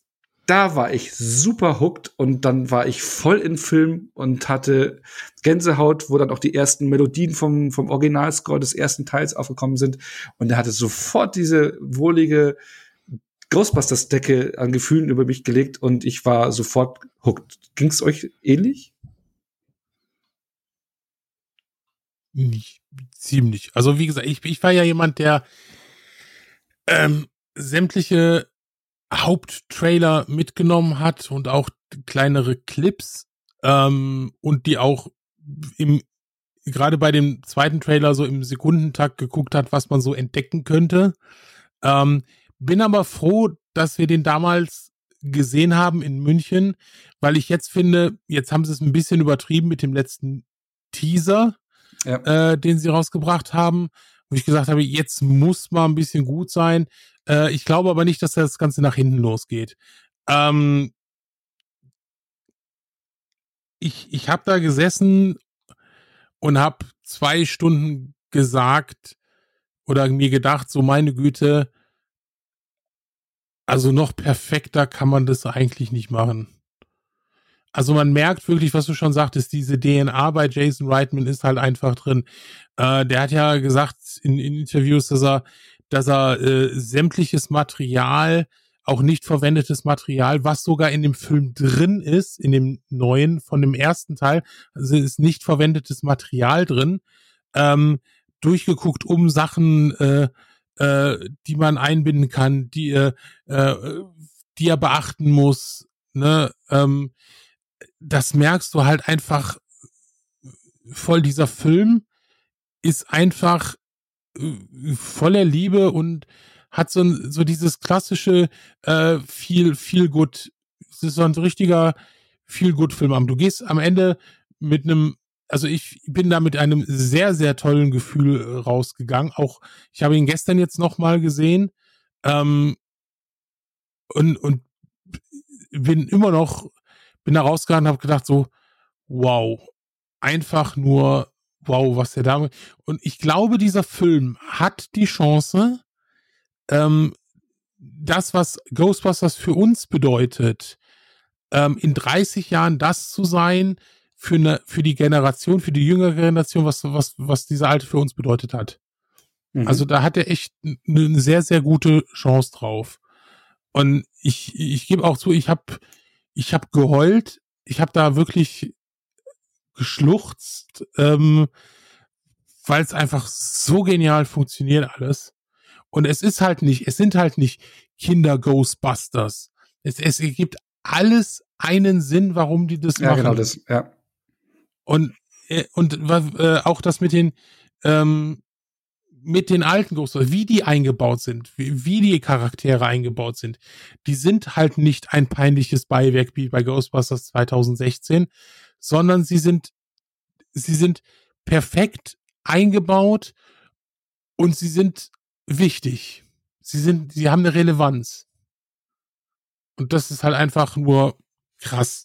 S2: da war ich super hooked, und dann war ich voll im Film und hatte Gänsehaut, wo dann auch die ersten Melodien vom, vom Originalscore des ersten Teils aufgekommen sind. Und er hatte sofort diese wohlige Ghostbusters-Decke an Gefühlen über mich gelegt, und ich war sofort hooked. Ging's euch ähnlich?
S3: Nicht, ziemlich. Also wie gesagt, ich, ich war ja jemand, der ähm, sämtliche Haupttrailer mitgenommen hat und auch kleinere Clips ähm, und die auch im gerade bei dem zweiten Trailer so im Sekundentakt geguckt hat, was man so entdecken könnte. Ähm, bin aber froh, dass wir den damals gesehen haben in München, weil ich jetzt finde, jetzt haben sie es ein bisschen übertrieben mit dem letzten Teaser, ja. äh, den sie rausgebracht haben, wo ich gesagt habe, jetzt muss mal ein bisschen gut sein. Äh, ich glaube aber nicht, dass das Ganze nach hinten losgeht. Ähm, ich ich habe da gesessen und habe zwei Stunden gesagt oder mir gedacht, so meine Güte, also noch perfekter kann man das eigentlich nicht machen. Also man merkt wirklich, was du schon sagtest, diese D N A bei Jason Reitman ist halt einfach drin. Äh, der hat ja gesagt in, in Interviews, dass er dass er äh, sämtliches Material, auch nicht verwendetes Material, was sogar in dem Film drin ist, in dem neuen, von dem ersten Teil, also ist nicht verwendetes Material drin, ähm, durchgeguckt, um Sachen, äh, äh, die man einbinden kann, die, äh, äh, die er beachten muss, ne, ähm, das merkst du halt einfach voll. Dieser Film ist einfach voller Liebe und hat so, so dieses klassische äh, viel, viel gut, es ist so ein richtiger viel gut Film. Du gehst am Ende mit einem, also ich bin da mit einem sehr, sehr tollen Gefühl rausgegangen. Auch, ich habe ihn gestern jetzt nochmal gesehen ähm, und, und bin immer noch, bin da rausgegangen und habe gedacht so, wow, einfach nur wow, was der da... Und ich glaube, dieser Film hat die Chance, ähm, das, was Ghostbusters für uns bedeutet, ähm, in dreißig Jahren das zu sein, für eine, für die Generation, für die jüngere Generation, was, was, was dieser Alte für uns bedeutet hat. Mhm. Also da hat er echt eine sehr, sehr gute Chance drauf. Und ich, ich gebe auch zu, ich habe ich hab geheult, ich habe da wirklich geschluchzt, ähm, weil es einfach so genial funktioniert alles. Und es ist halt nicht, es sind halt nicht Kinder-Ghostbusters. Es, es gibt alles einen Sinn, warum die das
S2: ja,
S3: machen.
S2: Ja, genau das, ja.
S3: Und, und äh, auch das mit den, ähm, mit den alten Ghostbusters, wie die eingebaut sind, wie, wie die Charaktere eingebaut sind, die sind halt nicht ein peinliches Beiwerk wie bei Ghostbusters zwanzig sechzehn, sondern sie sind, sie sind perfekt eingebaut und sie sind wichtig. Sie sind, sie haben eine Relevanz. Und das ist halt einfach nur krass.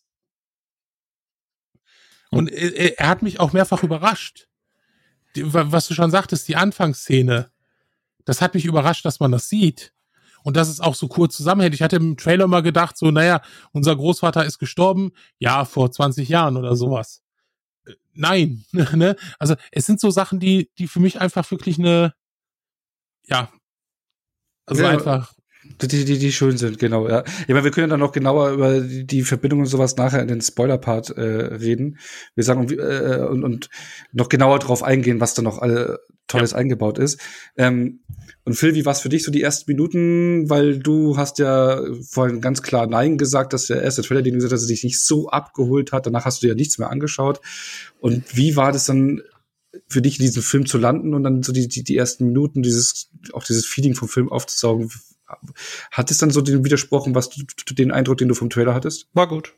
S3: Und er, er hat mich auch mehrfach überrascht. Die, was du schon sagtest, die Anfangsszene, das hat mich überrascht, dass man das sieht. Und dass es auch so kurz zusammenhängt. Ich hatte im Trailer mal gedacht, so, naja, unser Großvater ist gestorben, ja, vor zwanzig Jahren oder sowas. Nein, ne? Also es sind so Sachen, die, die für mich einfach wirklich eine, ja, also ja, einfach.
S2: Die, die, die schön sind, genau, ja. Ich meine, wir können dann noch genauer über die, die Verbindung und sowas nachher in den Spoiler-Part äh, reden. Wir sagen äh, und, und noch genauer drauf eingehen, was da noch alle Tolles ja. eingebaut ist. Ähm, und Phil, wie war's für dich so die ersten Minuten? Weil du hast ja vorhin ganz klar Nein gesagt, dass der erste Trailer, den du gesagt hast, dich nicht so abgeholt hat. Danach hast du dir ja nichts mehr angeschaut. Und wie war das dann für dich, in diesem Film zu landen und dann so die, die, die ersten Minuten, dieses, auch dieses Feeling vom Film aufzusaugen? Hat es dann so den widersprochen, was du, den Eindruck, den du vom Trailer hattest?
S1: War gut.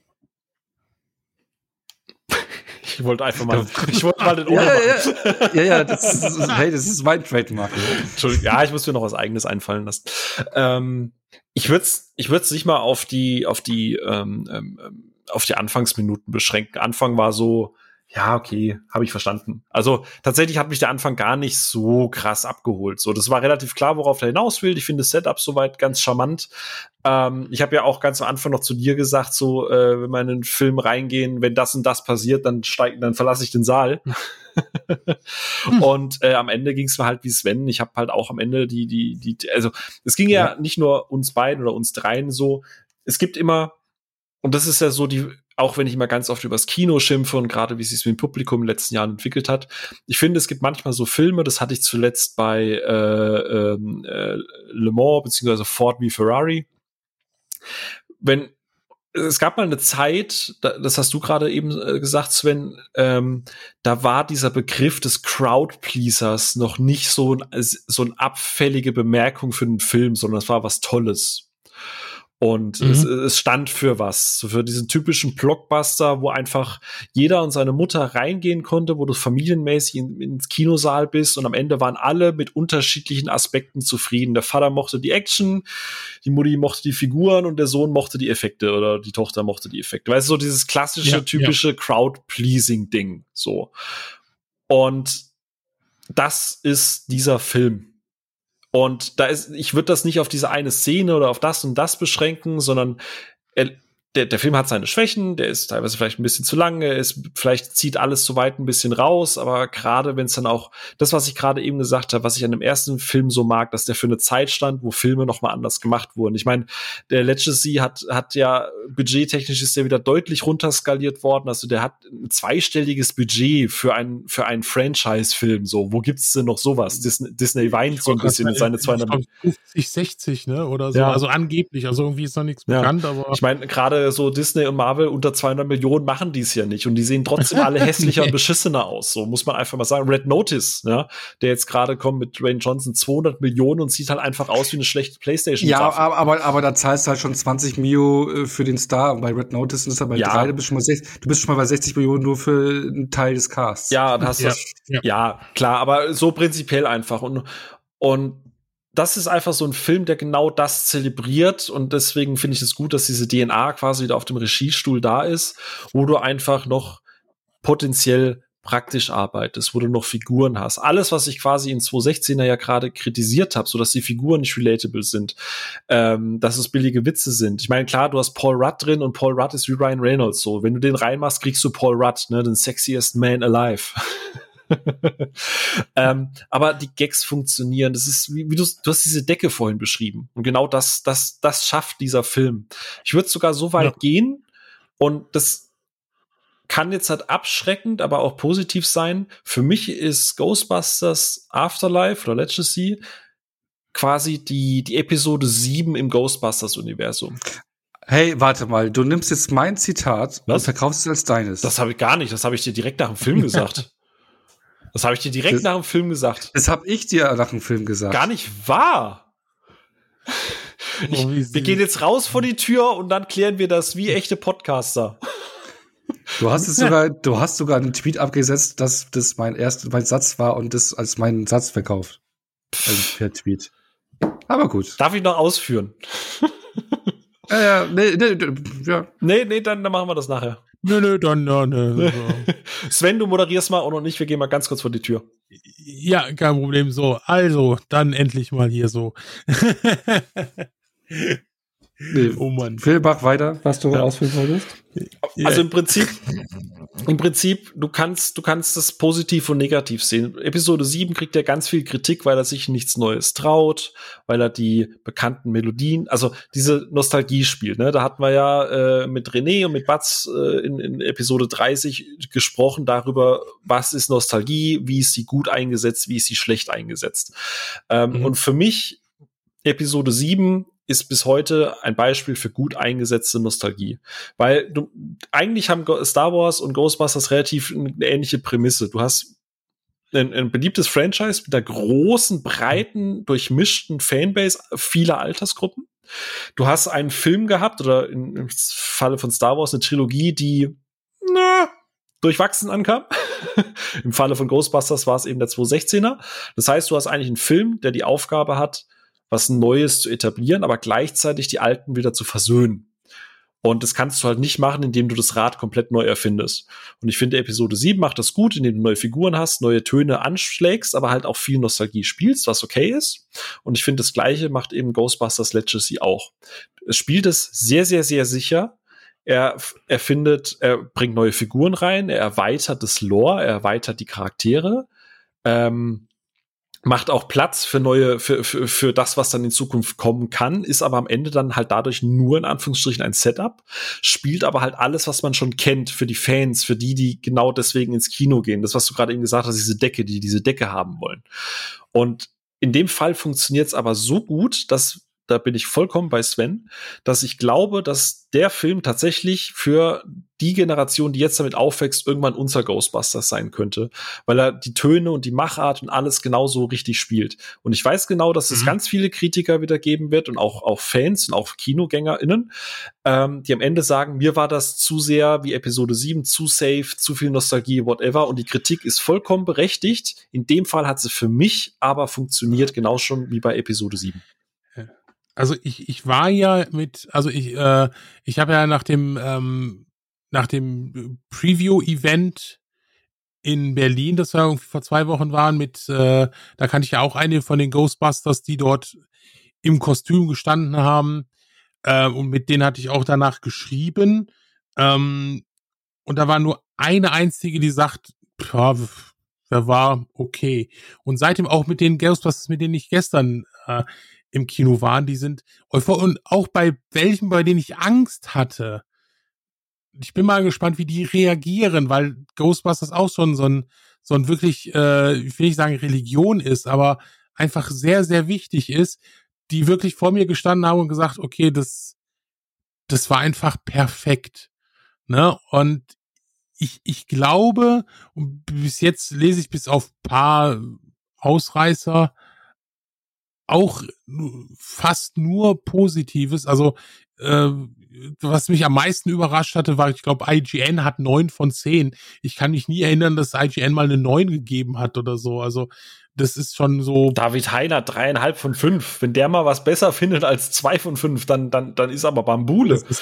S1: Ich wollte einfach mal, ich wollte mal den
S2: Ohr ja, machen. Ja, ja, ja, das ist, hey, das ist mein Trademark.
S1: Entschuldigung, ja, ich muss mir noch was Eigenes einfallen lassen. Ähm, ich würde es ich würd's nicht mal auf die, auf die, ähm, ähm, auf die Anfangsminuten beschränken. Anfang war so, ja, okay, habe ich verstanden. Also tatsächlich hat mich der Anfang gar nicht so krass abgeholt. So, das war relativ klar, worauf er hinaus will. Ich finde das Setup soweit ganz charmant. Ähm, ich habe ja auch ganz am Anfang noch zu dir gesagt, so, äh, wenn wir in einen Film reingehen, wenn das und das passiert, dann steig, dann verlasse ich den Saal. hm. Und äh, am Ende ging es mir halt wie Sven. Ich habe halt auch am Ende die, die, die, also es ging ja. ja nicht nur uns beiden oder uns dreien so. Es gibt immer, und das ist ja so die, auch wenn ich immer ganz oft übers Kino schimpfe und gerade wie es sich mit dem Publikum in den letzten Jahren entwickelt hat. Ich finde, es gibt manchmal so Filme, das hatte ich zuletzt bei äh, äh, Le Mans beziehungsweise Ford wie Ferrari. Wenn es gab mal eine Zeit, das hast du gerade eben gesagt, Sven, ähm, da war dieser Begriff des Crowd-Pleasers noch nicht so ein, so eine abfällige Bemerkung für einen Film, sondern es war was Tolles. Und mhm. es, es stand für was, für diesen typischen Blockbuster, wo einfach jeder und seine Mutter reingehen konnte, wo du familienmäßig in, ins Kinosaal bist und am Ende waren alle mit unterschiedlichen Aspekten zufrieden. Der Vater mochte die Action, die Mutti mochte die Figuren und der Sohn mochte die Effekte oder die Tochter mochte die Effekte. Weißt du, so dieses klassische, ja, typische ja. Crowd-Pleasing-Ding, so. Und das ist dieser Film. Und da ist, ich würde das nicht auf diese eine Szene oder auf das und das beschränken, sondern er, der, der Film hat seine Schwächen, der ist teilweise vielleicht ein bisschen zu lang, er ist, vielleicht zieht alles zu weit ein bisschen raus, aber gerade wenn es dann auch, das, was ich gerade eben gesagt habe, was ich an dem ersten Film so mag, dass der für eine Zeit stand, wo Filme noch mal anders gemacht wurden. Ich meine, der Legacy hat, hat ja, budgettechnisch ist der wieder deutlich runterskaliert worden, also der hat ein zweistelliges Budget für einen, für einen Franchise-Film, so. Wo gibt's denn noch sowas? Disney, Disney weint so ein bisschen in seine zweihundert
S3: fünfzig, sechzig, ne, oder so,
S1: ja.
S3: Also angeblich, also irgendwie ist noch nichts
S1: ja.
S3: bekannt, aber.
S1: Ich meine, gerade so Disney und Marvel unter zweihundert Millionen machen dies ja nicht und die sehen trotzdem alle hässlicher und beschissener aus, so muss man einfach mal sagen. Red Notice, ja, der jetzt gerade kommt mit Dwayne Johnson, zweihundert Millionen und sieht halt einfach aus wie eine schlechte Playstation.
S2: Ja, aber, aber, aber da zahlst du halt schon zwanzig Mio für den Star und bei Red Notice ist er bei ja. drei, du bist, schon mal sechzig, du bist schon mal bei sechzig Millionen nur für einen Teil des Casts.
S1: Ja, das hast
S3: ja.
S1: Das, ja. ja, klar, aber so prinzipiell einfach und, und das ist einfach so ein Film, der genau das zelebriert und deswegen finde ich es gut, dass diese D N A quasi wieder auf dem Regiestuhl da ist, wo du einfach noch potenziell praktisch arbeitest, wo du noch Figuren hast. Alles, was ich quasi in zwanzig sechzehner ja gerade kritisiert habe, so dass die Figuren nicht relatable sind, ähm, dass es billige Witze sind. Ich meine, klar, du hast Paul Rudd drin und Paul Rudd ist wie Ryan Reynolds so. Wenn du den reinmachst, kriegst du Paul Rudd, ne, den sexiest man alive. ähm, aber die Gags funktionieren. Das ist, wie, wie du, du hast diese Decke vorhin beschrieben. Und genau das, das, das schafft dieser Film. Ich würde sogar so weit ja. gehen, und das kann jetzt halt abschreckend, aber auch positiv sein. Für mich ist Ghostbusters Afterlife oder Legacy quasi die, die Episode sieben im Ghostbusters-Universum.
S2: Hey, warte mal, du nimmst jetzt mein Zitat Was? und verkaufst es als deines.
S1: Das habe ich gar nicht, das habe ich dir direkt nach dem Film gesagt. Das habe ich dir direkt das, nach dem Film gesagt.
S2: Das habe ich dir nach dem Film gesagt.
S1: Gar nicht wahr. Ich, oh, wir gehen jetzt raus vor die Tür und dann klären wir das wie echte Podcaster.
S2: Du hast es sogar, du hast sogar einen Tweet abgesetzt, dass das mein erster, mein Satz war und das als meinen Satz verkauft. Also per Tweet. Aber gut.
S1: Darf ich noch ausführen?
S2: Ja, ja, nee, nee, ja.
S1: Nee, nee, dann, dann machen wir das nachher.
S3: Nö, nö, dann, dann, nö.
S1: Sven, du moderierst mal und noch nicht, wir gehen mal ganz kurz vor die Tür.
S3: Ja, kein Problem, so. Also, dann endlich mal hier so.
S2: Nee, oh Mann. Phil, mach weiter, was du ja. ausführen wolltest.
S1: Also im Prinzip, im Prinzip, du kannst, du kannst das positiv und negativ sehen. Episode sieben kriegt ja ganz viel Kritik, weil er sich nichts Neues traut, weil er die bekannten Melodien, also diese Nostalgie spielt, ne? Da hatten wir ja äh, mit René und mit Batz äh, in, in Episode dreißig gesprochen darüber, was ist Nostalgie, wie ist sie gut eingesetzt, wie ist sie schlecht eingesetzt. Ähm, mhm. Und für mich, Episode sieben ist bis heute ein Beispiel für gut eingesetzte Nostalgie. Weil du, eigentlich haben Star Wars und Ghostbusters relativ eine ähnliche Prämisse. Du hast ein, ein beliebtes Franchise mit einer großen, breiten, durchmischten Fanbase vieler Altersgruppen. Du hast einen Film gehabt, oder in, im Falle von Star Wars eine Trilogie, die na, durchwachsen ankam. Im Falle von Ghostbusters war es eben der zweitausendsechzehner. Das heißt, du hast eigentlich einen Film, der die Aufgabe hat, was Neues zu etablieren, aber gleichzeitig die Alten wieder zu versöhnen. Und das kannst du halt nicht machen, indem du das Rad komplett neu erfindest. Und ich finde, Episode sieben macht das gut, indem du neue Figuren hast, neue Töne anschlägst, aber halt auch viel Nostalgie spielst, was okay ist. Und ich finde, das Gleiche macht eben Ghostbusters Legacy auch. Es spielt es sehr, sehr, sehr sicher. Er erfindet, er bringt neue Figuren rein, er erweitert das Lore, er erweitert die Charaktere, ähm, macht auch Platz für neue, für, für, für das, was dann in Zukunft kommen kann, ist aber am Ende dann halt dadurch nur in Anführungsstrichen ein Setup, spielt aber halt alles, was man schon kennt, für die Fans, für die, die genau deswegen ins Kino gehen. Das, was du gerade eben gesagt hast, diese Decke, die diese Decke haben wollen. Und in dem Fall funktioniert es aber so gut, dass, da bin ich vollkommen bei Sven, dass ich glaube, dass der Film tatsächlich für die Generation, die jetzt damit aufwächst, irgendwann unser Ghostbusters sein könnte, weil er die Töne und die Machart und alles genauso richtig spielt. Und ich weiß genau, dass es mhm. ganz viele Kritiker wieder geben wird und auch, auch Fans und auch KinogängerInnen, ähm, die am Ende sagen, mir war das zu sehr wie Episode sieben, zu safe, zu viel Nostalgie, whatever. Und die Kritik ist vollkommen berechtigt. In dem Fall hat sie für mich aber funktioniert, genau schon wie bei Episode sieben.
S3: Also ich, ich war ja mit, also ich, äh, ich habe ja nach dem, ähm, nach dem Preview-Event in Berlin, das wir irgendwie vor zwei Wochen waren, mit, äh, da kannte ich ja auch eine von den Ghostbusters, die dort im Kostüm gestanden haben, äh, und mit denen hatte ich auch danach geschrieben, ähm, und da war nur eine einzige, die sagt, ja, wer war okay. Und seitdem auch mit den Ghostbusters, mit denen ich gestern äh, im Kino waren, die sind euphorisch, und auch bei welchen, bei denen ich Angst hatte. Ich bin mal gespannt, wie die reagieren, weil Ghostbusters auch schon so ein, so ein wirklich, äh, ich will nicht sagen Religion ist, aber einfach sehr, sehr wichtig ist, die wirklich vor mir gestanden haben und gesagt, okay, das, das war einfach perfekt, ne? Und ich, ich glaube, und bis jetzt lese ich bis auf paar Ausreißer auch fast nur Positives. Also äh, was mich am meisten überrascht hatte, war, ich glaube, I G N hat neun von zehn. Ich kann mich nie erinnern, dass I G N mal eine neun gegeben hat oder so. Also das ist schon so.
S1: David Heiner, dreieinhalb von fünf. Wenn der mal was besser findet als zwei von fünf, dann, dann, dann ist aber Bambule.
S3: Ist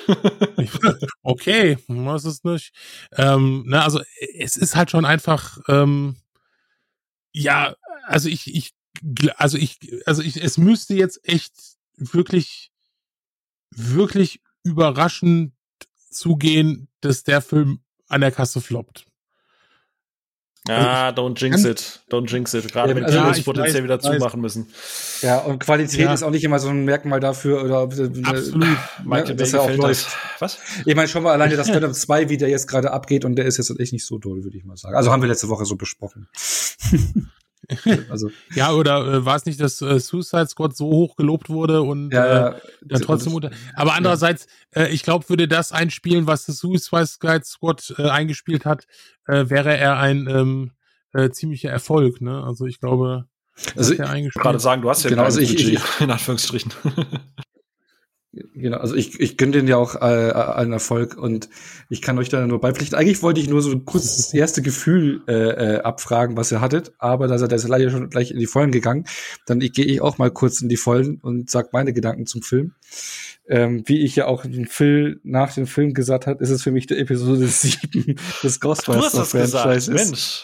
S3: okay, das ist nicht. Ähm, na, also es ist halt schon einfach, ähm, ja, also ich, ich, also ich, also ich, es müsste jetzt echt wirklich, wirklich überraschend zugehen, dass der Film an der Kasse floppt.
S1: Ah, also don't jinx it. Don't jinx it. Gerade wenn also, Kinos ja, potenziell wieder zumachen müssen.
S2: Ja, und Qualität ja. ist auch nicht immer so ein Merkmal dafür. Oder,
S3: Absolut.
S2: Ne, dass er auch läuft. Was? Ich meine schon mal alleine, dass Venom zwei, wie der jetzt gerade abgeht, und der ist jetzt echt nicht so doll, würde ich mal sagen. Also haben wir letzte Woche so besprochen. Also.
S3: Ja, oder äh, war es nicht, dass äh, Suicide Squad so hoch gelobt wurde und
S2: ja,
S3: äh, dann trotzdem unter. Aber andererseits, ja. äh, ich glaube, würde das einspielen, was das Suicide Squad äh, eingespielt hat, äh, wäre er ein ähm, äh, ziemlicher Erfolg, ne? Also ich glaube,
S1: also ich gerade sagen, du hast ja
S2: genau, also ich,
S1: Budget,
S2: ich,
S1: in Anführungsstrichen.
S2: Genau, also ich, ich gönne denen ja auch äh, allen Erfolg und ich kann euch da nur beipflichten. Eigentlich wollte ich nur so kurz das erste Gefühl äh, äh, abfragen, was ihr hattet, aber da seid ihr leider schon gleich in die Vollen gegangen. Dann gehe ich auch mal kurz in die Vollen und sag meine Gedanken zum Film. Ähm, wie ich ja auch den Film nach dem Film gesagt habe, ist es für mich der Episode sieben des Ghostbusters-Franchises.
S1: Mensch.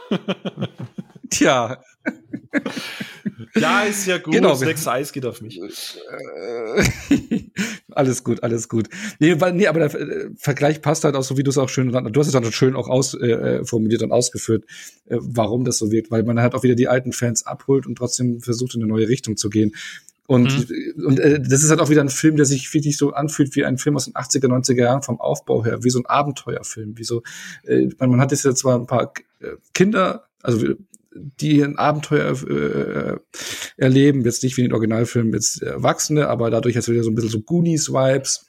S2: Tja.
S1: Ja, ist ja gut.
S2: Genau.
S1: Das nächste Eis geht auf mich.
S2: Alles gut, alles gut. Nee, weil, nee, aber der äh, Vergleich passt halt auch so, wie du es auch schön, du hast es dann schön auch aus, äh, formuliert und ausgeführt, äh, warum das so wirkt, weil man halt auch wieder die alten Fans abholt und trotzdem versucht, in eine neue Richtung zu gehen. Und, mhm. und äh, das ist halt auch wieder ein Film, der sich wirklich so anfühlt wie ein Film aus den achtziger, neunziger Jahren vom Aufbau her, wie so ein Abenteuerfilm, wie so, äh, man, man hat jetzt ja zwar ein paar äh, Kinder, also die ein Abenteuer äh, erleben, jetzt nicht wie in den Originalfilmen jetzt Erwachsene, aber dadurch jetzt wieder so ein bisschen so Goonies-Vibes,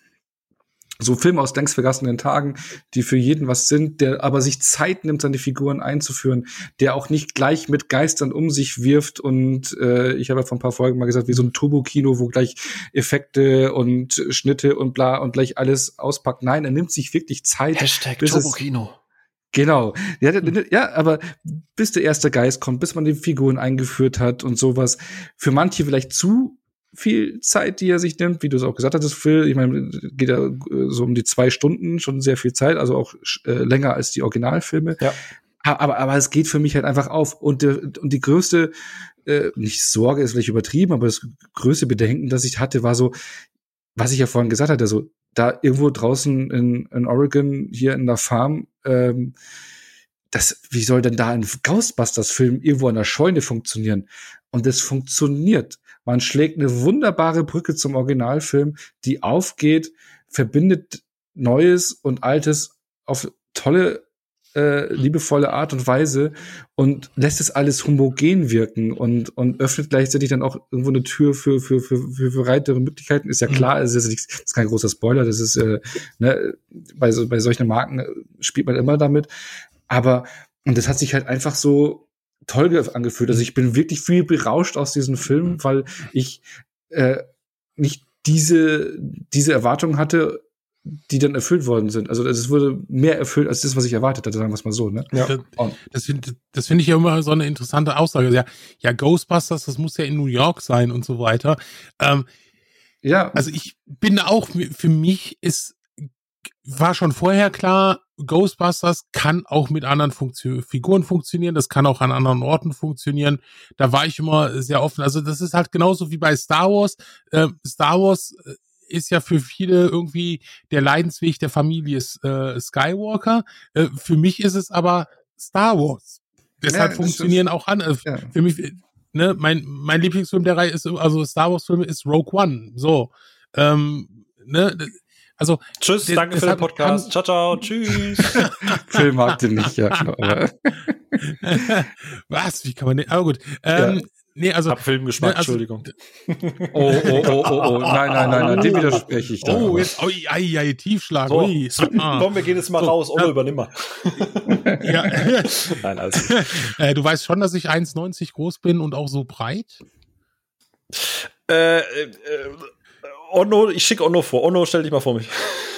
S2: so Filme aus längst vergessenen Tagen, die für jeden was sind, der aber sich Zeit nimmt, seine Figuren einzuführen, der auch nicht gleich mit Geistern um sich wirft und äh, ich habe ja vor ein paar Folgen mal gesagt, wie so ein Turbo-Kino, wo gleich Effekte und Schnitte und bla und gleich alles auspackt. Nein, er nimmt sich wirklich Zeit.
S1: Hashtag Turbo-Kino.
S2: Genau. Ja, ja, aber bis der erste Geist kommt, bis man die Figuren eingeführt hat und sowas, für manche vielleicht zu viel Zeit, die er sich nimmt, wie du es auch gesagt hattest, Phil. Ich meine, geht ja so um die zwei Stunden, schon sehr viel Zeit, also auch äh, länger als die Originalfilme.
S1: Ja.
S2: Aber, aber es geht für mich halt einfach auf. Und, der, und die größte, äh, nicht Sorge ist vielleicht übertrieben, aber das größte Bedenken, das ich hatte, war so, was ich ja vorhin gesagt hatte, so, da irgendwo draußen in, in Oregon, hier in der Farm, ähm, das, wie soll denn da ein Ghostbusters-Film irgendwo an der Scheune funktionieren? Und das funktioniert. Man schlägt eine wunderbare Brücke zum Originalfilm, die aufgeht, verbindet Neues und Altes auf tolle, äh, liebevolle Art und Weise und lässt es alles homogen wirken und, und öffnet gleichzeitig dann auch irgendwo eine Tür für, für, für, für, für weitere Möglichkeiten. Ist ja klar, es ist, das ist kein großer Spoiler, das ist, äh, ne, bei, so, bei solchen Marken spielt man immer damit. Aber, und das hat sich halt einfach so toll angefühlt. Also ich bin wirklich viel berauscht aus diesem Film, weil ich äh, nicht diese, diese Erwartungen hatte, die dann erfüllt worden sind. Also es wurde mehr erfüllt als das, was ich erwartet hatte, sagen wir es mal so. Ne?
S3: Ja. Das, das finde das find ich ja immer so eine interessante Aussage. Ja, ja, Ghostbusters, das muss ja in New York sein und so weiter. Ähm,
S2: ja.
S3: Also ich bin auch, für mich ist, war schon vorher klar, Ghostbusters kann auch mit anderen Funktio- Figuren funktionieren, das kann auch an anderen Orten funktionieren. Da war ich immer sehr offen. Also das ist halt genauso wie bei Star Wars. Äh, Star Wars ist ja für viele irgendwie der Leidensweg der Familie äh, Skywalker. Äh, für mich ist es aber Star Wars. Deshalb ja, funktionieren ist, auch andere. Ja. Für mich, ne, mein mein Lieblingsfilm der Reihe ist, also Star Wars Filme ist Rogue One. So, ähm, ne. Also,
S1: tschüss, der, danke für den Podcast. Ciao, ciao, tschüss.
S2: Phil mag den nicht, ja. Aber
S3: was? Wie kann man den? Aber gut. Ähm,
S2: ja.
S3: Nee, also.
S1: Hab Filmgeschmack, ne, also, Entschuldigung.
S2: Oh, oh, oh, oh, oh. Nein, nein, nein, nein, dem widerspreche ich da.
S3: Oh, jetzt, ui, ei, ei, Tiefschlag,
S1: so,
S3: ui.
S1: Ah. Komm, wir gehen jetzt mal so, raus, Onno, ja. Übernimm mal.
S3: Ja.
S1: Nein, also.
S3: äh, du weißt schon, dass ich eins neunzig groß bin und auch so breit?
S1: Äh, äh, Onno, ich schicke Onno vor. Onno, stell dich mal vor mich.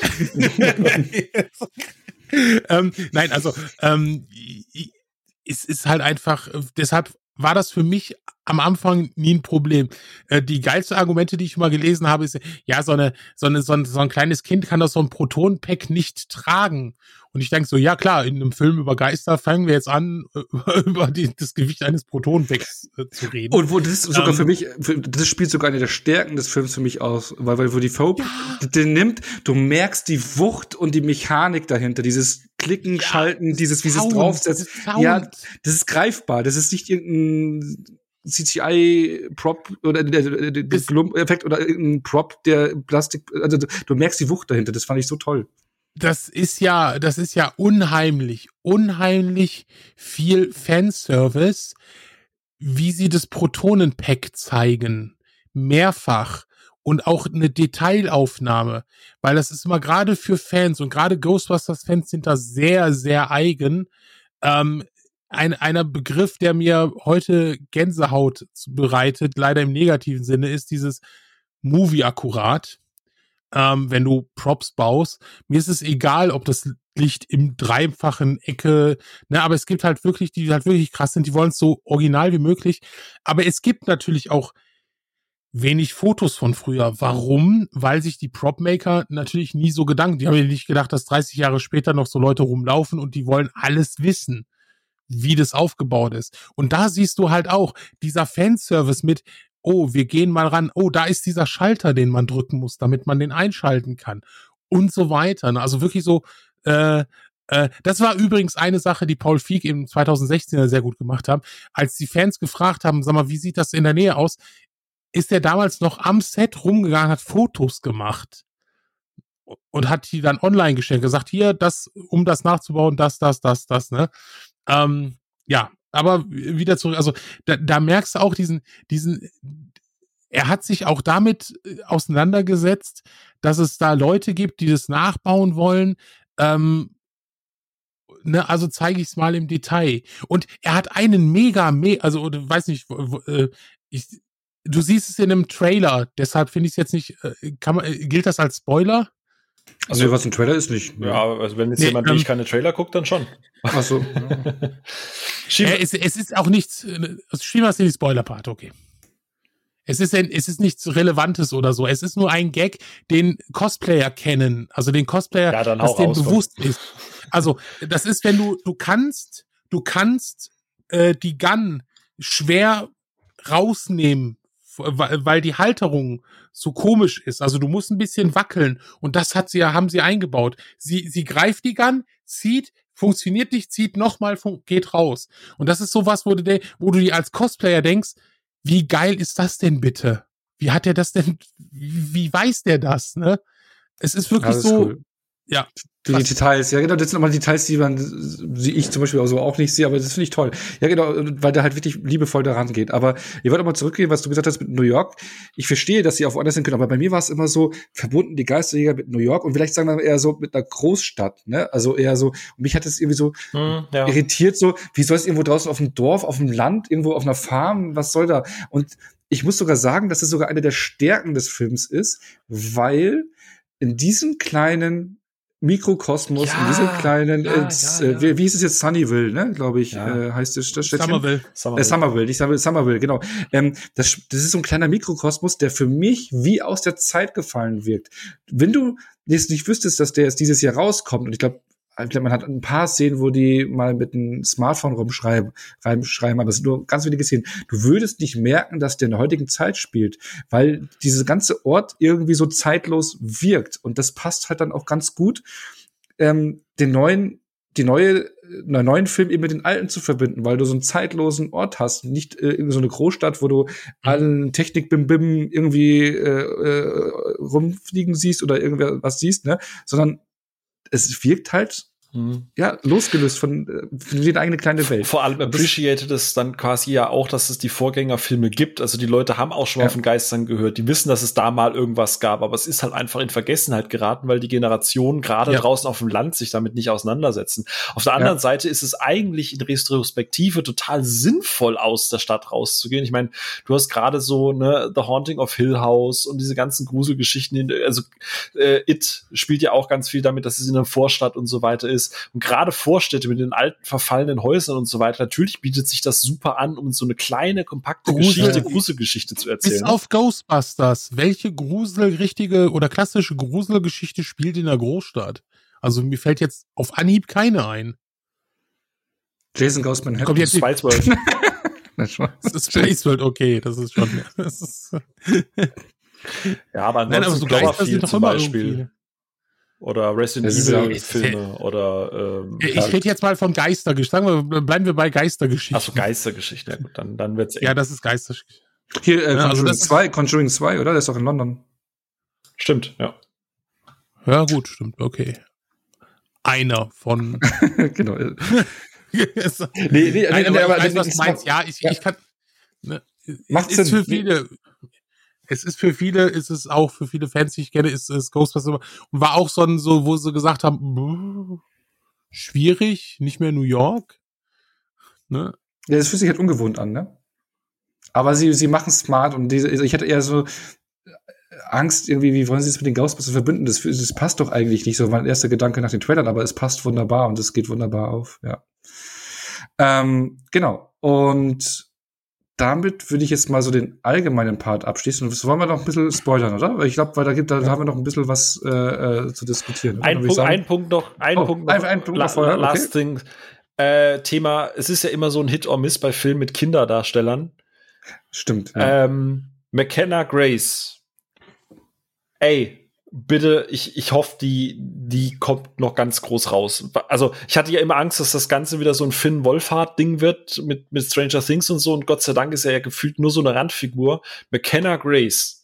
S3: ähm, nein, also ähm, es ist halt einfach, deshalb war das für mich am Anfang nie ein Problem. Äh, die geilsten Argumente, die ich mal gelesen habe, ist, ja, so eine, so eine, so ein, so ein kleines Kind kann das so ein Proton-Pack nicht tragen. Und ich denke so, ja klar, in einem Film über Geister fangen wir jetzt an, über die, das Gewicht eines Protonenpacks äh, zu reden.
S2: Und wo das ist sogar
S3: ähm,
S2: für mich, für, das spielt sogar eine der Stärken des Films für mich aus, weil, weil wo die Phobe
S3: Ja.
S2: den nimmt, du merkst die Wucht und die Mechanik dahinter, dieses Klicken,
S3: Ja,
S2: Schalten, dieses, wie es
S3: Sound,
S2: draufsetzt.
S3: das Sound.
S2: Ja, das ist greifbar, das ist nicht irgendein C G I-Prop oder der, der, der
S3: Das-
S2: Glum-Effekt oder irgendein Prop, der Plastik, also du, du merkst die Wucht dahinter, das fand ich so toll.
S3: Das ist ja, das ist ja unheimlich, unheimlich viel Fanservice, wie sie das Protonenpack zeigen. Mehrfach. Und auch eine Detailaufnahme. Weil das ist immer gerade für Fans und gerade Ghostbusters-Fans sind da sehr, sehr eigen. Ähm, ein, einer Begriff, der mir heute Gänsehaut bereitet, leider im negativen Sinne, ist dieses Movie-Akkurat. Ähm, wenn du Props baust. Mir ist es egal, ob das Licht im dreifachen Ecke, ne, aber es gibt halt wirklich, die halt wirklich krass sind, die wollen es so original wie möglich. Aber es gibt natürlich auch wenig Fotos von früher. Warum? Weil sich die Prop-Maker natürlich nie so Gedanken, die haben ja nicht gedacht, dass dreißig Jahre später noch so Leute rumlaufen und die wollen alles wissen, wie das aufgebaut ist. Und da siehst du halt auch dieser Fanservice mit, oh, wir gehen mal ran, oh, da ist dieser Schalter, den man drücken muss, damit man den einschalten kann und so weiter. Also wirklich so, äh, äh, das war übrigens eine Sache, die Paul Feig im zwanzig sechzehn sehr gut gemacht haben, als die Fans gefragt haben, sag mal, wie sieht das in der Nähe aus, ist er damals noch am Set rumgegangen, hat Fotos gemacht und hat die dann online gestellt, gesagt, hier, das, um das nachzubauen, das, das, das, das, ne? Ähm, ja, aber wieder zurück, also da, da merkst du auch diesen, diesen, er hat sich auch damit auseinandergesetzt, dass es da Leute gibt, die das nachbauen wollen, ähm, ne, also zeige ich es mal im Detail. Und er hat einen mega, me also, oder, weiß nicht, äh, ich, du siehst es in einem Trailer, deshalb finde ich es jetzt nicht, äh, kann man, äh, gilt das als Spoiler?
S2: Also, nee, was ein Trailer ist nicht.
S1: Ja, also wenn jetzt
S3: Nee,
S1: jemand,
S3: ähm,
S1: wie ich keine Trailer guckt, dann schon.
S2: Ach so.
S3: Äh, es, es ist auch nichts, äh, also schieben wir es in die Spoiler-Part, okay. Es ist, ein, es ist nichts Relevantes oder so. Es ist nur ein Gag, den Cosplayer kennen. Also den Cosplayer,
S1: Ja, dann
S3: dass
S1: hau
S3: dem
S1: raus,
S3: bewusst ist. Also das ist, wenn du, du kannst, du kannst äh, die Gun schwer rausnehmen, weil, weil die Halterung so komisch ist. Also du musst ein bisschen wackeln. Und das hat sie ja, haben sie eingebaut. Sie, sie greift die Gun, zieht, funktioniert nicht, zieht nochmal, fun- geht raus. Und das ist sowas, wo du, de- wo du dir als Cosplayer denkst, wie geil ist das denn bitte? Wie hat er das denn, wie weiß der das, ne? Es ist wirklich
S2: Ja, das ist
S3: so,
S2: cool.
S3: ja.
S2: Die, die Details, ja genau, das sind nochmal Details, die man, die ich zum Beispiel auch so auch nicht sehe, aber das finde ich toll. Ja genau, weil der halt wirklich liebevoll daran geht. Aber ich wollte mal zurückgehen, was du gesagt hast mit New York. Ich verstehe, dass sie auch woanders hin können, aber bei mir war es immer so verbunden, die Geisterjäger mit New York und vielleicht sagen wir eher so mit einer Großstadt, ne? Also eher so, und mich hat es irgendwie so
S1: Hm, ja.
S2: irritiert, so, wie soll es irgendwo draußen auf dem Dorf, auf dem Land, irgendwo auf einer Farm, was soll da? Und ich muss sogar sagen, dass es sogar eine der Stärken des Films ist, weil in diesem kleinen Mikrokosmos,
S1: Ja,
S2: in diesem kleinen,
S1: ja,
S2: äh,
S1: ja,
S2: äh,
S1: ja.
S2: wie, wie hieß es jetzt, Sunnyville, ne, glaube ich,
S1: Ja.
S2: äh, heißt es das Städtchen?
S3: Somerville.
S2: Äh, Somerville, nicht Somerville, Somerville, genau. Ähm, das, das ist so ein kleiner Mikrokosmos, der für mich wie aus der Zeit gefallen wirkt. Wenn du jetzt nicht wüsstest, dass der jetzt dieses Jahr rauskommt, und ich glaube, ich glaube, man hat ein paar Szenen, wo die mal mit einem Smartphone rumschreiben, reinschreiben, aber es sind nur ganz wenige Szenen. Du würdest nicht merken, dass der in der heutigen Zeit spielt, weil dieser ganze Ort irgendwie so zeitlos wirkt. Und das passt halt dann auch ganz gut, ähm, den neuen, die neue, einen neuen Film eben mit den alten zu verbinden, weil du so einen zeitlosen Ort hast, nicht äh, irgendwie so eine Großstadt, wo du allen Technik-Bim-Bim irgendwie äh, äh, rumfliegen siehst oder irgendwas siehst, ne, sondern es wirkt halt
S1: Hm.
S2: ja, losgelöst von, von die eigene kleine Welt.
S1: Vor allem appreciated es dann quasi ja auch, dass es die Vorgängerfilme gibt. Also die Leute haben auch schon mal
S2: Ja.
S1: von Geistern gehört. Die wissen, dass es da mal irgendwas gab. Aber es ist halt einfach in Vergessenheit geraten, weil die Generationen gerade
S3: Ja.
S1: draußen auf dem Land sich damit nicht auseinandersetzen. Auf der anderen
S2: Ja.
S1: Seite ist es eigentlich in Retrospektive total sinnvoll, aus der Stadt rauszugehen. Ich meine, du hast gerade so, ne, The Haunting of Hill House und diese ganzen Gruselgeschichten. Also äh, It spielt ja auch ganz viel damit, dass es in einer Vorstadt und so weiter ist. Und gerade Vorstädte mit den alten, verfallenen Häusern und so weiter, natürlich bietet sich das super an, um so eine kleine, kompakte
S3: Grusel-
S1: Geschichte, Gruselgeschichte zu
S3: Bis
S1: erzählen.
S3: auf Ghostbusters. Welche gruselrichtige oder klassische Gruselgeschichte spielt in der Großstadt? Also mir fällt jetzt auf Anhieb keine ein.
S2: Jason Goes Manhattan.
S3: Kommt jetzt
S1: Spice World.
S3: das ist Space World, okay, das ist schon. Das ist
S1: Ja, aber
S3: Nein, aber so Geister sind doch
S1: zum
S3: immer
S1: Beispiel.
S3: irgendwie.
S1: Oder Resident
S2: Das ist ja-
S1: Evil Filme oder ähm,
S3: Ich rede jetzt mal von Geistergeschichten. Sagen wir, bleiben wir bei Geistergeschichten.
S1: Achso, Geistergeschichte. Ja gut, dann, dann wird's eng.
S3: Ja, das ist Geistergeschichte.
S2: Hier, äh,
S3: Ja, also
S2: Conjuring
S3: das ist-
S2: zwei, Conjuring zwei, oder? Der ist doch in London.
S1: Stimmt, ja.
S3: Ja, gut, stimmt, okay. Einer von.
S2: Genau.
S3: nee,
S2: Nee, nee,
S3: Nein,
S2: nee,
S3: aber
S2: aber
S3: ich weiß,
S2: das-
S3: was
S2: das
S3: du meinst. Ja, ich,
S2: ja.
S3: ich kann. Ne,
S2: Macht
S3: es ist
S2: Sinn.
S3: für viele. Es ist für viele, ist es auch für viele Fans, die ich kenne, ist, ist Ghostbusters und war auch so ein, so, wo sie gesagt haben, "Buh, schwierig, nicht mehr New York. Ne?
S2: Ja, das fühlt sich halt ungewohnt an, ne? Aber sie, sie machen smart und diese, ich hatte eher so Angst, irgendwie, wie wollen sie es mit den Ghostbusters verbinden? Das, das passt doch eigentlich nicht so. Mein erster Gedanke nach den Trailern, aber es passt wunderbar und es geht wunderbar auf, ja. Ähm, genau. Und damit würde ich jetzt mal so den allgemeinen Part abschließen. Und das wollen wir noch ein bisschen spoilern, oder? Weil ich glaube, weil da gibt, da haben wir noch ein bisschen was äh, äh, zu diskutieren. Oder?
S1: Ein
S2: Dann würde ich
S1: Punkt,
S2: sagen,
S1: ein Punkt noch, ein
S2: Oh,
S1: Punkt noch.
S2: ein- ein Punkt
S1: La-
S2: noch vorher, okay.
S1: Last thing. Äh, Thema, es ist ja immer so ein Hit or Miss bei Filmen mit Kinderdarstellern.
S2: stimmt. Ja.
S1: Ähm, McKenna Grace. Ey, bitte, ich, ich hoffe, die, die kommt noch ganz groß raus. Also, ich hatte ja immer Angst, dass das Ganze wieder so ein Finn Wolfhard-Ding wird mit, mit Stranger Things und so. Und Gott sei Dank ist er ja gefühlt nur so eine Randfigur. McKenna Grace.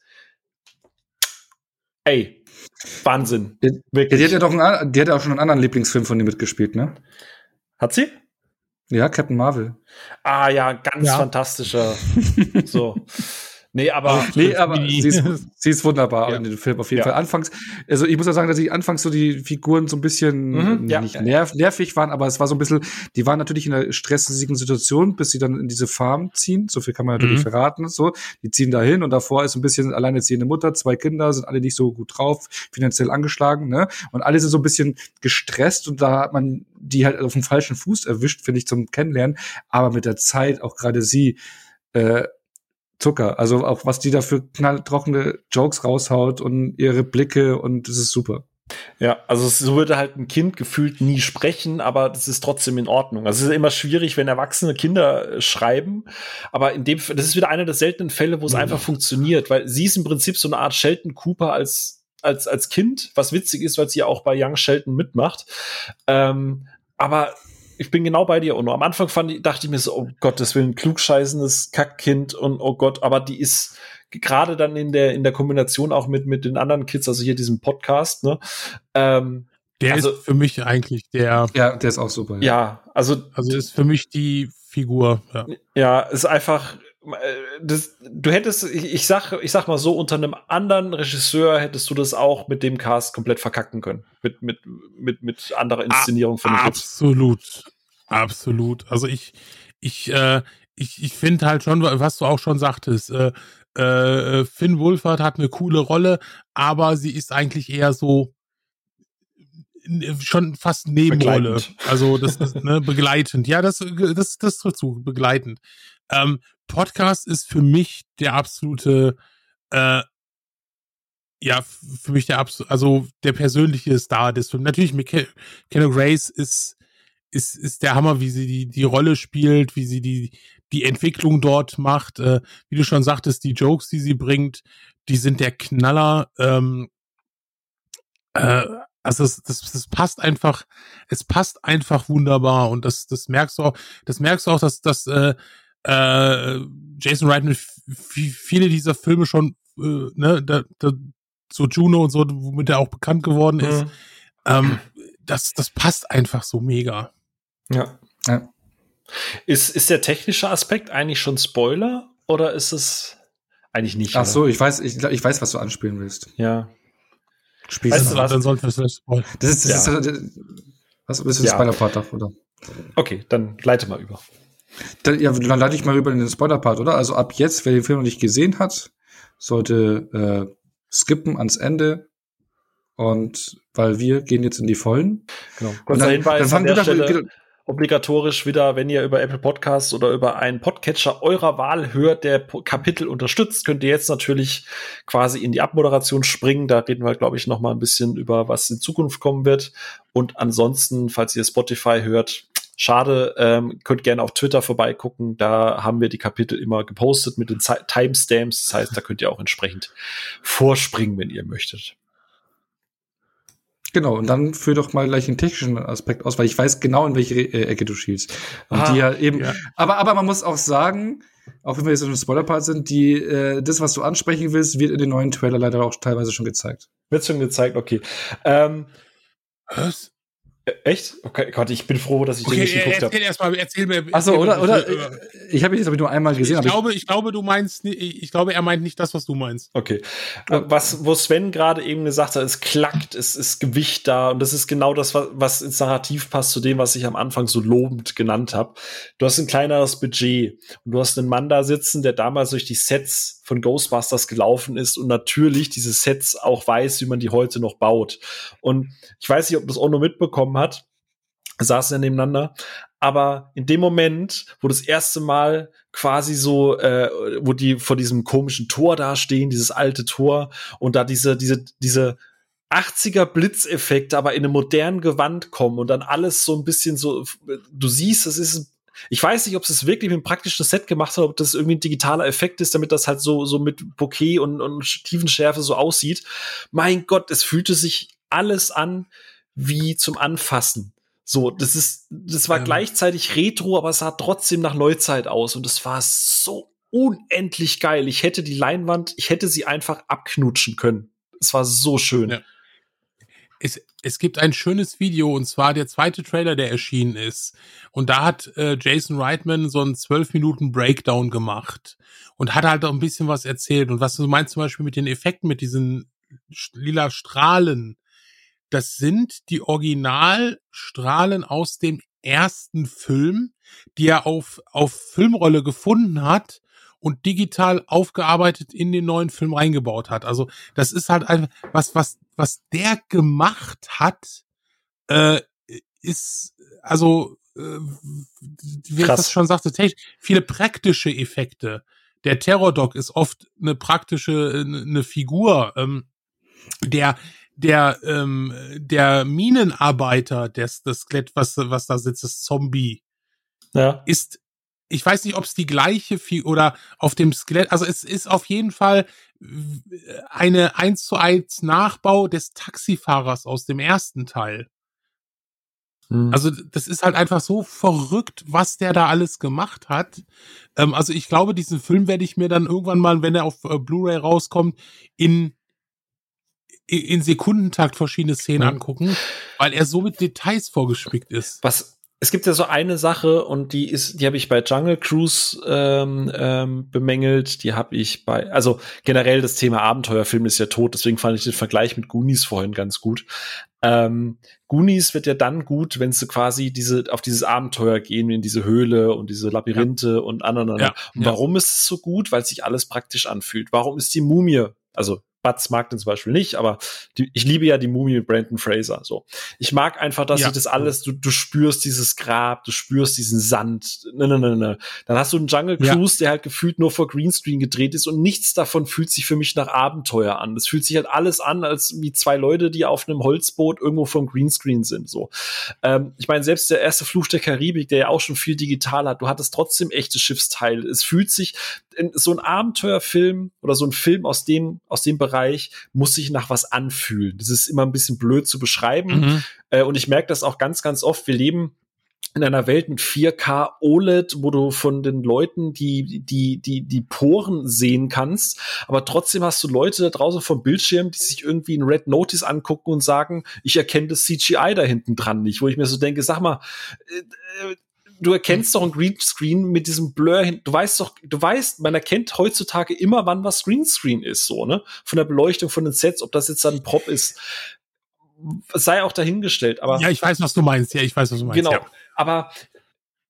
S1: Ey, Wahnsinn.
S2: Ja,
S1: Wirklich.
S2: die hat ja doch einen, die hat ja auch schon einen anderen Lieblingsfilm von dir mitgespielt, ne?
S1: Hat sie?
S2: Ja, Captain Marvel.
S1: Ah ja, ganz
S3: Ja.
S1: fantastischer. So. Nee, aber
S2: Nee, aber
S3: die-
S2: sie ist, sie ist wunderbar
S1: Ja.
S2: in dem Film auf jeden
S1: Ja.
S2: Fall. Anfangs, also ich muss ja sagen, dass ich anfangs so die Figuren so ein bisschen
S1: Mhm, ja.
S2: nicht nerv, nervig waren, aber es war so ein bisschen, die waren natürlich in einer stressigen Situation, bis sie dann in diese Farm ziehen. So viel kann man natürlich
S3: Mhm.
S2: verraten. So, die ziehen da hin und davor ist so ein bisschen alleinerziehende Mutter, zwei Kinder, sind alle nicht so gut drauf, finanziell angeschlagen, ne? Und alle sind so ein bisschen gestresst und da hat man die halt auf dem falschen Fuß erwischt, finde ich, zum Kennenlernen. Aber mit der Zeit, auch gerade sie, äh, Zucker. Also auch was die da für knalltrockene Jokes raushaut und ihre Blicke und das ist super.
S1: ja, also es- so würde halt ein Kind gefühlt nie sprechen, aber das ist trotzdem in Ordnung. Also es ist immer schwierig, wenn erwachsene Kinder äh, schreiben, aber in dem, das ist wieder einer der seltenen Fälle, wo es
S2: Mhm.
S1: einfach funktioniert, weil sie ist im Prinzip so eine Art Sheldon Cooper als als als Kind, was witzig ist, weil sie ja auch bei Young Sheldon mitmacht. Ähm, aber ich bin genau bei dir, Ono. Am Anfang fand ich, dachte ich mir so, oh Gott, das will ein klugscheißendes Kackkind und oh Gott, aber die ist gerade dann in der in der Kombination auch mit mit den anderen Kids, also hier diesem Podcast, ne? Ähm,
S3: Der
S1: Also-
S3: ist für mich eigentlich der,
S2: Ja, der ist auch super.
S1: ja, also
S3: also ist für mich die Figur. Ja.
S1: ja, ist einfach äh, das, du hättest, ich, ich sag, ich sag mal so, unter einem anderen Regisseur hättest du das auch mit dem Cast komplett verkacken können. Mit, mit, mit, mit anderer Inszenierung von den Kids.
S3: Absolut. Absolut. Also ich, ich, äh, ich, ich finde halt schon, was du auch schon sagtest, äh, äh, Finn Wolfhard hat eine coole Rolle, aber sie ist eigentlich eher so n- schon fast Nebenrolle.
S1: Begleitend.
S3: Also das ist ne, begleitend. Ja, das, das, das dazu, begleitend. Ähm, Podcast ist für mich der absolute, äh, ja, f- für mich der absolute, also der persönliche Star des Films. Natürlich, McKenna Grace ist, ist, ist der Hammer, wie sie die, die Rolle spielt, wie sie die, die Entwicklung dort macht. Äh, wie du schon sagtest, die Jokes, die sie bringt, die sind der Knaller. Ähm, äh, also das, das, das passt einfach, es passt einfach wunderbar und das, das merkst du auch, das merkst du auch, dass, dass äh, äh, Jason Reitman f- f- viele dieser Filme schon, äh, ne, da, da, so Juno und so, womit er auch bekannt geworden ist,
S1: Mhm.
S3: ähm, das, das passt einfach so mega.
S1: Ja.
S2: Ja.
S1: Ist, ist der technische Aspekt eigentlich schon Spoiler oder ist es eigentlich nicht?
S2: Ach
S1: oder?
S2: so, ich weiß, ich, ich weiß, was du anspielen willst.
S1: Ja.
S2: Spielst
S1: Weißt
S2: du
S1: du
S2: mal.
S1: was?
S3: Dann sollten wir es vielleicht spoilern.
S2: Das ist, das
S1: Ja.
S2: ist, was, willst du
S1: Ja.
S2: das Spoiler-Part doch, oder?
S1: Okay, dann leite mal über.
S2: Dann, ja, dann leite ich mal rüber in den Spoiler-Part, oder? Also ab jetzt, wer den Film noch nicht gesehen hat, sollte äh, skippen ans Ende. Und weil wir gehen jetzt in die Vollen.
S1: Genau.
S2: Und
S1: Kurzer
S2: dann,
S1: Hinweis
S2: dann
S1: an
S2: fang
S1: der
S2: du doch,
S1: Stelle.
S2: genau,
S1: obligatorisch wieder, wenn ihr über Apple Podcasts oder über einen Podcatcher eurer Wahl hört, der P- Kapitel unterstützt, könnt ihr jetzt natürlich quasi in die Abmoderation springen. Da reden wir, glaube ich, noch mal ein bisschen über, was in Zukunft kommen wird. Und ansonsten, falls ihr Spotify hört, schade, ähm, könnt gerne auf Twitter vorbeigucken. Da haben wir die Kapitel immer gepostet mit den Z- Timestamps. Das heißt, da könnt ihr auch entsprechend vorspringen, wenn ihr möchtet.
S2: Genau, und dann führ doch mal gleich den technischen Aspekt aus, weil ich weiß genau, in welche äh, Ecke du schielst. Und
S1: Ah,
S2: die ja eben,
S3: ja.
S2: aber, aber man muss auch sagen, auch wenn wir jetzt in einem Spoiler-Part sind, die, äh, das, was du ansprechen willst, wird in den neuen Trailer leider auch teilweise schon gezeigt.
S1: Wird schon gezeigt, okay. Ähm,
S3: Was?
S1: Echt? Okay, Gott, ich bin froh, dass ich
S3: Okay,
S1: den nicht geguckt
S3: erzähl
S1: habe.
S3: erstmal, erzähl mir.
S2: Ach so,
S3: erzähl
S2: oder,
S3: mir
S2: oder,
S3: bitte,
S2: äh, ich habe ihn jetzt aber nur einmal gesehen.
S3: ich
S2: aber
S3: glaube, ich glaube, du meinst, ni- ich glaube, er meint nicht das, was du meinst.
S1: Okay. Äh, Was, wo Sven gerade eben gesagt hat, es klackt, es ist Gewicht da und das ist genau das, was, was ins Narrativ passt zu dem, was ich am Anfang so lobend genannt habe. Du hast ein kleineres Budget und du hast einen Mann da sitzen, der damals durch die Sets von Ghostbusters gelaufen ist und natürlich diese Sets auch weiß, wie man die heute noch baut. Und ich weiß nicht, ob das Onno mitbekommen hat, saßen ja nebeneinander, aber in dem Moment, wo das erste Mal quasi so, äh, wo die vor diesem komischen Tor da stehen, dieses alte Tor und da diese, diese, diese achtziger Blitzeffekte aber in einem modernen Gewand kommen und dann alles so ein bisschen so, du siehst, es ist, ich weiß nicht, ob es wirklich mit einem praktischen Set gemacht hat, ob das irgendwie ein digitaler Effekt ist, damit das halt so, so mit Bokeh und, und Tiefenschärfe so aussieht. Mein Gott, es fühlte sich alles an wie zum Anfassen. So, das ist, das war
S3: Ähm.
S1: gleichzeitig Retro, aber es sah trotzdem nach Neuzeit aus und es war so unendlich geil. Ich hätte die Leinwand, ich hätte sie einfach abknutschen können. Es war so schön.
S3: Ja. Es, es gibt ein schönes Video, und zwar der zweite Trailer, der erschienen ist. Und da hat äh, Jason Reitman so einen zwölf Minuten Breakdown gemacht und hat halt auch ein bisschen was erzählt. Und was du meinst zum Beispiel mit den Effekten, mit diesen lila Strahlen, das sind die Originalstrahlen aus dem ersten Film, die er auf, auf Filmrolle gefunden hat und digital aufgearbeitet in den neuen Film reingebaut hat. Also das ist halt einfach, was, was, was der gemacht hat, äh, ist, also, äh, wie ich das schon sagte, technisch, viele praktische Effekte. Der Terror-Dog ist oft eine praktische, eine Figur, ähm, der, der, ähm, der Minenarbeiter, das, das Skelett, was, was da sitzt, das Zombie,
S1: Ja.
S3: ist, ich weiß nicht, ob es die gleiche Figur oder auf dem Skelett, also es ist auf jeden Fall eine eins zu eins Nachbau des Taxifahrers aus dem ersten Teil.
S1: Hm.
S3: Also das ist halt einfach so verrückt, was der da alles gemacht hat. Ähm, also ich glaube, diesen Film werde ich mir dann irgendwann mal, wenn er auf äh, Blu-ray rauskommt, in in Sekundentakt verschiedene Szenen
S1: Ja.
S3: angucken, weil er so mit Details vorgespickt ist.
S1: Was, es gibt ja so eine Sache und die ist, die habe ich bei Jungle Cruise ähm, ähm, bemängelt, die habe ich bei, also generell das Thema Abenteuerfilm ist ja tot, deswegen fand ich den Vergleich mit Goonies vorhin ganz gut. Ähm, Goonies wird ja dann gut, wenn sie quasi diese auf dieses Abenteuer gehen, in diese Höhle und diese Labyrinthe ja. und aneinander.
S3: Ja,
S1: und
S3: ja.
S1: warum ist es so gut? Weil sich alles praktisch anfühlt. Warum ist die Mumie, also Butz mag den zum Beispiel nicht, aber die, ich liebe ja die Mumie mit Brendan Fraser. So, ich mag einfach, dass
S3: Ja.
S1: ich das alles, du, du spürst dieses Grab, du spürst diesen Sand. Ne, ne, ne, ne. Dann hast du einen Jungle Cruise, ja. der halt gefühlt nur vor Greenscreen gedreht ist und nichts davon fühlt sich für mich nach Abenteuer an. Das fühlt sich halt alles an, als wie zwei Leute, die auf einem Holzboot irgendwo vom Greenscreen sind. So, ähm, ich meine, selbst der erste Fluch der Karibik, der ja auch schon viel digital hat, du hattest trotzdem echte Schiffsteile. Es fühlt sich so ein Abenteuerfilm oder so ein Film aus dem aus dem Bereich muss sich nach was anfühlen. Das ist immer ein bisschen blöd zu beschreiben. Mhm. Äh, und ich merke das auch ganz, ganz oft. Wir leben in einer Welt mit vier K O L E D, wo du von den Leuten die die die die Poren sehen kannst, aber trotzdem hast du Leute da draußen vom Bildschirm, die sich irgendwie ein Red Notice angucken und sagen, ich erkenne das C G I da hinten dran nicht, wo ich mir so denke, sag mal, äh, äh, du erkennst doch ein Greenscreen mit diesem Blur hin. Du weißt doch, du weißt, man erkennt heutzutage immer, wann was Greenscreen ist, so, ne? Von der Beleuchtung von den Sets, ob das jetzt dann ein Prop ist, sei auch dahingestellt, aber.
S3: Ja, ich weiß, was du meinst. Ja, ich weiß, was du meinst.
S1: Genau.
S3: Ja.
S1: Aber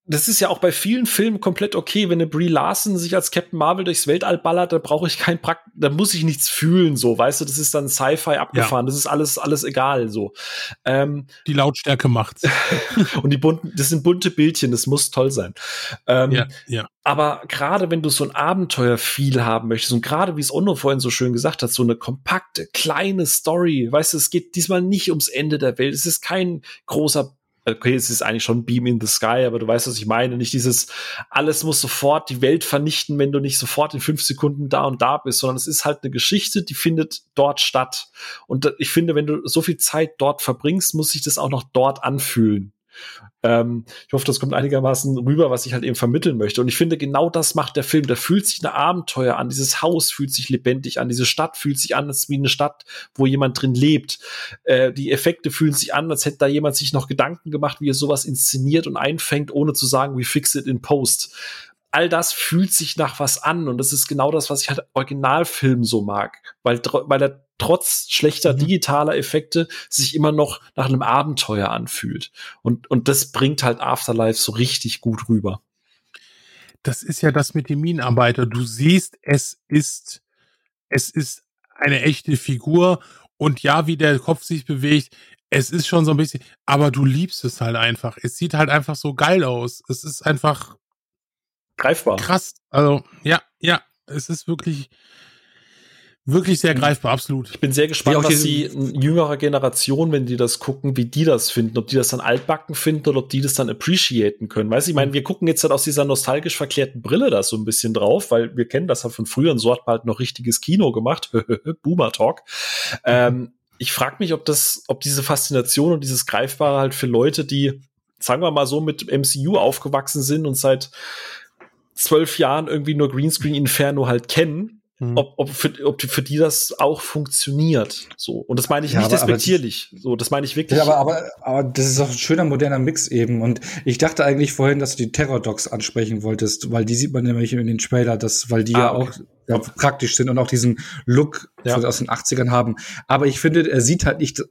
S1: das ist ja auch bei vielen Filmen komplett okay, wenn eine Brie Larson sich als Captain Marvel durchs Weltall ballert, da brauche ich kein Prakt, da muss ich nichts fühlen, so, weißt du, das ist dann Sci-Fi abgefahren, ja. Das ist alles, alles egal, so. Ähm,
S3: die Lautstärke macht's.
S1: Und die bunten, das sind bunte Bildchen, das muss toll sein. Ähm,
S3: ja, ja.
S1: Aber gerade wenn du so ein Abenteuer-Feel haben möchtest und gerade wie es Onno vorhin so schön gesagt hat, so eine kompakte, kleine Story, weißt du, es geht diesmal nicht ums Ende der Welt, es ist kein großer okay, es ist eigentlich schon Beam in the Sky, aber du weißt, was ich meine. Nicht dieses, alles muss sofort die Welt vernichten, wenn du nicht sofort in fünf Sekunden da und da bist, sondern es ist halt eine Geschichte, die findet dort statt. Und ich finde, wenn du so viel Zeit dort verbringst, muss sich das auch noch dort anfühlen. Ähm, ich hoffe, das kommt einigermaßen rüber, was ich halt eben vermitteln möchte. Und ich finde, genau das macht der Film. Der fühlt sich ein Abenteuer an. Dieses Haus fühlt sich lebendig an. Diese Stadt fühlt sich an, als wie eine Stadt, wo jemand drin lebt. Äh, die Effekte fühlen sich an, als hätte da jemand sich noch Gedanken gemacht, wie er sowas inszeniert und einfängt, ohne zu sagen, we fix it in post. All das fühlt sich nach was an. Und das ist genau das, was ich halt Originalfilm so mag. Weil, weil er trotz schlechter mhm. digitaler Effekte sich immer noch nach einem Abenteuer anfühlt. Und, und das bringt halt Afterlife so richtig gut rüber.
S3: Das ist ja das mit dem Minenarbeiter. Du siehst, es ist, es ist eine echte Figur. Und ja, wie der Kopf sich bewegt, es ist schon so ein bisschen, aber du liebst es halt einfach. Es sieht halt einfach so geil aus. Es ist einfach
S1: greifbar.
S3: Krass. Also, ja, ja, es ist wirklich, wirklich sehr greifbar, absolut.
S1: Ich bin sehr gespannt, was die jüngere Generation, wenn die das gucken, wie die das finden. Ob die das dann altbacken finden oder ob die das dann appreciaten können. Weißt du, ich meine, wir gucken jetzt halt aus dieser nostalgisch verklärten Brille da so ein bisschen drauf, weil wir kennen das halt von früher und so hat man halt noch richtiges Kino gemacht. Boomer Talk. Mhm. Ähm, ich frage mich, ob das, ob diese Faszination und dieses Greifbare halt für Leute, die, sagen wir mal so, mit M C U aufgewachsen sind und seit zwölf Jahren irgendwie nur Greenscreen Inferno halt kennen, mhm. ob, ob, für, ob für die das auch funktioniert. So. Und das meine ich ja, nicht aber, despektierlich. Aber, so, das meine ich wirklich.
S2: Ja, aber, aber, aber das ist auch ein schöner moderner Mix eben. Und ich dachte eigentlich vorhin, dass du die Terror-Docs ansprechen wolltest, weil die sieht man nämlich in den Trailer, dass, weil die ah, ja okay. auch ja, praktisch sind und auch diesen Look ja. aus den achtzigern haben. Aber ich finde, er sieht halt nicht, äh,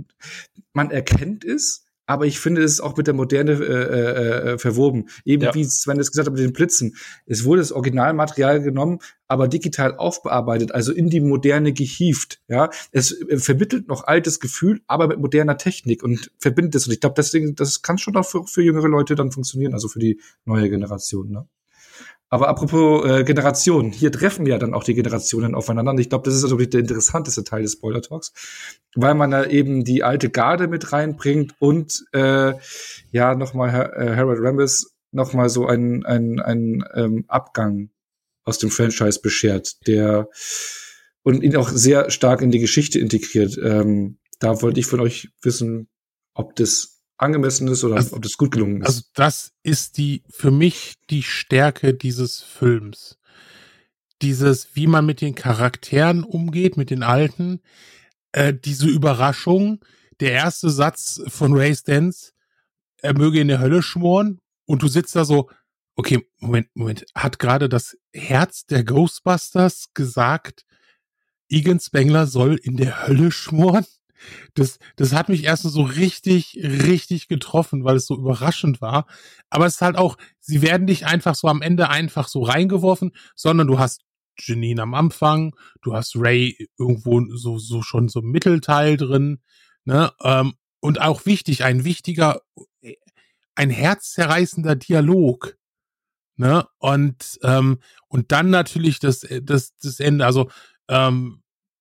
S2: man erkennt es, aber ich finde, es ist auch mit der Moderne äh, äh, verwoben. Eben ja. wie Sven es gesagt hat mit den Blitzen. Es wurde das Originalmaterial genommen, aber digital aufbearbeitet, also in die Moderne gehievt. Ja, es äh, vermittelt noch altes Gefühl, aber mit moderner Technik und verbindet es. Und ich glaube, deswegen, das kann schon auch für, für jüngere Leute dann funktionieren, also für die neue Generation. Ne? Aber apropos äh, Generation, hier treffen ja dann auch die Generationen aufeinander. Und ich glaube, das ist also der interessanteste Teil des Spoiler Talks, weil man da eben die alte Garde mit reinbringt und äh, ja nochmal äh, Harold Ramis nochmal so einen einen einen ähm, Abgang aus dem Franchise beschert, der und ihn auch sehr stark in die Geschichte integriert. Ähm, da wollte ich von euch wissen, ob das angemessen ist oder also, ob das gut gelungen ist.
S3: Also das ist die für mich die Stärke dieses Films. Dieses, wie man mit den Charakteren umgeht, mit den Alten, äh, diese Überraschung, der erste Satz von Ray Stantz, er möge in der Hölle schmoren und du sitzt da so, okay, Moment, Moment, hat gerade das Herz der Ghostbusters gesagt, Egan Spengler soll in der Hölle schmoren? Das, das hat mich erst so richtig, richtig getroffen, weil es so überraschend war. Aber es ist halt auch, sie werden nicht einfach so am Ende einfach so reingeworfen, sondern du hast Janine am Anfang, du hast Ray irgendwo so, so schon so im Mittelteil drin, ne, ähm, und auch wichtig, ein wichtiger, ein herzzerreißender Dialog, ne, und, ähm, und dann natürlich das, das, das Ende, also, ähm,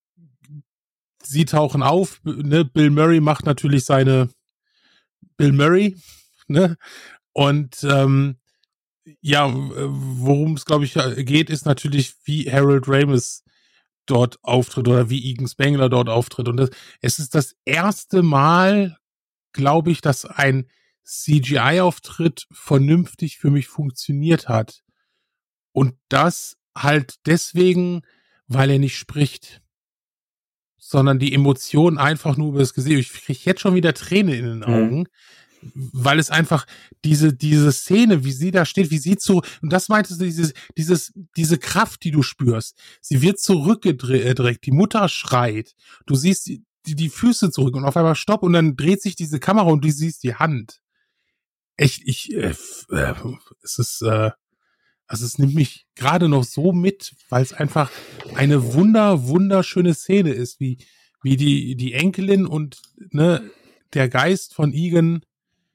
S3: sie tauchen auf, ne? Bill Murray macht natürlich seine Bill Murray, ne? Und ähm, ja, worum es, glaube ich, geht, ist natürlich, wie Harold Ramis dort auftritt oder wie Egan Spengler dort auftritt. Und das, es ist das erste Mal, glaube ich, dass ein C G I-Auftritt vernünftig für mich funktioniert hat. Und das halt deswegen, weil er nicht spricht, sondern die Emotionen einfach nur über das Gesicht. Ich kriege jetzt schon wieder Tränen in den Augen, mhm. weil es einfach diese diese Szene, wie sie da steht, wie sie zu, und das meintest du, dieses, dieses, diese Kraft, die du spürst. Sie wird zurückgedrängt, die Mutter schreit, du siehst die, die, die Füße zurück und auf einmal Stopp und dann dreht sich diese Kamera und du siehst die Hand. echt, ich, äh, äh, es ist, äh, also es nimmt mich gerade noch so mit, weil es einfach eine wunder, wunderschöne Szene ist, wie, wie die, die Enkelin und, ne, der Geist von Egan,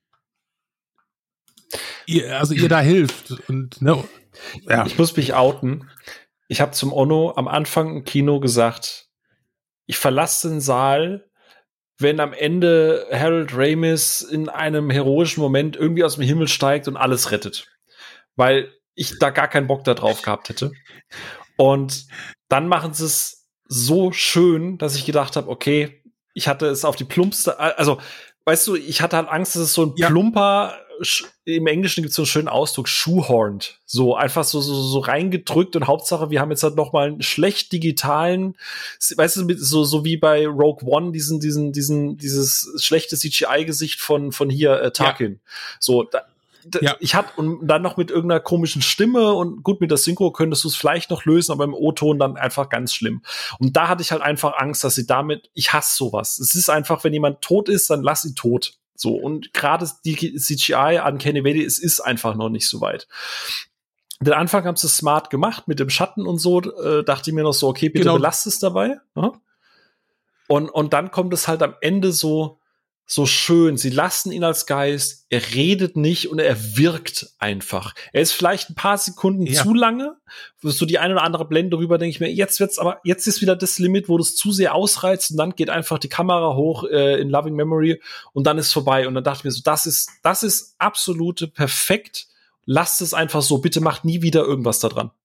S3: ihr, also ihr da hilft und, ne, ja.
S1: Ich muss mich outen. Ich habe zum Onno am Anfang im Kino gesagt, ich verlasse den Saal, wenn am Ende Harold Ramis in einem heroischen Moment irgendwie aus dem Himmel steigt und alles rettet. Weil ich da gar keinen Bock da drauf gehabt hätte. Und dann machen sie es so schön, dass ich gedacht habe, okay, ich hatte es auf die plumpste, also, weißt du, ich hatte halt Angst, dass es so ein ja. plumper, im Englischen gibt es so einen schönen Ausdruck, shoehorned, so einfach so, so, so reingedrückt und Hauptsache, wir haben jetzt halt noch mal einen schlecht digitalen, weißt du, so, so wie bei Rogue One, diesen, diesen, diesen, dieses schlechte C G I-Gesicht von, von hier, äh, Tarkin. Ja. So, da, Ja. Ich hatte und dann noch mit irgendeiner komischen Stimme und gut, mit der Synchro könntest du es vielleicht noch lösen, aber im O-Ton dann einfach ganz schlimm. Und da hatte ich halt einfach Angst, dass sie damit, ich hasse sowas. Es ist einfach, wenn jemand tot ist, dann lass ihn tot. So. Und gerade die C G I an Uncanny Valley, es ist einfach noch nicht so weit. Den Anfang haben sie smart gemacht mit dem Schatten und so, äh, dachte ich mir noch so, okay, bitte genau. Belasst es dabei. Ja? Und, und dann kommt es halt am Ende so, so schön. Sie lassen ihn als Geist. Er redet nicht und er wirkt einfach. Er ist vielleicht ein paar Sekunden ja. zu lange. So die eine oder andere Blende rüber, denke ich mir, jetzt wird's aber, jetzt ist wieder das Limit, wo du es zu sehr ausreizt und dann geht einfach die Kamera hoch äh, in Loving Memory und dann ist vorbei. Und dann dachte ich mir so, das ist, das ist absolute perfekt. Lasst es einfach so. Bitte macht nie wieder irgendwas da dran.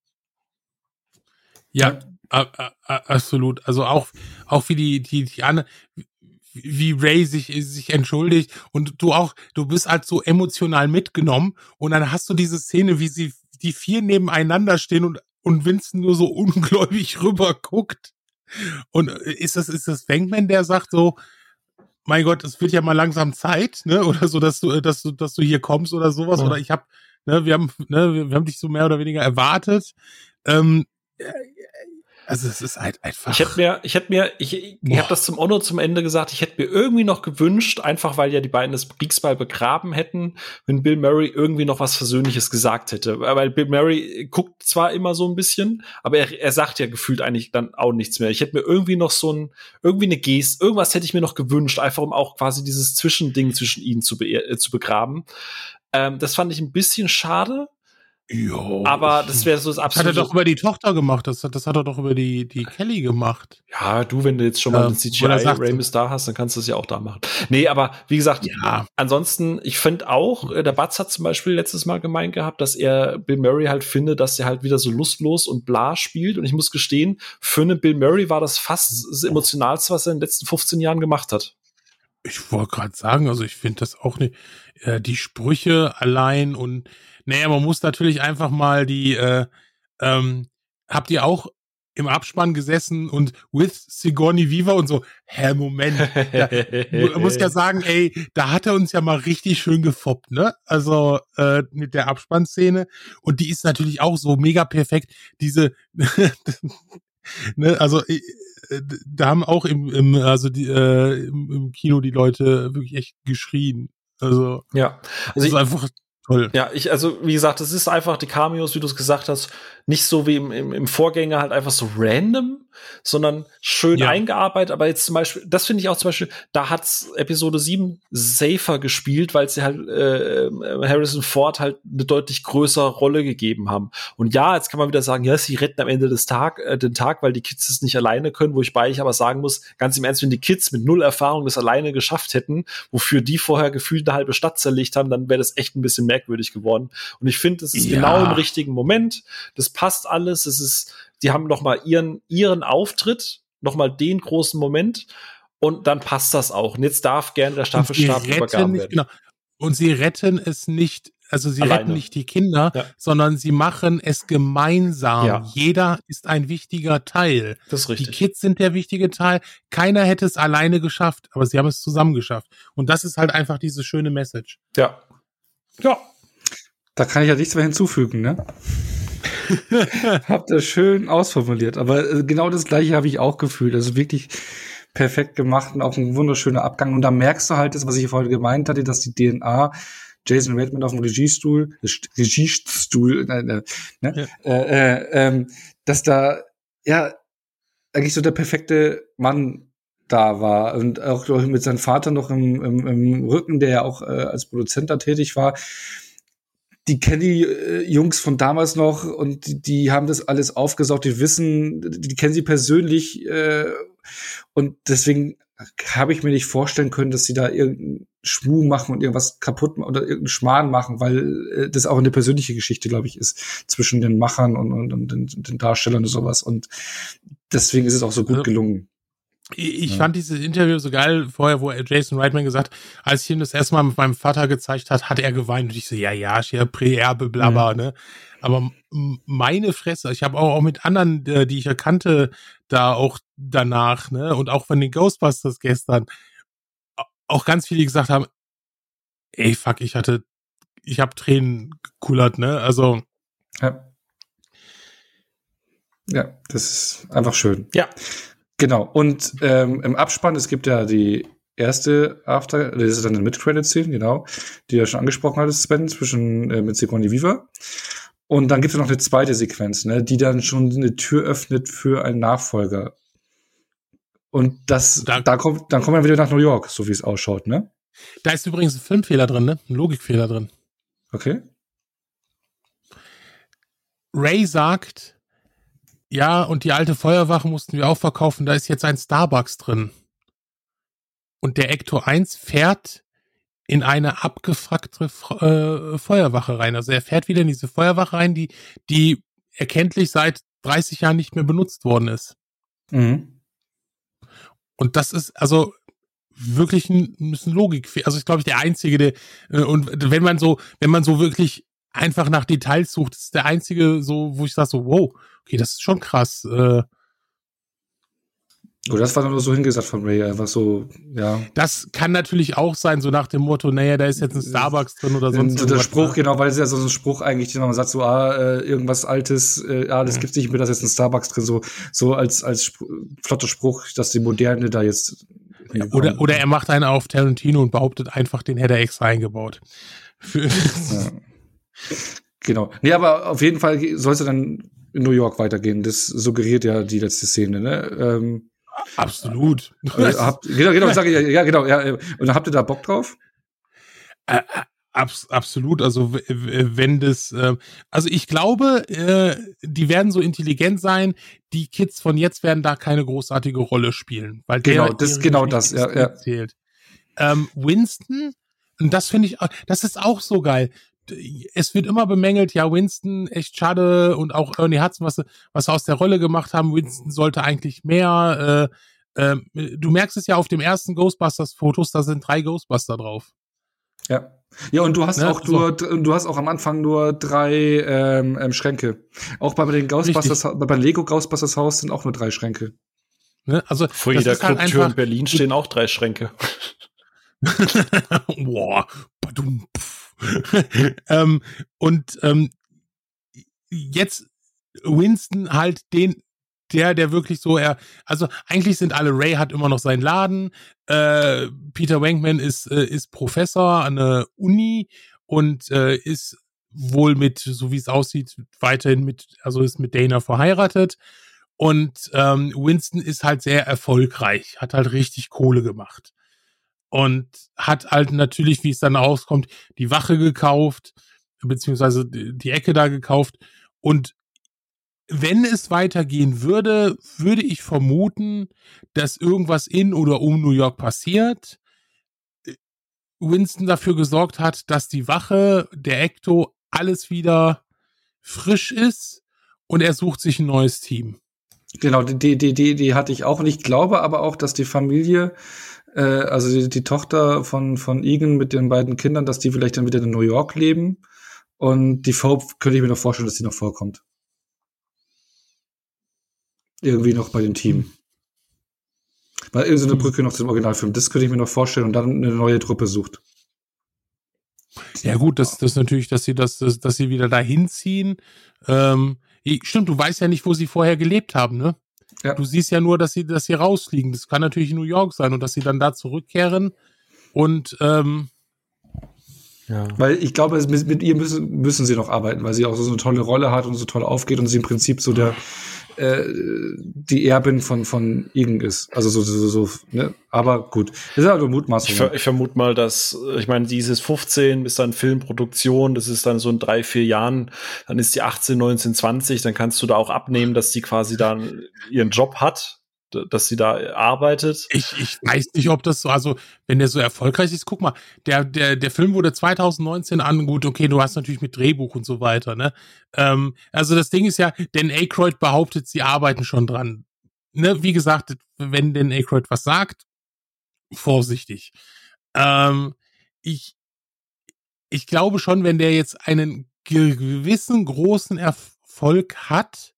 S3: Ja, a- a- absolut. Also auch, auch wie die, die, die andere, wie Ray sich, sich entschuldigt und du auch, du bist halt so emotional mitgenommen und dann hast du diese Szene, wie sie, die vier nebeneinander stehen und, und Winston nur so ungläubig rüber guckt. Und ist das, ist das Venkman, der sagt so, mein Gott, es wird ja mal langsam Zeit, ne, oder so, dass du, dass du, dass du hier kommst oder sowas, ja. Oder ich hab, ne, wir haben, ne, wir, wir haben dich so mehr oder weniger erwartet, ähm, also es ist halt einfach.
S1: Ich hätte mir, ich hätte mir, ich, ich habe das zum Onno zum Ende gesagt, ich hätte mir irgendwie noch gewünscht, einfach weil ja die beiden das Kriegsball begraben hätten, wenn Bill Murray irgendwie noch was Versöhnliches gesagt hätte. Weil Bill Murray guckt zwar immer so ein bisschen, aber er, er sagt ja gefühlt eigentlich dann auch nichts mehr. Ich hätte mir irgendwie noch so ein, irgendwie eine Geste, irgendwas hätte ich mir noch gewünscht, einfach um auch quasi dieses Zwischending zwischen ihnen zu, be- äh, zu begraben. Ähm, das fand ich ein bisschen schade.
S3: Jo.
S1: Aber das wäre so das absolute.
S3: Das hat er doch über die Tochter gemacht. Das, das hat er doch über die, die Kelly gemacht.
S1: Ja, du, wenn du jetzt schon mal den C G I-Ramis da hast, dann kannst du es ja auch da machen. Nee, aber wie gesagt, ja. Ansonsten, ich finde auch, der Batz hat zum Beispiel letztes Mal gemeint gehabt, dass er Bill Murray halt findet, dass der halt wieder so lustlos und bla spielt. Und ich muss gestehen, für einen Bill Murray war das fast das Emotionalste, was er in den letzten fünfzehn Jahren gemacht hat.
S3: Ich wollte gerade sagen, also ich finde das auch nicht, äh, die Sprüche allein und naja, man muss natürlich einfach mal die, äh, ähm, habt ihr auch im Abspann gesessen und with Sigourney Weaver und so, hä, Moment, da, man muss ja sagen, ey, da hat er uns ja mal richtig schön gefoppt, ne? Also äh, mit der Abspannszene und die ist natürlich auch so mega perfekt, diese ne, also äh, da haben auch im, im also die, äh, im, im Kino die Leute wirklich echt geschrien. Also
S1: ja, also
S3: das ist einfach toll.
S1: Ja, ich, also, wie gesagt, es ist einfach die Cameos, wie du es gesagt hast, nicht so wie im, im, im Vorgänger halt einfach so random, sondern schön ja. eingearbeitet. Aber jetzt zum Beispiel, das finde ich auch zum Beispiel, da hat's Episode sieben safer gespielt, weil sie halt äh, Harrison Ford halt eine deutlich größere Rolle gegeben haben. Und ja, jetzt kann man wieder sagen, ja, sie retten am Ende des Tag, äh, den Tag, weil die Kids es nicht alleine können, wo ich bei ich aber sagen muss, ganz im Ernst, wenn die Kids mit null Erfahrung das alleine geschafft hätten, wofür die vorher gefühlt eine halbe Stadt zerlegt haben, dann wäre das echt ein bisschen merkwürdig geworden. Und ich finde, es ist ja. genau im richtigen Moment. Das passt alles. Es ist, die haben noch mal ihren ihren Auftritt, noch mal den großen Moment und dann passt das auch. Und jetzt darf gerne der Staffelstab übergeben werden.
S3: Genau. Und sie retten es nicht, also sie Alleine. retten nicht die Kinder, ja. sondern sie machen es gemeinsam. Ja. Jeder ist ein wichtiger Teil.
S1: Das ist richtig.
S3: Die Kids sind der wichtige Teil. Keiner hätte es alleine geschafft, aber sie haben es zusammen geschafft. Und das ist halt einfach diese schöne Message.
S1: Ja. Ja.
S2: Da kann ich ja nichts mehr hinzufügen, ne? Habt ihr schön ausformuliert. Aber genau das Gleiche habe ich auch gefühlt. Also wirklich perfekt gemacht und auch ein wunderschöner Abgang. Und da merkst du halt das, was ich vorhin gemeint hatte, dass die D N A Jason Reitman auf dem Regiestuhl, Regiestuhl, nein, ne, ja. äh, äh, ähm, dass da, ja, eigentlich so der perfekte Mann da war und auch mit seinem Vater noch im, im, im Rücken, der ja auch äh, als Produzent da tätig war. Die kennen die äh, Jungs von damals noch und die, die haben das alles aufgesaugt, die wissen, die, die kennen sie persönlich äh, und deswegen habe ich mir nicht vorstellen können, dass sie da irgendeinen Schmuh machen und irgendwas kaputt machen oder irgendeinen Schmarrn machen, weil äh, das auch eine persönliche Geschichte, glaube ich, ist zwischen den Machern und, und, und den, den Darstellern und sowas und deswegen ist es auch so gut gelungen.
S3: Ich ja. fand dieses Interview so geil vorher, wo Jason Reitman gesagt hat, als ich ihm das erste Mal mit meinem Vater gezeigt hat, hat er geweint und ich so, ja, ja, ja, Präerbe, blabla, mhm. ne? Aber meine Fresse, ich habe auch, auch mit anderen, die ich erkannte, da auch danach, ne? Und auch von den Ghostbusters gestern, auch ganz viele gesagt haben, ey, fuck, ich hatte, ich habe Tränen gekullert, ne? Also.
S2: Ja. Ja, das ist einfach schön.
S1: Ja.
S2: Genau, und ähm, im Abspann, es gibt ja die erste After, das ist dann eine Mid-Credit-Scene, genau, die du ja schon angesprochen hattest, Sven, zwischen äh, mit Sigourney Weaver. Und dann gibt es noch eine zweite Sequenz, ne, die dann schon eine Tür öffnet für einen Nachfolger. Und das, da, da kommt, dann kommen wir wieder nach New York, so wie es ausschaut, ne?
S3: Da ist übrigens ein Filmfehler drin, ne? Ein Logikfehler drin.
S2: Okay.
S3: Ray sagt, ja, und die alte Feuerwache mussten wir auch verkaufen, da ist jetzt ein Starbucks drin. Und der Ecto eins fährt in eine abgefuckte äh, Feuerwache rein. Also er fährt wieder in diese Feuerwache rein, die, die erkenntlich seit dreißig Jahren nicht mehr benutzt worden ist.
S2: Mhm.
S3: Und das ist also wirklich ein, ein Logik. Also ich glaube, der einzige, der, äh, und wenn man so, wenn man so wirklich einfach nach Details sucht, ist der einzige so, wo ich sage so, wow, okay, das ist schon krass. Äh,
S2: oh, das war nur so hingesagt von Ray, einfach so, ja.
S3: Das kann natürlich auch sein, so nach dem Motto, naja, da ist jetzt ein Starbucks drin oder sonst
S2: so der Spruch, ne? Genau, weil es ja so ein Spruch eigentlich, den man sagt, so, ah, äh, irgendwas Altes, äh, ah, das ja. gibt's nicht mehr, da ist jetzt ein Starbucks drin, so, so als, als Sp- flotter Spruch, dass die Moderne da jetzt.
S3: Ja, oder, oder er macht einen auf Tarantino und behauptet einfach, den hätte er extra eingebaut.
S2: Ja. Genau. Nee, aber auf jeden Fall soll es ja dann in New York weitergehen. Das suggeriert ja die letzte Szene, ne? Ähm,
S3: Absolut.
S2: Äh, habt, genau, genau, sag ich, ja, genau, ja. Und habt ihr da Bock drauf?
S3: Äh, abs- absolut. Also, w- w- wenn das, äh, also ich glaube, äh, die werden so intelligent sein. Die Kids von jetzt werden da keine großartige Rolle spielen, weil
S2: genau,
S3: der
S2: das, genau das, ja, ja.
S3: Zählt. Ähm, Winston, und das finde ich, das ist auch so geil. Es wird immer bemängelt, ja, Winston, echt schade, und auch Ernie Hudson, was, was sie aus der Rolle gemacht haben. Winston sollte eigentlich mehr, äh, äh, du merkst es ja auf dem ersten Ghostbusters-Fotos, da sind drei Ghostbuster drauf.
S2: Ja. Ja, und du hast
S3: ne?
S2: auch nur, so. du hast auch am Anfang nur drei ähm, ähm, Schränke. Auch bei den Ghostbusters, Richtig. bei Lego Ghostbusters Haus sind auch nur drei Schränke.
S3: Ne? Also
S1: vor jeder Clubtür halt in Berlin stehen auch drei Schränke.
S3: Boah, badum, ähm, und ähm, jetzt Winston halt den, der, der wirklich so, er, also eigentlich sind alle, Ray hat immer noch seinen Laden, äh, Peter Venkman ist, äh, ist Professor an der Uni und äh, ist wohl mit, so wie es aussieht, weiterhin mit, also ist mit Dana verheiratet, und ähm, Winston ist halt sehr erfolgreich, hat halt richtig Kohle gemacht. Und hat halt natürlich, wie es dann rauskommt, die Wache gekauft, beziehungsweise die Ecke da gekauft. Und wenn es weitergehen würde, würde ich vermuten, dass irgendwas in oder um New York passiert. Winston dafür gesorgt hat, dass die Wache, der Ecto, alles wieder frisch ist, und er sucht sich ein neues Team.
S2: Genau, die, die, die, die hatte ich auch. Und ich glaube aber auch, dass die Familie, äh, also die, die Tochter von, von Egan mit den beiden Kindern, dass die vielleicht dann wieder in New York leben. Und die Phoebe könnte ich mir noch vorstellen, dass die noch vorkommt. Irgendwie noch bei dem Team. Mhm. Weil irgendeine Brücke noch zum Originalfilm. Das könnte ich mir noch vorstellen, und dann eine neue Truppe sucht.
S3: Ja gut, das, das natürlich, dass sie das, dass, dass sie wieder dahin ziehen. Ähm, stimmt, du weißt ja nicht, wo sie vorher gelebt haben, ne?
S2: Ja.
S3: Du siehst ja nur, dass sie, dass sie rausfliegen. Das kann natürlich in New York sein, und dass sie dann da zurückkehren und ähm,
S1: Ja.
S2: Weil ich glaube, mit, mit ihr müssen, müssen sie noch arbeiten, weil sie auch so eine tolle Rolle hat und so toll aufgeht und sie im Prinzip so der äh, die Erbin von von Igen ist. Also so so so, ne? Aber gut, das ist halt eine Mutmaßung.
S1: Ich, ver- ich vermute mal, dass ich meine, dieses fünfzehn ist dann Filmproduktion, das ist dann so in drei, vier Jahren, dann ist die achtzehn, neunzehn, zwanzig, dann kannst du da auch abnehmen, dass die quasi dann ihren Job hat, d- dass sie da arbeitet.
S3: Ich, ich weiß nicht, ob das so, also wenn der so erfolgreich ist, guck mal, der, der, der Film wurde zwanzig neunzehn an, gut, okay, du hast natürlich mit Drehbuch und so weiter, ne? Ähm, also das Ding ist ja, Dan Aykroyd behauptet, sie arbeiten schon dran. Ne? Wie gesagt, wenn Dan Aykroyd was sagt, vorsichtig. Ähm, ich, ich glaube schon, wenn der jetzt einen gewissen großen Erfolg hat,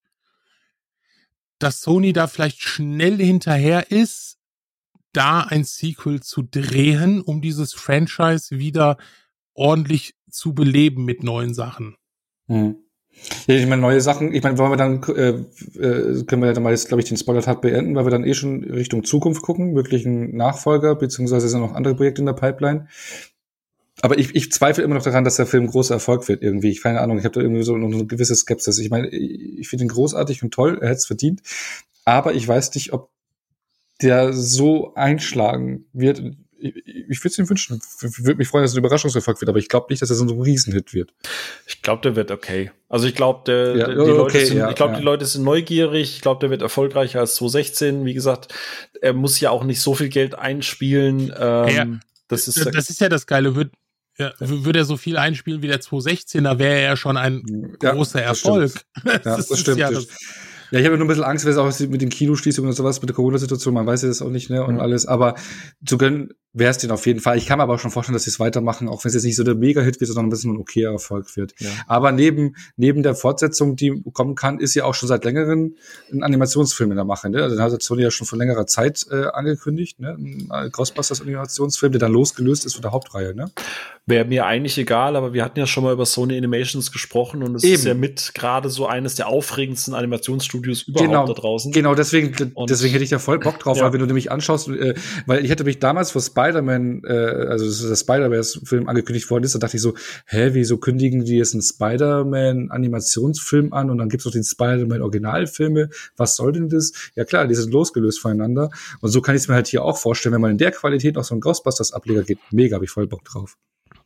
S3: dass Sony da vielleicht schnell hinterher ist, da ein Sequel zu drehen, um dieses Franchise wieder ordentlich zu beleben mit neuen Sachen.
S2: Hm. Ja, ich meine, neue Sachen, ich meine, wollen wir dann, äh, äh, können wir ja dann mal jetzt, glaube ich, den Spoiler-Tat beenden, weil wir dann eh schon Richtung Zukunft gucken, wirklich ein Nachfolger, beziehungsweise sind noch andere Projekte in der Pipeline. Aber ich, ich zweifle immer noch daran, dass der Film ein großer Erfolg wird irgendwie. Ich keine Ahnung, ich habe da irgendwie so noch eine gewisse Skepsis. Ich meine, ich finde ihn großartig und toll, er hätte es verdient, aber ich weiß nicht, ob der so einschlagen wird. Ich, ich würde es ihm wünschen. Ich würde mich freuen, dass es ein Überraschungserfolg wird, aber ich glaube nicht, dass er so ein Riesenhit wird.
S1: Ich glaube, der wird okay. Also ich glaube, der,
S2: Ja,
S1: der, die
S2: okay,
S1: Leute sind,
S2: ja,
S1: ich glaube,
S2: ja.
S1: die Leute sind neugierig. Ich glaube, der wird erfolgreicher als zwanzig sechzehn. Wie gesagt, er muss ja auch nicht so viel Geld einspielen. Ähm,
S3: Ja,
S1: das ist
S3: das ist ja das Geile. Würde ja, würde er so viel einspielen wie der zwanzig sechzehner, wäre er ja schon ein
S2: Ja,
S3: großer
S2: das
S3: Erfolg.
S2: stimmt. Ja, das,
S3: ist
S2: stimmt.
S3: ja
S2: das,
S3: das-
S2: ja, ich habe nur ein bisschen Angst, weil es auch mit den Kinoschließungen und sowas, mit der Corona-Situation, man weiß ja das auch nicht, ne, und
S1: Ja.
S2: alles, aber zu gönnen wäre es den auf jeden Fall. Ich kann mir aber auch schon vorstellen, dass sie es weitermachen, auch wenn es jetzt nicht so der Mega-Hit wird, sondern ein bisschen ein okayer Erfolg wird.
S1: Ja.
S2: Aber neben, neben der Fortsetzung, die kommen kann, ist ja auch schon seit längerem ein Animationsfilm in der Mache, ne? Also den hat Sony ja schon vor längerer Zeit äh, angekündigt, ne? Ein Ghostbusters-Animationsfilm, der dann losgelöst ist von der Hauptreihe, ne?
S1: Wäre mir eigentlich egal, aber wir hatten ja schon mal über Sony Animations gesprochen und es
S2: Eben.
S1: ist ja mit gerade so eines der aufregendsten Animationsstudios überhaupt
S2: Genau,
S1: da draußen.
S2: genau, deswegen,
S1: Und-
S2: deswegen hätte ich da voll Bock drauf,
S1: Ja.
S2: weil wenn du nämlich anschaust, äh, weil ich hätte mich damals vor Spider-Man, äh, also das ist der Spider-Verse-Film angekündigt worden ist, da dachte ich so, hä, wieso kündigen die jetzt einen Spider-Man-Animationsfilm an und dann gibt's noch den Spider-Man-Originalfilme, was soll denn das? Ja klar, die sind losgelöst voneinander und so kann ich es mir halt hier auch vorstellen, wenn man in der Qualität noch so einen Ghostbusters-Ableger geht, mega, hab ich voll Bock drauf.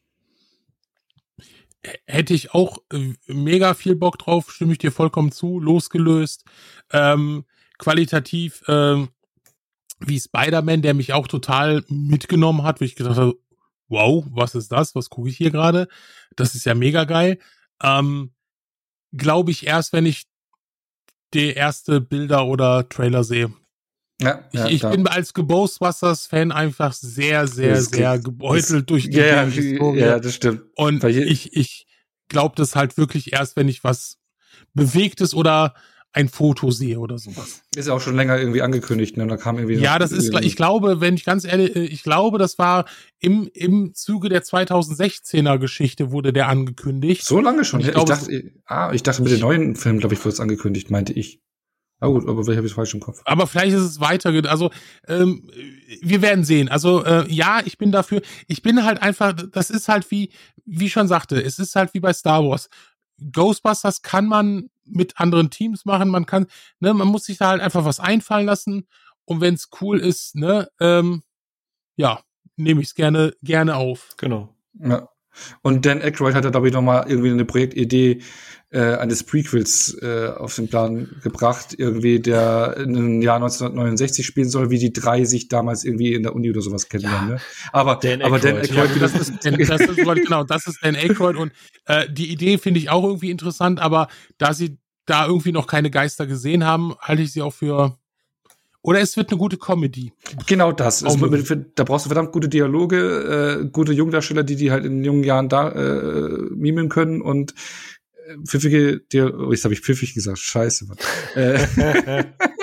S3: Hätte ich auch äh, mega viel Bock drauf, stimme ich dir vollkommen zu, losgelöst. Ähm, qualitativ ähm, wie Spider-Man, der mich auch total mitgenommen hat, wo ich gedacht habe, wow, was ist das? Was gucke ich hier gerade? Das ist ja mega geil. Ähm, Glaube ich erst, wenn ich die erste Bilder oder Trailer sehe.
S2: Ja,
S3: Ich,
S2: ja,
S3: ich
S2: klar.
S3: bin als Ghostbusters-Fan einfach sehr, sehr,
S2: Es
S3: sehr
S2: gibt-
S3: gebeutelt durch die
S2: ja, ja,
S3: Historie.
S2: ja, das stimmt.
S3: Und
S2: Weil hier-
S3: ich, ich glaube das halt wirklich erst, wenn ich was Bewegtes oder ein Foto sehe oder sowas.
S2: Ist ja auch schon länger irgendwie angekündigt, ne? Und da kam irgendwie
S3: Ja,
S2: noch
S3: das ist,
S2: irgendwie-
S3: ich glaube, wenn ich ganz ehrlich, ich glaube, das war im, im Zuge der zwanzig sechzehner Geschichte wurde der angekündigt.
S2: so lange schon.
S3: Ich
S2: Ich,
S3: glaube,
S2: dachte, ah, ich dachte mit den neuen Film, glaube ich, wurde es angekündigt, meinte ich. Ah gut, aber vielleicht habe ich es falsch im Kopf.
S3: Aber vielleicht ist es weiter, also ähm, wir werden sehen. Also äh, ja, ich bin dafür. Ich bin halt einfach, das ist halt wie, wie schon sagte, es ist halt wie bei Star Wars. Ghostbusters kann man mit anderen Teams machen, man kann, ne, man muss sich da halt einfach was einfallen lassen. Und wenn es cool ist, ne, ähm, ja, nehme ich es gerne, gerne auf.
S1: Genau.
S2: Ja. Und Dan Aykroyd hat da, glaube ich, noch mal irgendwie eine Projektidee äh, eines Prequels äh, auf den Plan gebracht, irgendwie, der im Jahr neunzehnhundertneunundsechzig spielen soll, wie die drei sich damals irgendwie in der Uni oder sowas kennenlernen. Ne? Aber
S1: Dan
S2: aber Dan
S1: Aykroyd.
S2: Aykroyd,
S3: Ja, das ist, Dan, das ist genau, das ist Dan Aykroyd und äh, die Idee finde ich auch irgendwie interessant, aber da sie da irgendwie noch keine Geister gesehen haben, halte ich sie auch für. Oder es wird eine gute Comedy.
S2: genau das. Es,
S3: Auch
S2: mit, mit, da brauchst du verdammt gute Dialoge, äh, gute Jungdarsteller, die die halt in jungen Jahren da äh, mimen können und äh, pfiffige Dialoge. Oh, jetzt habe ich pfiffig gesagt. Scheiße, Mann. äh,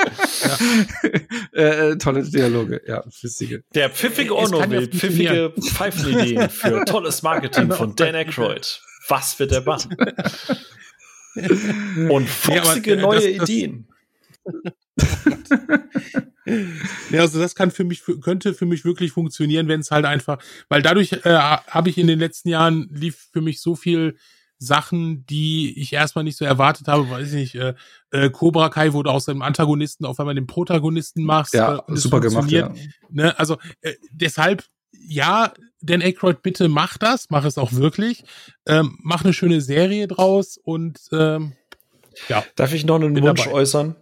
S2: äh, tolle Dialoge, ja, pfiffige.
S1: Der pfiffige
S3: Es kann ja
S1: Orno will pfiffige Pfeifenideen für tolles Marketing von Dan Aykroyd. Was wird er machen? Und fuchsige
S3: Ja, aber, äh,
S1: neue
S3: das- das-
S1: Ideen.
S3: Ja, also das kann für mich, könnte für mich wirklich funktionieren, wenn es halt einfach, weil dadurch äh, habe ich in den letzten Jahren lief für mich so viel Sachen, die ich erstmal nicht so erwartet habe, weiß ich nicht, äh, äh, Cobra Kai, wo du aus einem Antagonisten auf einmal den Protagonisten machst.
S2: Ja,
S3: äh, und
S2: super gemacht, ja.
S3: Ne? Also äh, deshalb, ja, Dan Aykroyd, bitte mach das, mach es auch wirklich, ähm, mach eine schöne Serie draus und ähm, ja.
S1: Darf ich noch einen Wunsch dabei. äußern?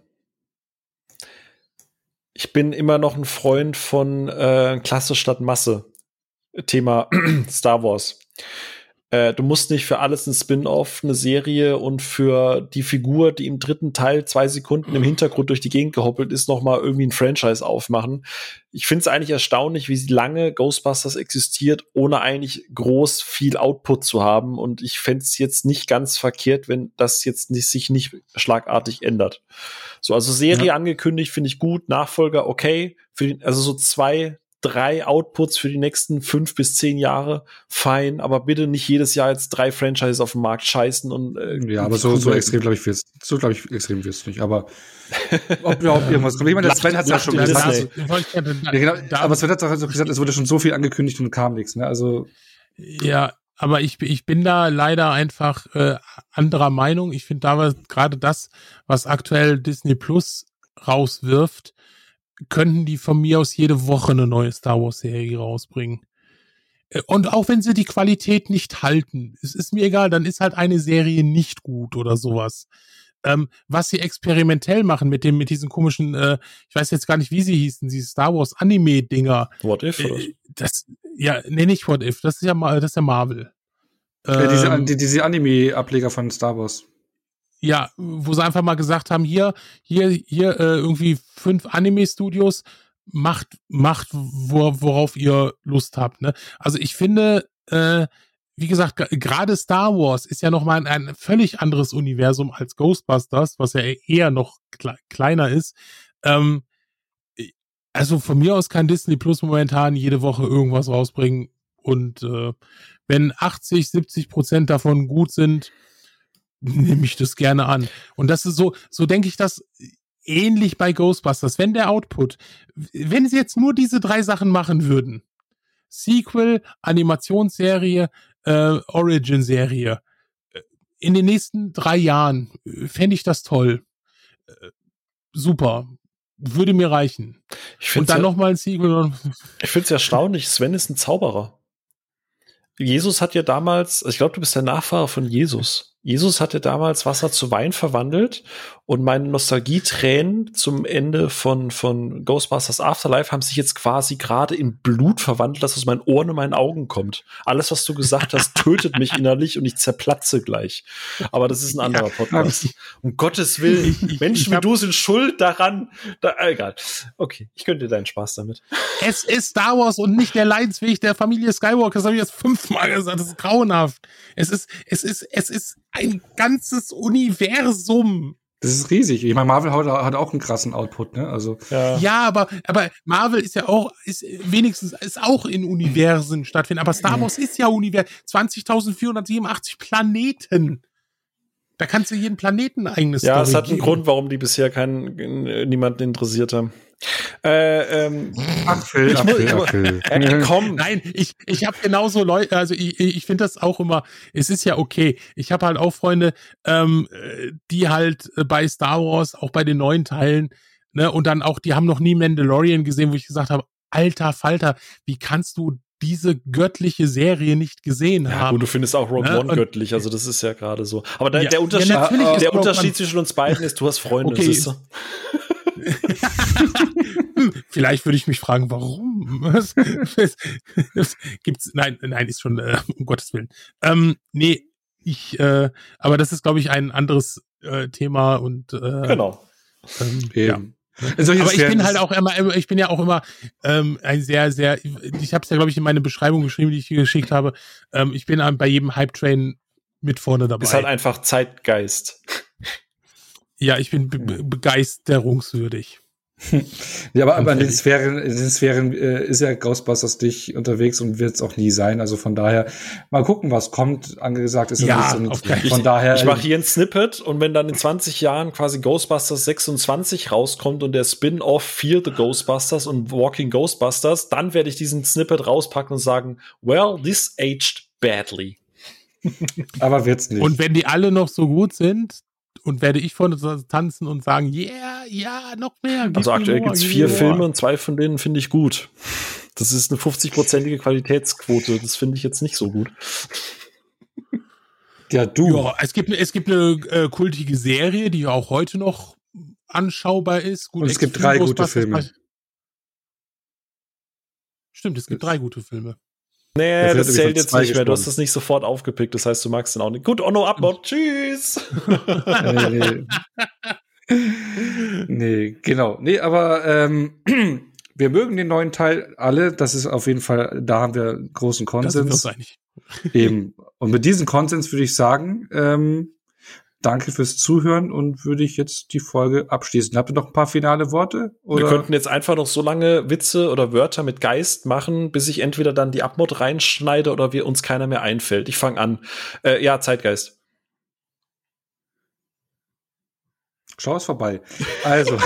S1: Ich bin immer noch ein Freund von äh, Klasse statt Masse. Thema Star Wars. Äh, du musst nicht für alles ein Spin-off, eine Serie und für die Figur, die im dritten Teil zwei Sekunden im Hintergrund durch die Gegend gehoppelt ist, noch mal irgendwie ein Franchise aufmachen. Ich finde es eigentlich erstaunlich, wie lange Ghostbusters existiert, ohne eigentlich groß viel Output zu haben. Und ich fände es jetzt nicht ganz verkehrt, wenn das jetzt nicht, sich nicht schlagartig ändert. So, also Serie ja. angekündigt, finde ich gut. Nachfolger, okay. Für die, also so zwei, drei Outputs für die nächsten fünf bis zehn Jahre, fein. Aber bitte nicht jedes Jahr jetzt drei Franchises auf den Markt scheißen und äh,
S2: ja, aber so, so extrem glaube ich wird's. So glaube ich extrem wird's nicht. Aber ob überhaupt irgendwas kommt. Ich meine, Sven hat es ja schon gesagt. Also, ja, genau, aber Sven hat es auch gesagt, es wurde schon so viel angekündigt und kam nichts. Ne? Also
S3: ja. Aber ich, ich bin da leider einfach äh, anderer Meinung. Ich finde da gerade das, was aktuell Disney Plus rauswirft, könnten die von mir aus jede Woche eine neue Star Wars Serie rausbringen. Und auch wenn sie die Qualität nicht halten, es ist mir egal, dann ist halt eine Serie nicht gut oder sowas. Ähm, was sie experimentell machen mit dem, mit diesen komischen, äh, ich weiß jetzt gar nicht, wie sie hießen, diese Star Wars Anime-Dinger.
S1: What If, oder?
S3: Äh, das, ja, nee, nicht What If, das ist ja, das ist ja Marvel.
S2: Ja, ähm, diese, die, diese Anime-Ableger von Star Wars.
S3: Ja, wo sie einfach mal gesagt haben, hier, hier, hier, äh, irgendwie fünf Anime-Studios, macht, macht, wo, worauf ihr Lust habt, ne? Also ich finde, äh, wie gesagt, gerade Star Wars ist ja nochmal ein, ein völlig anderes Universum als Ghostbusters, was ja eher noch kle- kleiner ist. Ähm, also von mir aus kann Disney Plus momentan jede Woche irgendwas rausbringen und äh, wenn achtzig, siebzig Prozent davon gut sind, nehme ich das gerne an. Und das ist so, so denke ich das ähnlich bei Ghostbusters. Wenn der Output, wenn sie jetzt nur diese drei Sachen machen würden, Sequel, Animationsserie, äh, Origin-Serie, in den nächsten drei Jahren fände ich das toll. Äh, super. Würde mir reichen.
S1: Ich
S3: Und dann
S1: ja,
S3: nochmal ein Sequel.
S1: Ich finde es erstaunlich, Sven ist ein Zauberer. Jesus hat ja damals, ich glaube, du bist der Nachfahre von Jesus. Jesus hatte damals Wasser zu Wein verwandelt und meine Nostalgietränen zum Ende von, von Ghostbusters Afterlife haben sich jetzt quasi gerade in Blut verwandelt, dass aus meinen Ohren und meinen Augen kommt. Alles, was du gesagt hast, tötet mich innerlich und ich zerplatze gleich. Aber das ist ein anderer Podcast. Um Gottes Willen, Menschen wie du sind schuld daran. Da, egal. Okay, ich gönne dir deinen Spaß damit.
S3: Es ist Star Wars und nicht der Leidensweg der Familie Skywalker. Das habe ich jetzt fünfmal gesagt. Das ist grauenhaft. Es ist, es ist, es ist ein ganzes Universum.
S2: Das ist riesig. Ich meine, Marvel hat, hat auch einen krassen Output, ne? Also
S3: ja, ja aber aber Marvel ist ja auch ist wenigstens ist auch in Universen stattfinden. Aber Star Wars ist ja Univers zwanzigtausendvierhundertsiebenundachtzig Planeten. Da kannst du jeden Planeten ein eigenes
S1: Ja, Story es hat einen geben. Grund, warum die bisher keinen niemanden interessiert haben. Äh, ähm,
S2: ach, Phil,
S1: ich
S2: ach,
S1: muss,
S2: Phil,
S1: ich,
S2: ach, Phil.
S3: Äh, komm. Nein, ich, ich habe genauso Leute, also ich, ich finde das auch immer, es ist ja okay. Ich habe halt auch Freunde, ähm, die halt bei Star Wars, auch bei den neuen Teilen, ne, und dann auch, die haben noch nie Mandalorian gesehen, wo ich gesagt habe, alter Falter, wie kannst du diese göttliche Serie nicht gesehen
S1: ja,
S3: haben.
S1: Gut, du findest auch Rogue ne? One göttlich, also das ist ja gerade so. Aber da, ja, der Unterschied, ja, der Unterschied zwischen uns beiden ist, du hast Freunde.
S3: Okay.
S1: Das ist so.
S3: Vielleicht würde ich mich fragen, warum? Was, was, was gibt's? Nein, nein, ist schon äh, um Gottes Willen. Ähm, nee, ich. Äh, aber das ist, glaube ich, ein anderes äh, Thema und. Äh,
S1: genau.
S3: Ähm, ja. Aber ich bin halt auch immer, ich bin ja auch immer ähm, ein sehr, sehr. Ich habe es ja, glaube ich, in meine Beschreibung geschrieben, die ich hier geschickt habe. Ähm, ich bin bei jedem Hype-Train mit vorne dabei.
S1: Ist halt einfach Zeitgeist.
S3: Ja, ich bin be- begeisterungswürdig.
S2: Ja, aber, aber in den Sphären, in den Sphären äh, ist ja Ghostbusters nicht unterwegs und wird es auch nie sein. Also von daher mal gucken, was kommt. Angesagt ist
S3: ja,
S2: nichts. Und
S3: auf keinen
S2: von
S1: ich,
S2: daher.
S1: Ich mache hier ein Snippet und wenn dann in zwanzig Jahren quasi Ghostbusters sechsundzwanzig rauskommt und der Spin-off Fear the Ghostbusters und Walking Ghostbusters, dann werde ich diesen Snippet rauspacken und sagen, well, this aged badly.
S2: Aber wird's nicht.
S3: Und wenn die alle noch so gut sind, und werde ich vorne tanzen und sagen, yeah, ja, noch mehr.
S1: Also aktuell
S3: more,
S1: gibt's vier
S3: more.
S1: Filme und zwei von denen finde ich gut. Das ist eine fünfzig-prozentige Qualitätsquote. Das finde ich jetzt nicht so gut.
S2: Ja, du.
S3: Ja, es gibt, es gibt eine äh, kultige Serie, die auch heute noch anschaubar ist. Gut,
S2: Und es gibt drei gute Filme.
S3: Stimmt, es gibt drei gute Filme.
S1: Nee, das zählt jetzt nicht mehr. Du hast
S2: gespannt.
S1: das nicht sofort aufgepickt. Das heißt, du magst den auch nicht. Gut, Onno Upload. Tschüss.
S2: nee, nee. nee, genau. Nee, aber ähm, wir mögen den neuen Teil alle. Das ist auf jeden Fall, da haben wir großen
S3: Das sind wir uns
S2: Konsens.
S3: einig.
S2: Eben. Und mit diesem Konsens würde ich sagen, ähm, danke fürs Zuhören und würde ich jetzt die Folge abschließen. Habt ihr noch ein paar finale Worte? Oder?
S1: Wir könnten jetzt einfach noch so lange Witze oder Wörter mit Geist machen, bis ich entweder dann die Abmod reinschneide oder wir uns keiner mehr einfällt. Ich fange an. Äh, ja, Zeitgeist.
S2: Schau es vorbei. Also.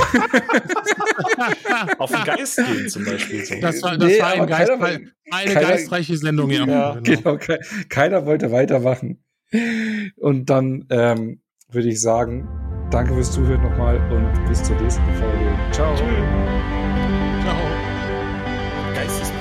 S1: Auf den Geist gehen zum Beispiel. So.
S3: Das war, das
S2: Nee,
S3: war ein
S2: aber
S3: Geist,
S2: keiner-
S3: eine
S2: keiner-
S3: geistreiche Sendung, ja.
S1: Ja,
S2: Genau, ke keiner wollte weitermachen. Und dann ähm, würde ich sagen, danke fürs Zuhören nochmal und bis zur nächsten Folge. Ciao.
S3: Ciao.
S1: Geist ist